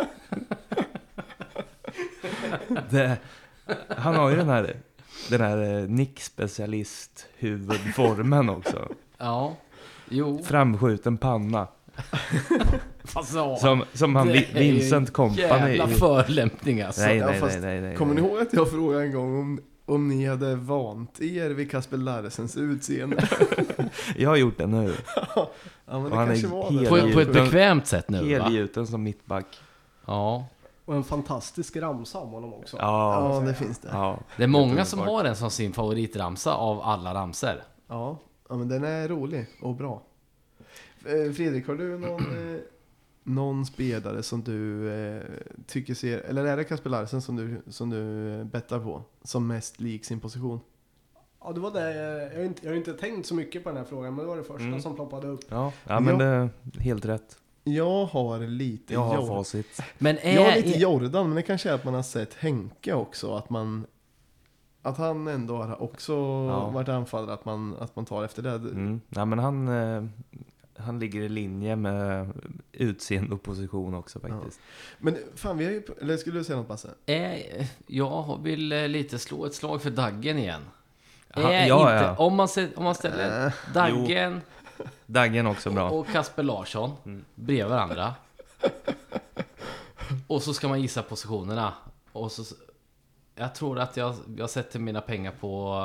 det, han har ju den här, den här eh, nickspecialist-huvudformen också. Ja, jo. Framskjuten panna. Fast ja, Som, som han det Vi- är ju Vincent Kompany. jävla förolämpning alltså. Nej, Ja, nej, fast nej, nej, nej. Kommer ni ihåg att jag frågade en gång om, om ni hade vant er vid Kasper Larsens utseende? Jag har gjort det nu. Ja, men det Och han är kanske var det. helt- På, på ett Utan- bekvämt sätt nu, va? Helgjuten som mittback. Ja. Och en fantastisk ramsa om honom också. Ja, Ja, det finns det. ja. Det är många Jättebra. som har den som sin favoritramsa av alla ramser. Ja, ja, men den är rolig och bra. Eh, Fredrik, har du någon, eh, någon spelare som du eh, tycker ser, eller är det Kasper Larsen som du, som du eh, bettar på, som mest lik sin position? Ja, det var det. Jag har, inte, jag har inte tänkt så mycket på den här frågan, men det var det första Mm. som ploppade upp. Ja, ja men Ja. det är helt rätt. Jag har lite Jag har Jor- facit. Men är, Jag har lite är, Jordan, men det kanske är att man har sett Henke också, att man att han ändå har också Ja. varit anfallare, att man, att man tar efter det. Mm. Ja, men han, eh, han ligger i linje med utseende och position också faktiskt. Men fan, vi har ju, eller skulle du säga något, Basse? är, jag vill eh, lite slå ett slag för Daggen igen. Ja, Är ja, inte, ja. Om, man, ser- om man ställer Äh, Daggen Daggen också bra. och Kasper Larsson Mm. bredvid varandra. Och så ska man gissa positionerna. Och så, jag tror att jag, jag sätter mina pengar på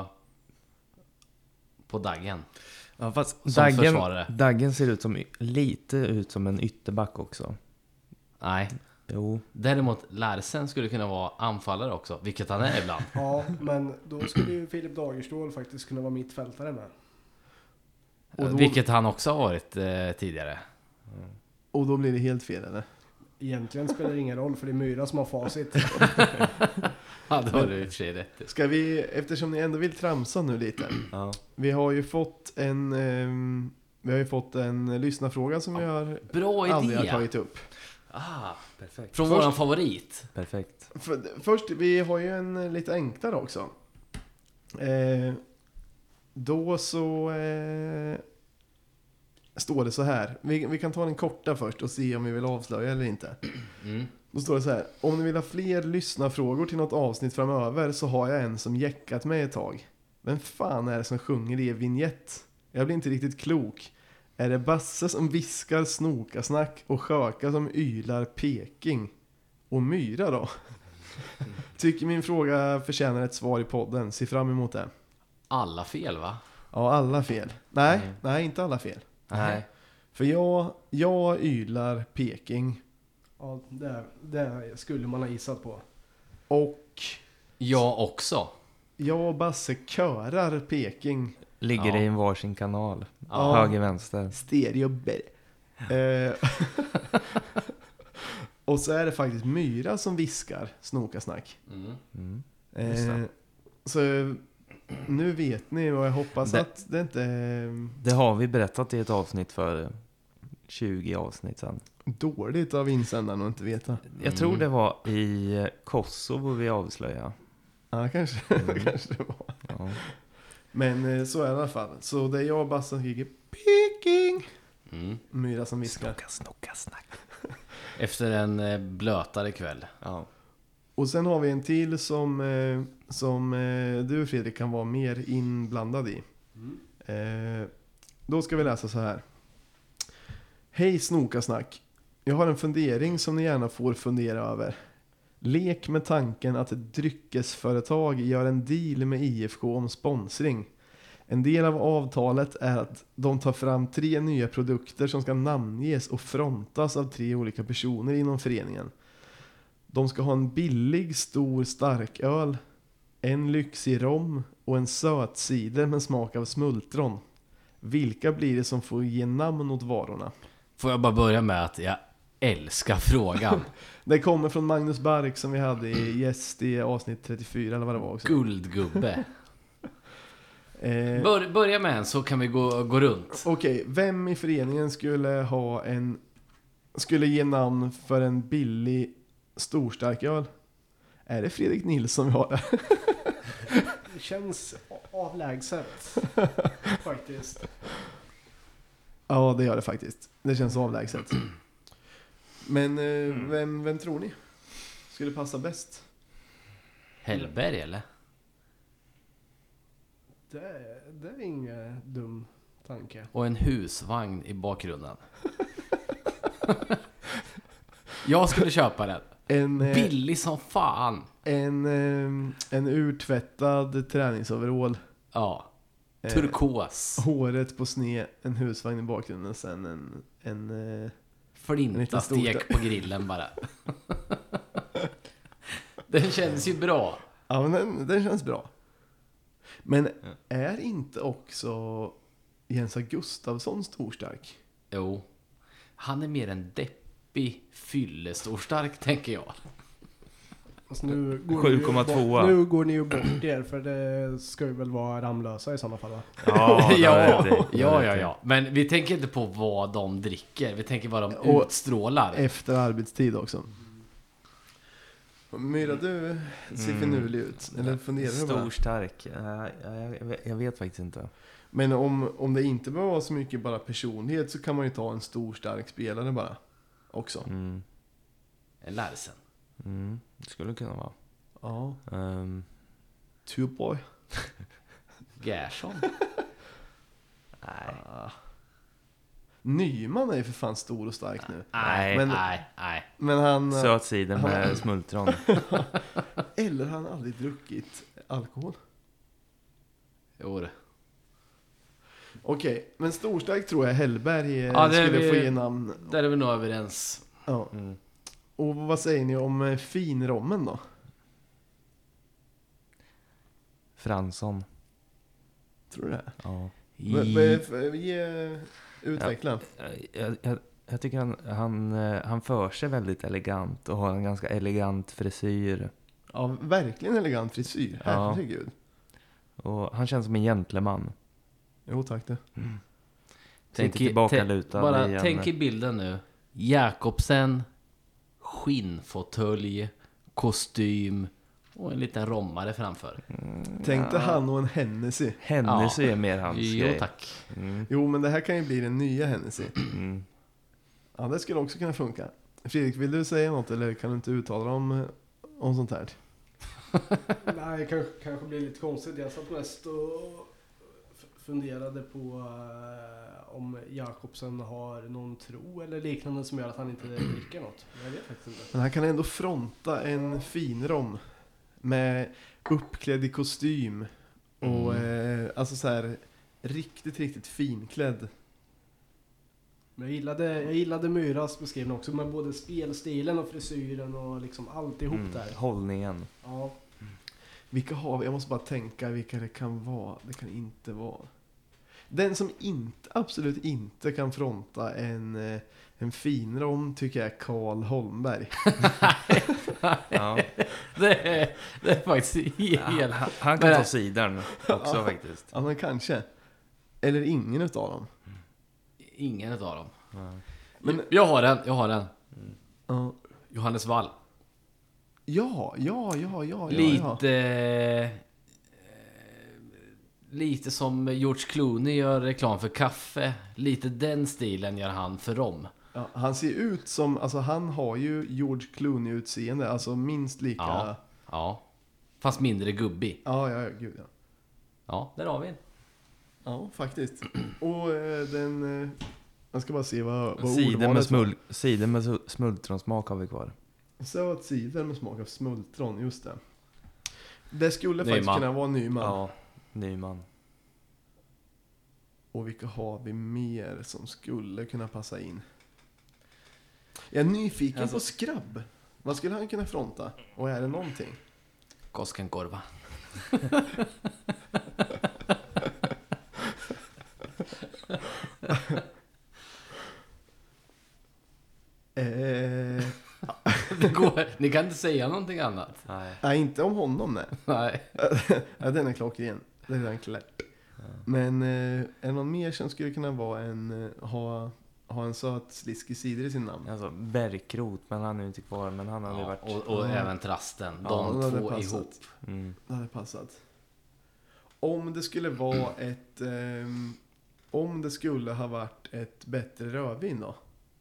på Daggen. Ja, fast Som Daggen, försvarare. Daggen ser ut som, lite ut som en ytterback också. Nej. Jo. Däremot Larsen skulle kunna vara anfallare också, vilket han är ibland. Ja, men då skulle ju Filip Dagerstål faktiskt kunna vara mittfältare med. Och då- Vilket han också har varit eh, tidigare. Och då blir det helt fel, eller? Egentligen spelar det ingen roll, för det är Myra som har facit. Ja, det har du i och för sig rätt i. Ska vi, eftersom ni ändå vill tramsa nu lite. Ja. Vi har ju fått en, ehm, vi har ju fått en lyssnarfråga som vi har Bra aldrig har idé! tagit upp. Ah, perfekt. Från Först- våran favorit. Perfekt. För, först, vi har ju en lite enklare också. Eh, då så eh, står det så här. Vi, vi kan ta den korta först och se om vi vill avslöja eller inte. Mm. Då står det så här. Om ni vill ha fler lyssnarfrågor till något avsnitt framöver så har jag en som jäckat mig ett tag. Vem fan är det som sjunger i vignett? Jag blir inte riktigt klok. Är det Basse som viskar snokasnack och Sjöka som ylar Peking? Och Myra då? Tycker min fråga förtjänar ett svar i podden. Se fram emot det. Alla fel, va? Ja, alla fel. Nej, Mm. nej, inte alla fel. Nej. För jag, jag ylar Peking. Ja, det, det skulle man ha gissat på. Och Jag också. jag och Basse körar Peking. Ligger Ja. i en varsin kanal. Ja. Höger, vänster. Stereo eh, Och så är det faktiskt Myra som viskar Snokasnack. Mm. Mm. Just det. Eh, så nu vet ni, och jag hoppas Det- att det inte är Det har vi berättat i ett avsnitt för tjugo avsnitt sedan. dåligt av insändaren att inte veta. Jag tror Mm. det var i Kosovo vi avslöjade. Ja, kanske, Mm. kanske det var. Ja. Men eh, så är det i alla fall. Så det är jag och Basse som skriker Peking. Mm. Myra som viskar. Snoka, snoka, snack. Efter en eh, blötare kväll. Ja. Och sen har vi en till som, eh, som eh, du Fredrik kan vara mer inblandad i. Eh, då ska vi läsa så här. Hej Snokasnack. Jag har en fundering som ni gärna får fundera över. Lek med tanken att ett dryckesföretag gör en deal med I F K om sponsring. En del av avtalet är att de tar fram tre nya produkter som ska namnges och frontas av tre olika personer inom föreningen. De ska ha en billig stor starköl, en lyxig rom och en sötcider med smak av smultron. Vilka blir det som får ge namn åt varorna? Får jag bara börja med att jag älskar frågan. Det kommer från Magnus Bark som vi hade i gäst i avsnitt trettiofyra eller vad det var också. Guldgubbe. Eh, Bör, börja med en så kan vi gå, gå runt. Okej, vem i föreningen skulle ha en skulle ge namn för en billig storstarköl? Är det Fredrik Nilsson vi har där? Det känns avlägset faktiskt. Ja, det gör det faktiskt. Det känns avlägset. Men eh, vem, vem tror ni skulle passa bäst? Hellberg eller? Det, det är ingen dum tanke. Och en husvagn i bakgrunden. Jag skulle köpa den. En, eh, Billig som fan. en, eh, en urtvättad träningsoverall. Ja. Eh, Turkos. Håret på sned, en husvagn i bakgrunden och sen en... en eh, En Flinta liten stek på grillen bara. Den känns ju bra. ja, men den, den känns bra. Men är inte också Jens Gustafsson storstark? Jo. Han är mer en deppig fyllestor-stark, tänker jag. Alltså nu går sju ni ju komma två. bort- Nu går ni ju bort er, för det ska ju väl vara Ramlösa i sådana fall, va? Ja, det har ja, rätt i. Det har ja, rätt ja, i. ja. Men vi tänker inte på vad de dricker. Vi tänker vad de Och- utstrålar. Efter arbetstid också. Myra, du ser Mm. finurlig ut. Eller funderar du Stor, bara? stark. Uh, jag, jag vet faktiskt inte. Men om, om det inte behöver vara så mycket bara personlighet så kan man ju ta en stor stark spelare bara. Också. Mm. Larsen. Mm. Det skulle kunna vara. Ja. Um, Tuboy. Gerson. nej. Ah. Nyman är ju för fan stor och stark nu. Nej, Men- nej, nej. Men han... Söt cider med smultron. Eller har han aldrig druckit alkohol? Jo, det. Okej, men storstark tror jag Hellberg eh, Ja, det är skulle vi- få ge namn. Där är vi nog överens. Ja. Mm. Och vad säger ni om eh, finrommen då? Fransson. Tror du det? Ja. V- v- f- Ge, utveckla. Jag, jag, jag tycker han, han, eh, han för sig väldigt elegant och har en ganska elegant frisyr. Ja, verkligen elegant frisyr. Ja. Herregud. Och han känns som en gentleman. Jo, tack det. Tänk i- tillbakalutad Bara i en- tänk i bilden nu. Jakobsen, skinnfåtölj, kostym och en liten rommare framför. Tänk dig han och en Hennessy. Hennessy Ja. är mer hans Jo, grej. tack. Mm. Jo, men det här kan ju bli den nya Hennessy. Mm. Ja, det skulle också kunna funka. Fredrik, vill du säga något eller kan du inte uttala dig om, eh, om sånt här? Nej, det kanske, kanske blir lite konstigt. Jag satt mest och f- funderade på eh, om Jakobsen har någon tro eller liknande som gör att han inte dricker något. Jag vet faktiskt inte. Men han kan ändå fronta en finrom med uppklädd i kostym och eh, alltså så här riktigt, riktigt finklädd. Men jag gillade, jag gillade Myras beskrivning också med både spelstilen och frisyren och liksom alltihop Mm, där. hållningen. Ja. Vilka har vi? Jag måste bara tänka vilka det kan vara. Det kan inte vara. Den som inte, absolut inte kan fronta en, eh, en fin rom tycker jag är Karl Holmberg. Ja. Det är, det är faktiskt helt... Han, han kan Men- ta sidan också faktiskt. Ja, men kanske. Eller ingen utav dem. Ingen av dem. Ja. Men- Men jag har den, jag har den. Ja, Johannes Wall. ja, ja, ja, ja. ja, Lite... eh, Lite som George Clooney gör reklam för kaffe. Lite den stilen gör han för rom. Ja, han ser ut som, alltså han har ju George Clooney-utseende, alltså minst lika. Ja. Ja, Ja. Fast mindre gubbig. ja, ja gud ja. Ja, där har vi en. Ja, faktiskt. Och eh, den, eh, jag ska bara se vad, vad Cider med, ordvalet var. smul, cider med su- smultronsmak har vi kvar. Söt cider med smak av smultron, just det. Det skulle faktiskt Nyman. kunna vara Nyman. Ja, Nyman. Och vilka har vi mer som skulle kunna passa in? Jag är nyfiken Alltså- på Skrabb. Vad skulle han kunna fronta? Och är det någonting? Koskenkorva. Eh, Det går, ni kan inte säga någonting annat. Nej. nej, inte om honom nej. Nej. Ja, den är klockren. Det är redan klart. Men eh, är det någon mer som skulle kunna vara en, eh, ha, ha en söt sliskig cider i sin namn? Alltså Bärkrot, men han är ju inte kvar. Men han hade ju Ja, varit... och och Ja. även Trasten. Ja, De det hade två passat. ihop. Mm. Det hade passat. Om det skulle vara ett... ehm, om det skulle ha varit ett bättre rödvin då?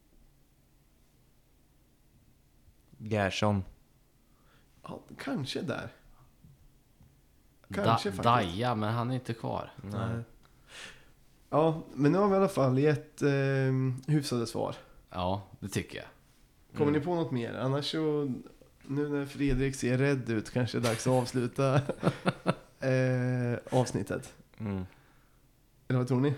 Gerson. Ja, kanske där. Da, Kanske faktiskt. Daja, men han är inte kvar. Nej. Ja, men nu har vi i alla fall gett um, hyfsade svar. Ja, det tycker jag. Kommer Mm. ni på något mer? Annars så, nu när Fredrik ser rädd ut, kanske det är dags att avsluta eh, avsnittet. Mm. Eller vad tror ni?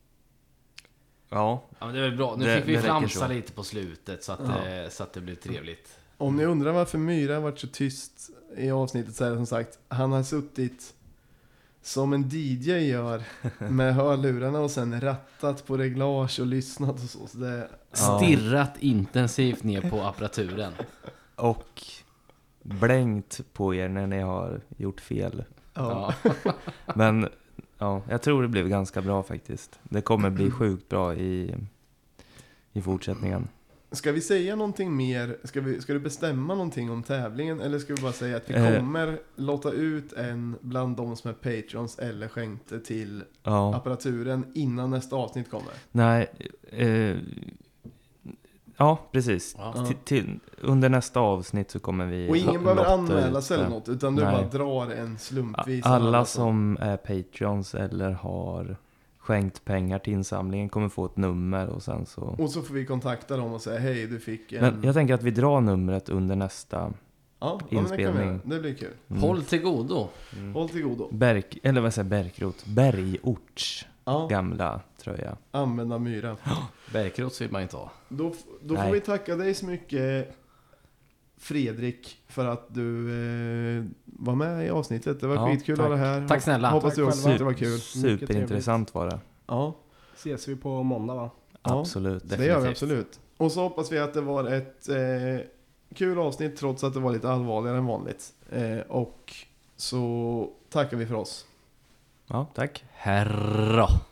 Ja. Ja, men det är väl bra. Nu Det- fick vi det räcker flamsa så. lite på slutet så att, Ja. det, så att det blev trevligt. Om ni undrar varför Myra har varit så tyst i avsnittet så är det som sagt, han har suttit som en D J gör med hörlurarna och sen rattat på reglage och lyssnat och så. så det, Ja. Stirrat intensivt ner på apparaturen. Och blängt på er när ni har gjort fel. ja. Ja. Men ja, jag tror det blev ganska bra faktiskt. Det kommer bli sjukt bra i, i fortsättningen. Ska vi säga någonting mer? Ska, vi, ska du bestämma någonting om tävlingen? Eller ska vi bara säga att vi Eh. kommer lotta ut en bland de som är patrons eller skänkte till Ja. apparaturen innan nästa avsnitt kommer? Nej. Eh, ja, precis. Ja. Till, till, under nästa avsnitt så kommer vi Och ingen lo- behöver lotta anmäla ut sig eller det. något, utan du Nej. bara drar en slumpvis. Alla som är patrons eller har skänkt pengar till insamlingen kommer få ett nummer och sen så... Och så får vi kontakta dem och säga hej, du fick en... Men jag tänker att vi drar numret under nästa ja, ja, men det kan vi inspelning. göra. Det blir kul. mm. Håll till godo. Mm. Håll till godo. Berk, eller vad säger jag, Berkrot? Bergorts Ja, gamla tröja. använda myra. Bergkrots vill man inte ha. Då, f- då får Nej. vi tacka dig så mycket, Fredrik, för att du eh, var med i avsnittet. Det var Ja, skitkul att tack. ha det här. Tack snälla. Hoppas Tack du också själva. att det var kul. Superintressant var det. Ja, Ses vi på måndag va? Ja. Absolut. det gör vi Definitivt. absolut. Och så hoppas vi att det var ett eh, kul avsnitt trots att det var lite allvarligare än vanligt. Eh, och så tackar vi för oss. Ja, tack. Herra.